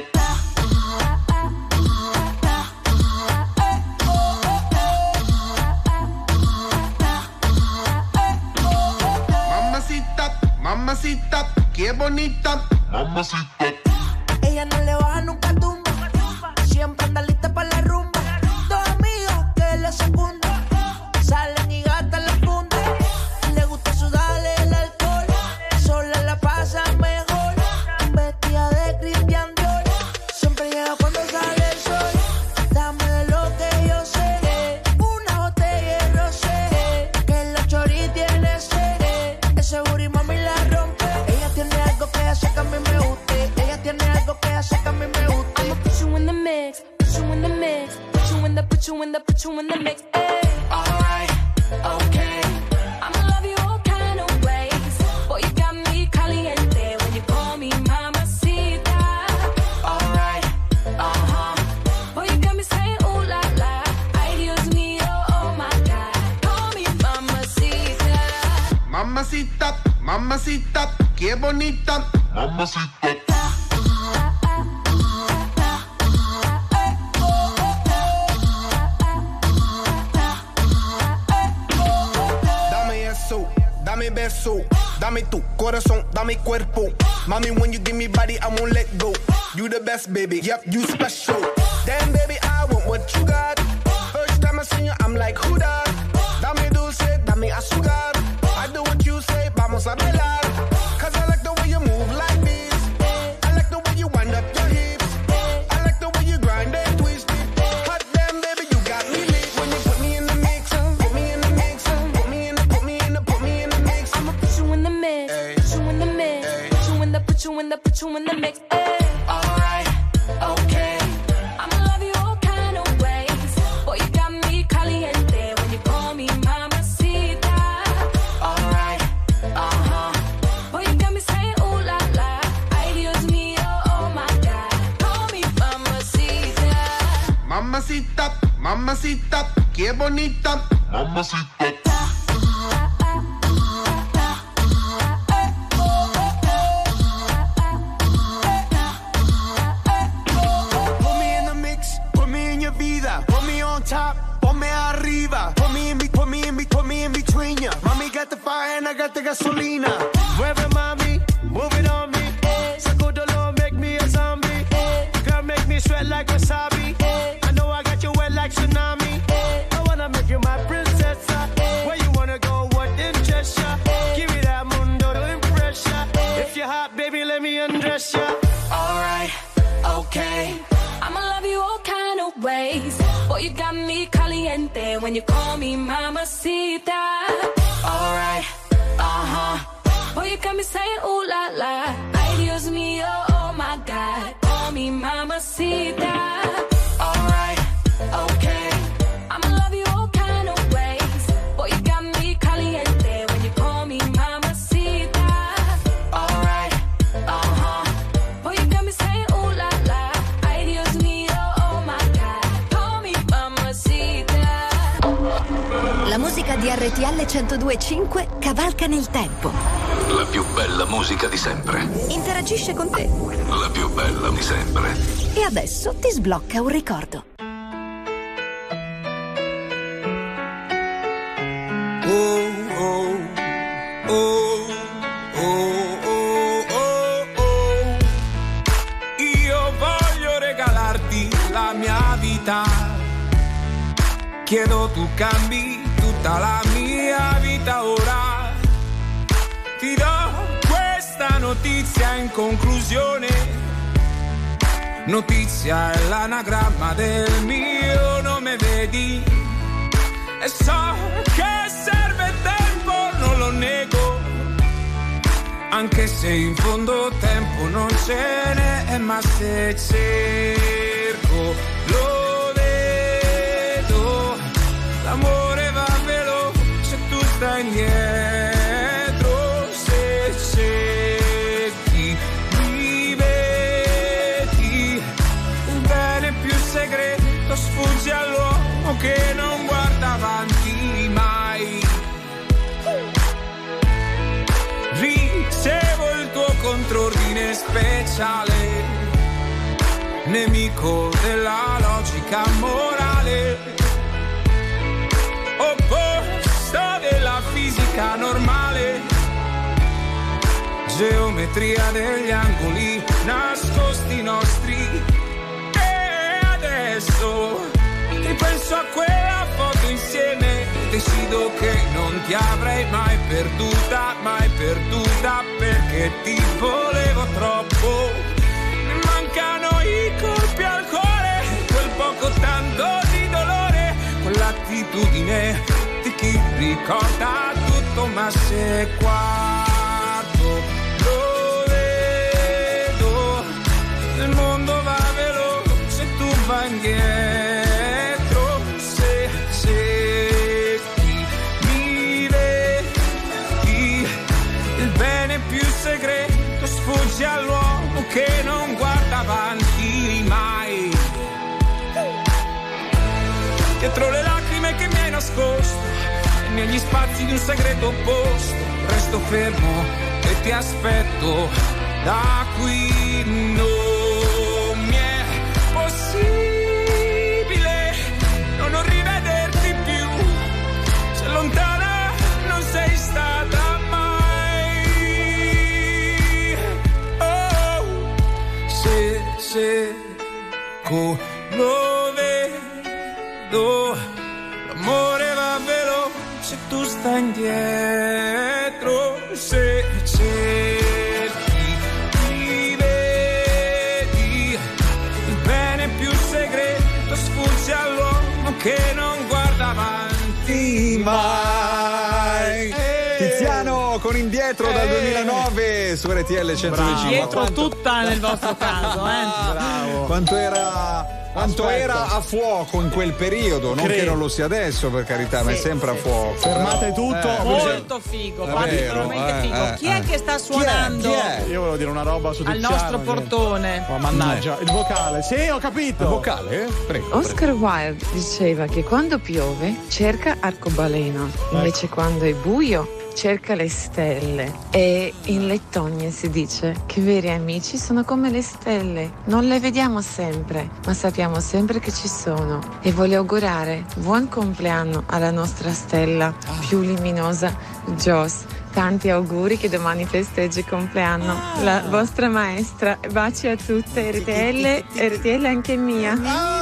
Mamacita, qué bonita. Mamacita. Ella no le baja nunca tumba. Siempre anda lista para la rumba. Dos amigos que le secundan. Salen y gastan la funda. Le gusta sudarle el alcohol. Sola la pasa mejor. Vestida de Christian Dior. Siempre llega cuando sale el sol. Dame de lo que yo sé. Una botella de rosé. Que la chori tiene sed. Ese booty mami la rompe. Ella tiene algo que hace que a mí me guste. Ella tiene algo que hace que a mí me guste. I'ma put you in the mix, put you in the mix, put you in the mix. Alright, okay. I'ma love you all kind of ways. Boy, you got me caliente when you call me mamacita. Alright, boy, you got me saying ooh la la. Ay, Dios mío, oh my God. Call me mamacita. Mamacita, mamacita, qué bonita. Mamacita. Dame eso, dame beso, dame tu corazón, dame cuerpo. Mami, when you give me body, I won't let go. You the best, baby, yep, you special. Damn, baby, I want what you got. First time I seen you, I'm like, who that? Dame dulce, dame azúcar. I do what you say, vamos a bailar. Cause I like the way you move like this. I like the way you wind up your hips. I like the way you grind and twist it. Hot damn, baby, you got me lit. When you put me in the mix, put me in the mix, put me in the mix. I'ma put you in the mix, put you in the mix, put you in the mix. Alright, okay. I'ma love you all kind of ways. Boy, you got me caliente when you call me mamacita. Alright, Boy, you got me saying ooh la la. Ay, Dios mío, oh my God. Call me mamacita. Mamacita, mamacita, qué bonita. Mamacita. Put me in the mix, put me in your vida. Put me on top, ponme arriba. Put me in between ya. Mami got the fire and I got the gasolina. Mueve mami, move it on me. Sacudolo, make me a zombie. Girl, make me sweat like wasabi. I know I got you wet like tsunami. I wanna make you my princessa. Where you wanna go, what interests ya? Give me that mundo to impress ya. If you're hot, baby, let me undress ya. Alright, okay. I'ma love you all kind of ways. Boy, you got me caliente when you call me mamacita. Alright, Boy, you got me saying ooh la la. Ay, Dios mío, oh my God. Call me mamacita. alright, Okay. I'ma love you all kind of ways. Boy, you got me caliente when you call me mamacita. alright. Boy, you got me saying ooh la la. Ay, Dios mío, oh my God. Call me mamacita. La musica di RTL 102.5 cavalca nel tempo. La più bella musica di sempre. Interagisce con te. La più bella di sempre. E adesso ti sblocca un ricordo. Io voglio regalarti la mia vita. Chiedo tu cambi tutta la mia vita ora. Ti do questa notizia in conclusione. Notizia è l'anagramma del mio nome, vedi? E so che serve tempo, non lo nego. Anche se in fondo tempo non ce n'è, ma se cerco lo vedo. L'amore va veloce, tu stai indietro. Se cerchi mi vedi. Il bene più segreto sfugge all'uomo che non guarda avanti mai. Ricevo il tuo contrordine speciale, nemico della logica morale, opposto della fisica normale, geometria degli angoli nascosti nostri. E adesso ripenso a quella foto insieme, decido che non ti avrei mai perduta, perché ti volevo troppo. Mi mancano i colpi al cuore, quel poco tanto di dolore, quell'attitudine di chi ricorda tutto, ma se guardo lo vedo. Il mondo va veloce, tu vai indietro. Segreto sfugge all'uomo che non guarda avanti mai. Dietro le lacrime che mi hai nascosto e negli spazi di un segreto opposto, resto fermo e ti aspetto. Da qui non mi è possibile non rivederti più, se lontana non sei stata. Cerco, lo vedo, l'amore va veloce, tu stai indietro. Se cerchi, mi vedi. Il bene più segreto sfugge all'uomo che non guarda avanti mai. Tiziano con Indietro dal 2009 su RTL 105. Indietro tutta nel vostro caso, Bravo. Quanto era a fuoco in quel periodo, non che non lo sia adesso, per carità, ma è sempre a fuoco. Fermate tutto. Molto figo, particolarmente figo. Chi è che sta suonando? Chi è? Io volevo dire una roba su Tiziano. Al nostro portone. Oh, mannaggia, il vocale. Sì, ho capito. Il vocale? Prego. Oscar Wilde diceva che quando piove cerca arcobaleno, invece quando è buio cerca le stelle. E in Lettonia si dice che veri amici sono come le stelle, non le vediamo sempre, ma sappiamo sempre che ci sono. E voglio augurare buon compleanno alla nostra stella più luminosa, Joss. Tanti auguri, che domani festeggi il compleanno la vostra maestra. Baci a tutte. RTL anche mia.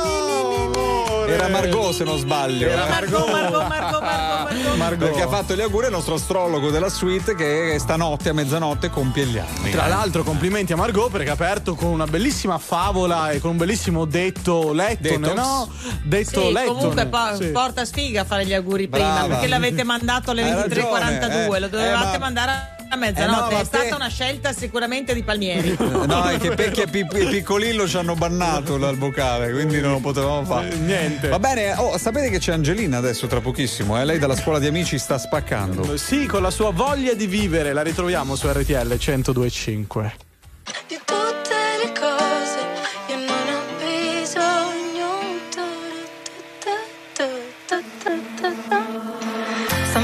Era Margot, se non sbaglio. Era Margot. Perché ha fatto gli auguri al nostro astrologo della suite, che stanotte a mezzanotte compie gli anni. Tra l'altro complimenti a Margot, perché ha aperto con una bellissima favola e con un bellissimo detto Letton, no? Detto sì, Letton. Comunque porta sfiga a fare gli auguri prima, perché l'avete mandato alle 23:42, lo dovevate mandare a mezzanotte. È stata una scelta sicuramente di Palmieri. No, è che Pecchi e Piccolillo ci hanno bannato dal vocale, quindi non lo potevamo fare. Niente. Va bene, sapete che c'è Angelina adesso tra pochissimo, lei dalla scuola di amici sta spaccando. Sì, con la sua voglia di vivere, la ritroviamo su RTL 102.5. Di tutte le cose io non ho bisogno.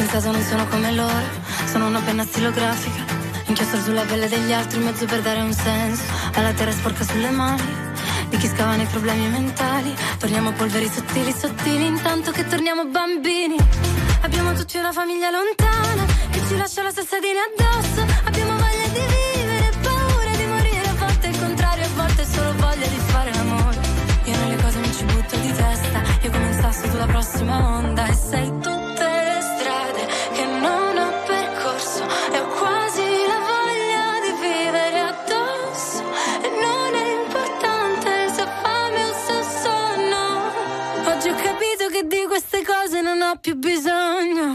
pensato non sono come loro, sono una penna stilografica, inchiostro sulla pelle degli altri in mezzo per dare un senso alla terra sporca sulle mani di chi scava nei problemi mentali. Torniamo polveri sottili sottili intanto che torniamo bambini. Abbiamo tutti una famiglia lontana che ci lascia la salsadina addosso. Abbiamo voglia di vivere, paura di morire, a volte è il contrario, a volte è solo voglia di fare l'amore. Io nelle cose mi ci butto di testa, io come un sasso sulla prossima onda. E sei tutte le strade che non ho percorso e ho quasi la voglia di vivere addosso. E non è importante se ho fame o se ho sonno. Oggi ho capito che di queste cose non ho più bisogno.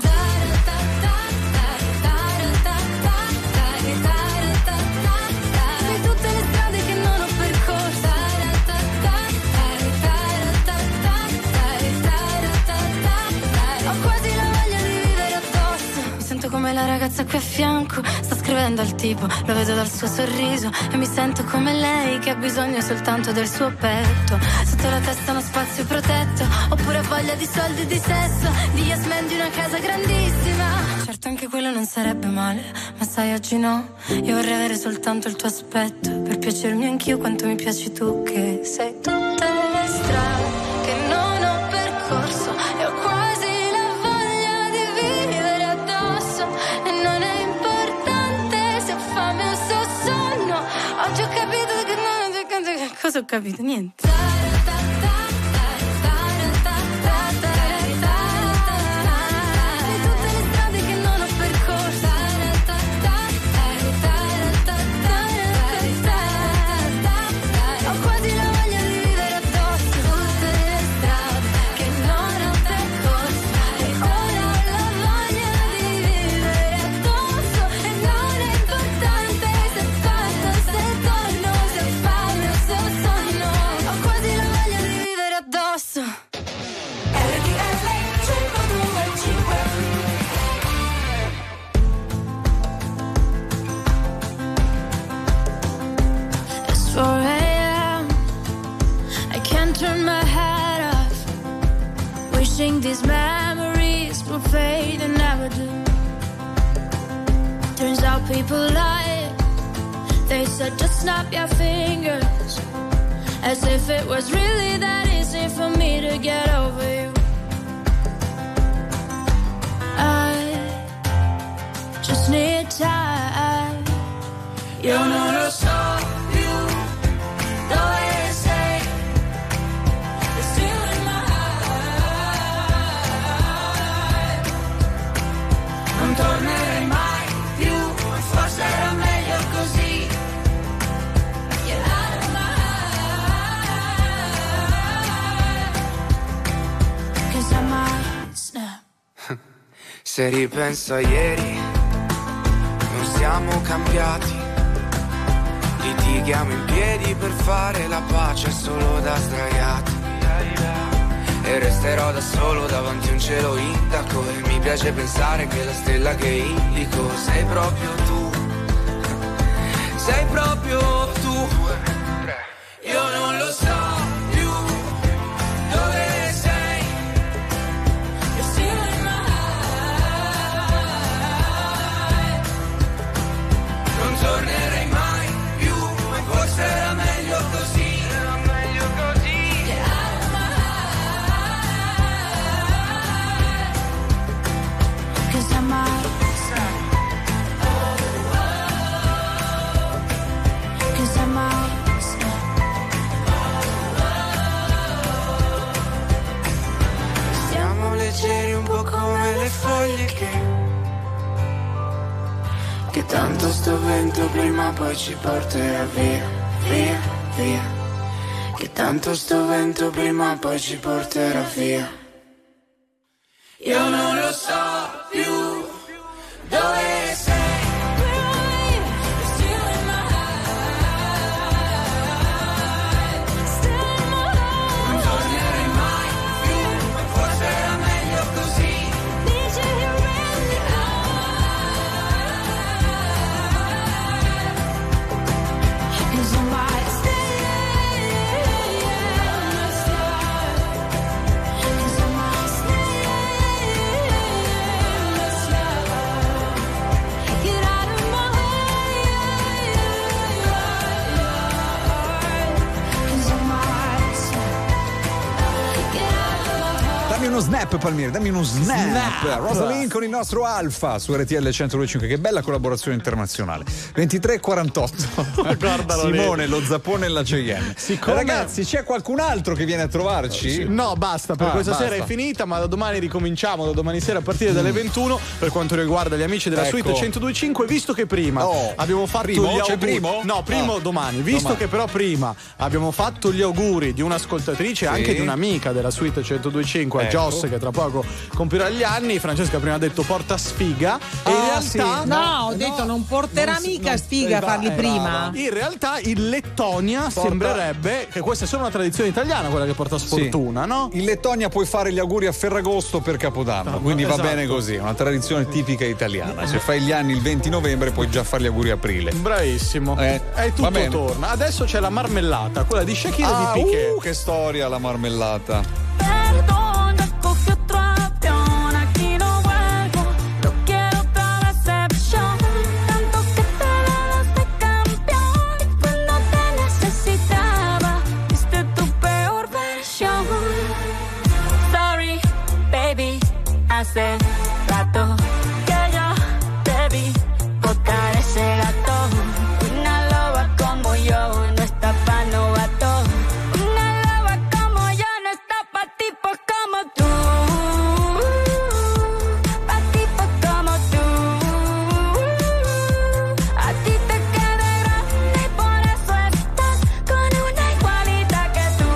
Come la ragazza qui a fianco sta scrivendo al tipo, lo vedo dal suo sorriso e mi sento come lei che ha bisogno soltanto del suo petto. Sotto la testa uno spazio protetto, oppure voglia di soldi e di sesso, di yes man, di una casa grandissima. Certo anche quello non sarebbe male, ma sai oggi no. Io vorrei avere soltanto il tuo aspetto per piacermi anch'io quanto mi piaci tu, che sei tutte le strade che non ho percorso e ho quasi oggi ho capito che non... Cosa ho capito? Niente. Di tutte le strade che non ho percorso ho quasi la voglia di vivere addosso. Tutte le strade che non ho percorso e ora ho la voglia di vivere addosso. E non è importante se parto, se torno, se ho fame o se ho sonno. Ho quasi la voglia di vivere addosso. RTL 102.5. It's 4 a.m. I can't turn my head off, wishing these memories will fade and never do. Turns out people lie. They said just snap your fingers, as if it was really that easy for me to get over you. I just need time. Io non lo so più dove sei. It's still in my heart. Non tornerei mai più, forse era meglio così. You're out of my heart. 'Cause I might snap. Se ripenso a ieri, non siamo cambiati. Litighiamo in piedi per fare la pace solo da sdraiati. E resterò da solo davanti a un cielo intaco. E mi piace pensare che la stella che indico sei proprio tu. Sei proprio tu. Io non lo so più dove sei. You're still in my heart. Non tornerei mai più, ma forse era meglio così. Era meglio così. Get out of my heart. 'Cause I might snap. 'Cause I might snap. Stiamo leggeri un po' come le foglie che tanto sto vento prima o poi ci porterà via, via, via. Che tanto sto vento prima o poi ci porterà via. Io non lo so più dove sei. You're still in my heart. Still in my heart. Non tornerei mai più, ma forse era meglio così. Need you here in the heart. 'Cause I might stay, yeah, 'cause I might stay, yeah. uno snap, Palmieri, dammi uno snap. Rosalind con il nostro Alfa su RTL 102.5. Che bella collaborazione internazionale. 23:48. Guardalo Simone, lì. lo Zappone e la Cheyenne. Ragazzi, c'è qualcun altro che viene a trovarci? No, basta, per questa sera è finita, ma da domani ricominciamo, da domani sera a partire dalle 21 per quanto riguarda gli amici della suite 102.5, visto che prima abbiamo fatto gli auguri. C'è primo? No, primo domani. Visto che però prima abbiamo fatto gli auguri di un'ascoltatrice e anche di un'amica della suite 102.5, a Joss, che tra poco compirà gli anni, Francesca prima ha detto porta sfiga e in realtà ho detto non porterà mica sfiga a farli prima. In realtà in Lettonia sembrerebbe che questa è solo una tradizione italiana, quella che porta sfortuna, no? In Lettonia puoi fare gli auguri a Ferragosto per Capodanno, quindi va bene così, è una tradizione tipica italiana. Se fai gli anni il 20 novembre puoi già fare gli auguri a aprile. Bravissimo. E tutto torna. Adesso c'è la marmellata, quella di Shakira e di Piqué. Che storia la marmellata. Perdona, coge otro avión, aquí no vuelvo, no quiero otra decepción, tanto que te dabas de campeón y cuando te necesitaba, viste tu peor versión. Sorry, baby, hace rato que yo debí botar ese gato, una loba como yo no está pa' novato. Tipos como tú, pa' tipos como tú, a ti te queda grande y por eso estás con una igualita que tú.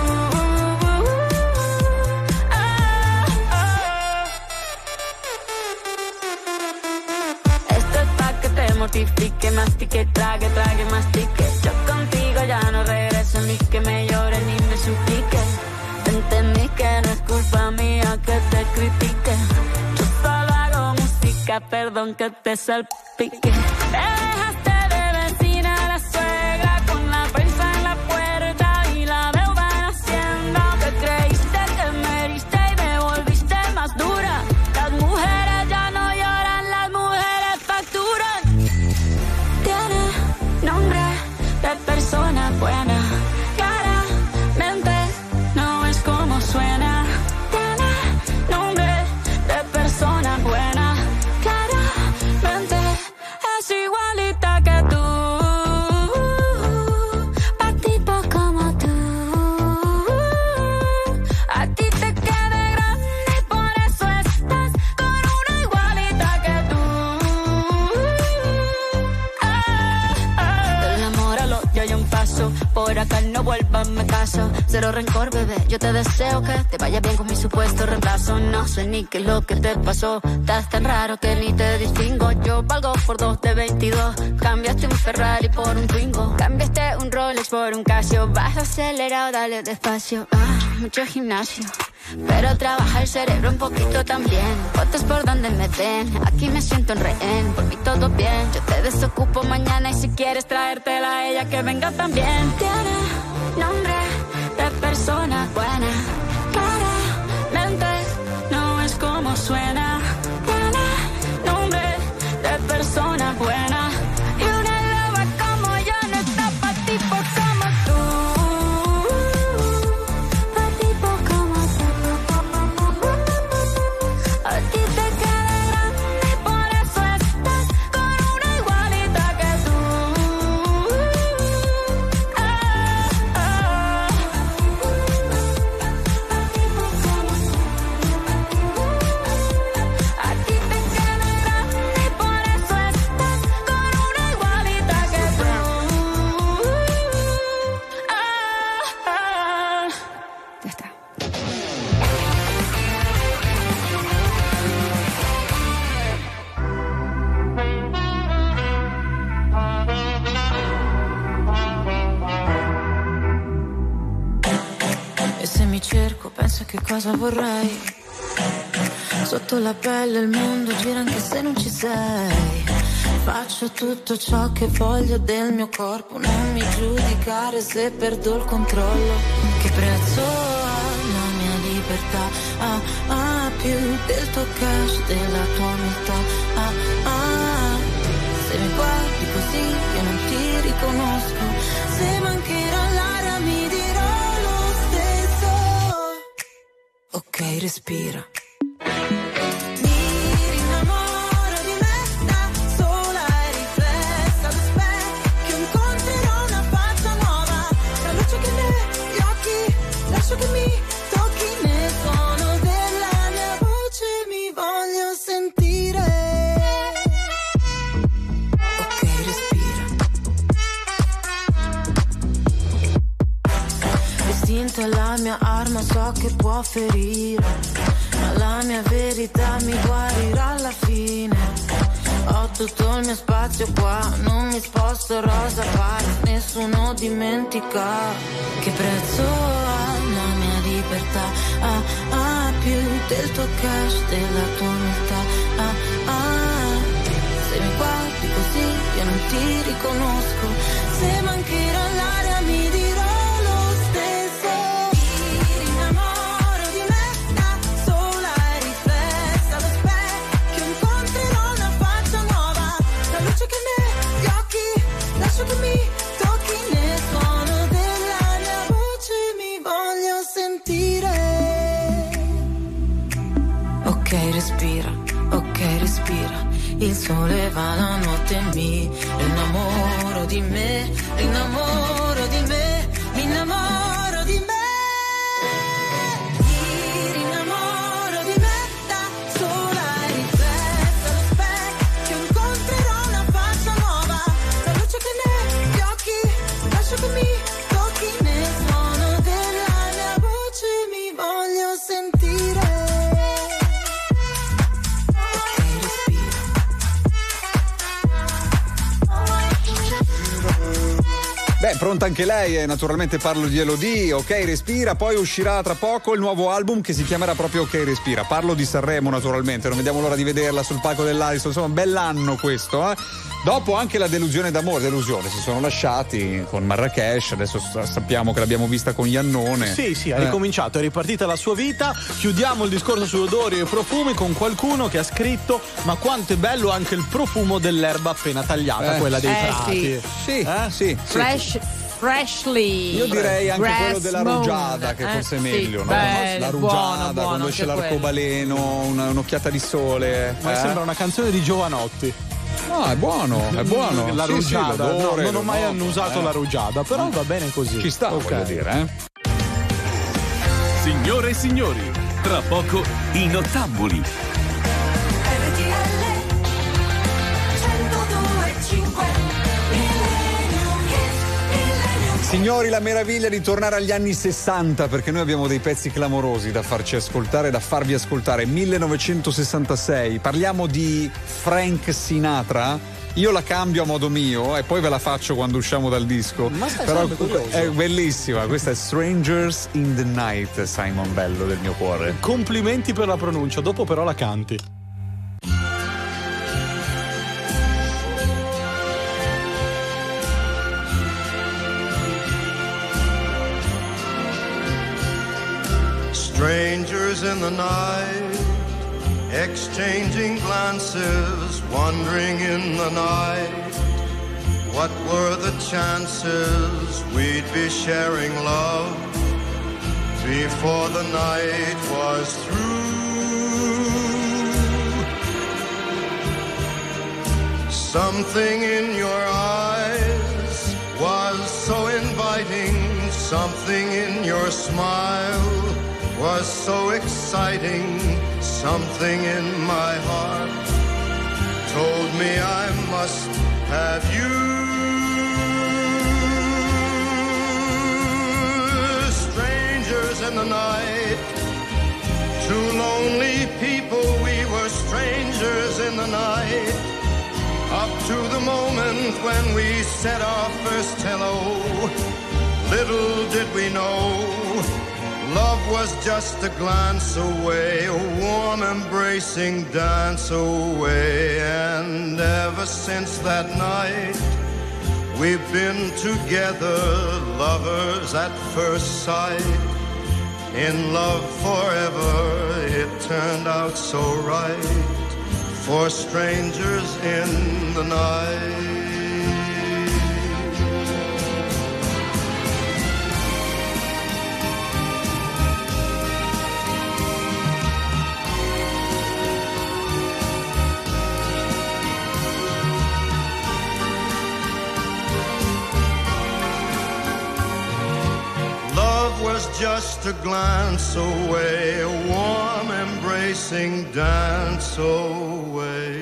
Esto es pa' que te mortifique, mastique, trague, mastique. Yo contigo ya no regreso ni que me llore ni me suplique. Entendí que no es culpa mía que te critique. Yo solo hago música, perdón que te salpique. Te dejaste de vecina a la suegra con la prensa en la puerta y la deuda en Hacienda. Te creíste que me heriste y me volviste más dura. Las mujeres ya no lloran, las mujeres facturan. Tiene nombre de persona buena. Suena, tiene nombre de persona buena, claramente es igualita que tú, pa' tipos como tú, a ti te queda grande y por eso estás con una igualita que tú. Del amor al odio hay un paso, por acá no vuelvas, me caso, cero rencor, bebé, yo te deseo que te vaya bien con mi supuesto reemplazo. No sé ni qué es lo que te pasó, estás tan raro que ni te distingo. Yo valgo por 2 de 22, cambiaste un Ferrari por un Twingo, cambiaste un Rolex por un Casio, vas acelerado, dale despacio. Mucho gimnasio, pero trabaja el cerebro un poquito también. Fotos por donde me ven, aquí me siento en rehén. Por mí todo bien, yo te desocupo mañana y si quieres traértela a ella que venga también. Tiene nombre de persona buena, claramente no es como suena. Tiene nombre de persona buena y una loba como yo no está pa' tipos como tú. Pa' tipos como tú. A ti te queda grande y por eso estás con una igualita que tú. Penso che cosa vorrei. Sotto la pelle il mondo gira anche se non ci sei. Faccio tutto ciò che voglio del mio corpo. Non mi giudicare se perdo il controllo. Che prezzo ha la mia libertà? Più del tuo cash, della tua umiltà. Se mi guardi così io non ti riconosco. Se mancherà l'aria mi dirò lo stesso. Ok, respira. Lascio che mi tocchi nel suono della mia voce, mi voglio sentire. Ok, respira. L'istinto è la mia arma, so che può ferire, ma la mia verità mi guarirà alla fine. Ho tutto il mio spazio qua, non mi sposto rosa pazza, nessuno dimentica che prezzo ha la mia libertà. Più del tuo cash, della tua umiltà. Se mi guardi così io non ti riconosco, se mancherà l'aria mi dirò lo stesso. Mi innamoro di me da sola e riflessa allo specchio, incontrerò una faccia nuova, la luce che negli occhi, lascio che mi tocchi nel suono della mia voce, mi voglio sentire. Ok, respira, ok, respira. Il sole va, la notte mi innamoro di me, innamoro di me, mi innamoro di me. Mi rinnamoro di me da sola e riflessa allo specchio, incontrerò una faccia nuova, la luce che negli occhi, lascio che mi tocchi nel suono della mia voce, mi voglio sentire. Beh, pronta anche lei, naturalmente parlo di Elodie, Ok Respira, poi uscirà tra poco il nuovo album che si chiamerà proprio Ok Respira. Parlo di Sanremo naturalmente, non vediamo l'ora di vederla sul palco dell'Ariston, insomma, bell'anno questo, Dopo anche la delusione d'amore, si sono lasciati con Marrakesh, adesso sappiamo che l'abbiamo vista con Iannone. Sì, ha ricominciato, è ripartita la sua vita. Chiudiamo il discorso sugli odori e profumi con qualcuno che ha scritto: ma quanto è bello anche il profumo dell'erba appena tagliata, quella dei prati. Sì. Freshly. Io direi anche Grass quello della rugiada, che forse è meglio, no? La rugiada, buono, quando esce l'arcobaleno, un'occhiata di sole. Ma sembra una canzone di Giovanotti. No, è buono. La rugiada, non ho mai annusato la rugiada, però va bene così. Ci sta, voglio dire, Signore e signori, tra poco i Nottambuli. Signori, la meraviglia di tornare agli anni 60, perché noi abbiamo dei pezzi clamorosi da farci ascoltare, da farvi ascoltare. 1966, parliamo di Frank Sinatra. Io la cambio a modo mio e poi ve la faccio quando usciamo dal disco. Ma stai però curioso. È bellissima, questa è Strangers in the Night, Simon Bello del mio cuore. Complimenti per la pronuncia, dopo però la canti. Strangers in the night, exchanging glances, wandering in the night. What were the chances we'd be sharing love before the night was through? Something in your eyes was so inviting, something in your smile was so exciting, something in my heart told me I must have you. Strangers in the night, two lonely people, we were strangers in the night, up to the moment when we said our first hello. Little did we know love was just a glance away, a warm embracing dance away. And ever since that night, we've been together, lovers at first sight. In love forever, it turned out so right, for strangers in the night. was just a glance away, a warm embracing dance away.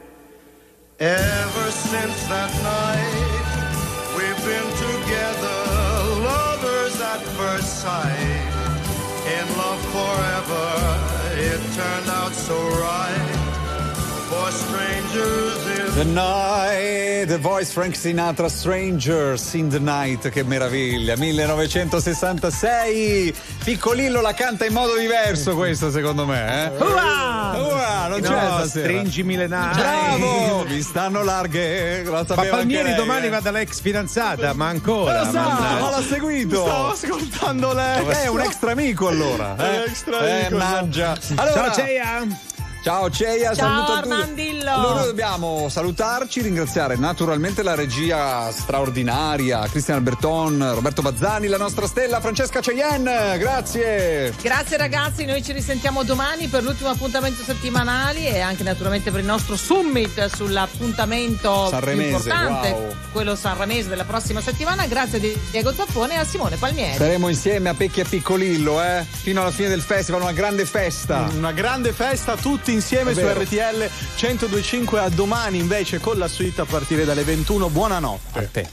Ever since that night, we've been together, lovers at first sight, in love forever, it turned out so right, for strangers in the night, The Voice, Frank Sinatra, Strangers in the Night, che meraviglia, 1966, Piccolillo la canta in modo diverso questo secondo me, non c'è stasera. Stringi millenari. Bravo, vi stanno larghe, la sapeva. Ma Palmieri lei, domani va dall'ex fidanzata, ma ancora. Lo sa, ma l'ha seguito. Stavo ascoltando lei. È un extra amico allora. Extra amico. Mannaggia. Allora, ciao Ceia. Ciao Ceia, ciao saluto Armandillo. Allora dobbiamo salutarci, ringraziare naturalmente la regia straordinaria, Cristian Alberton, Roberto Bazzani, la nostra stella Francesca Cheyenne, grazie. Grazie ragazzi, noi ci risentiamo domani per l'ultimo appuntamento settimanale e anche naturalmente per il nostro summit sull'appuntamento sanremese, più importante, wow. Quello sanremese della prossima settimana. Grazie a Diego Zappone e a Simone Palmieri. Saremo insieme a Pecchi e Piccolillo, fino alla fine del festival, una grande festa. Una grande festa, tutti insieme su RTL 102.5. A domani invece con la suite a partire dalle 21. Buonanotte. A te.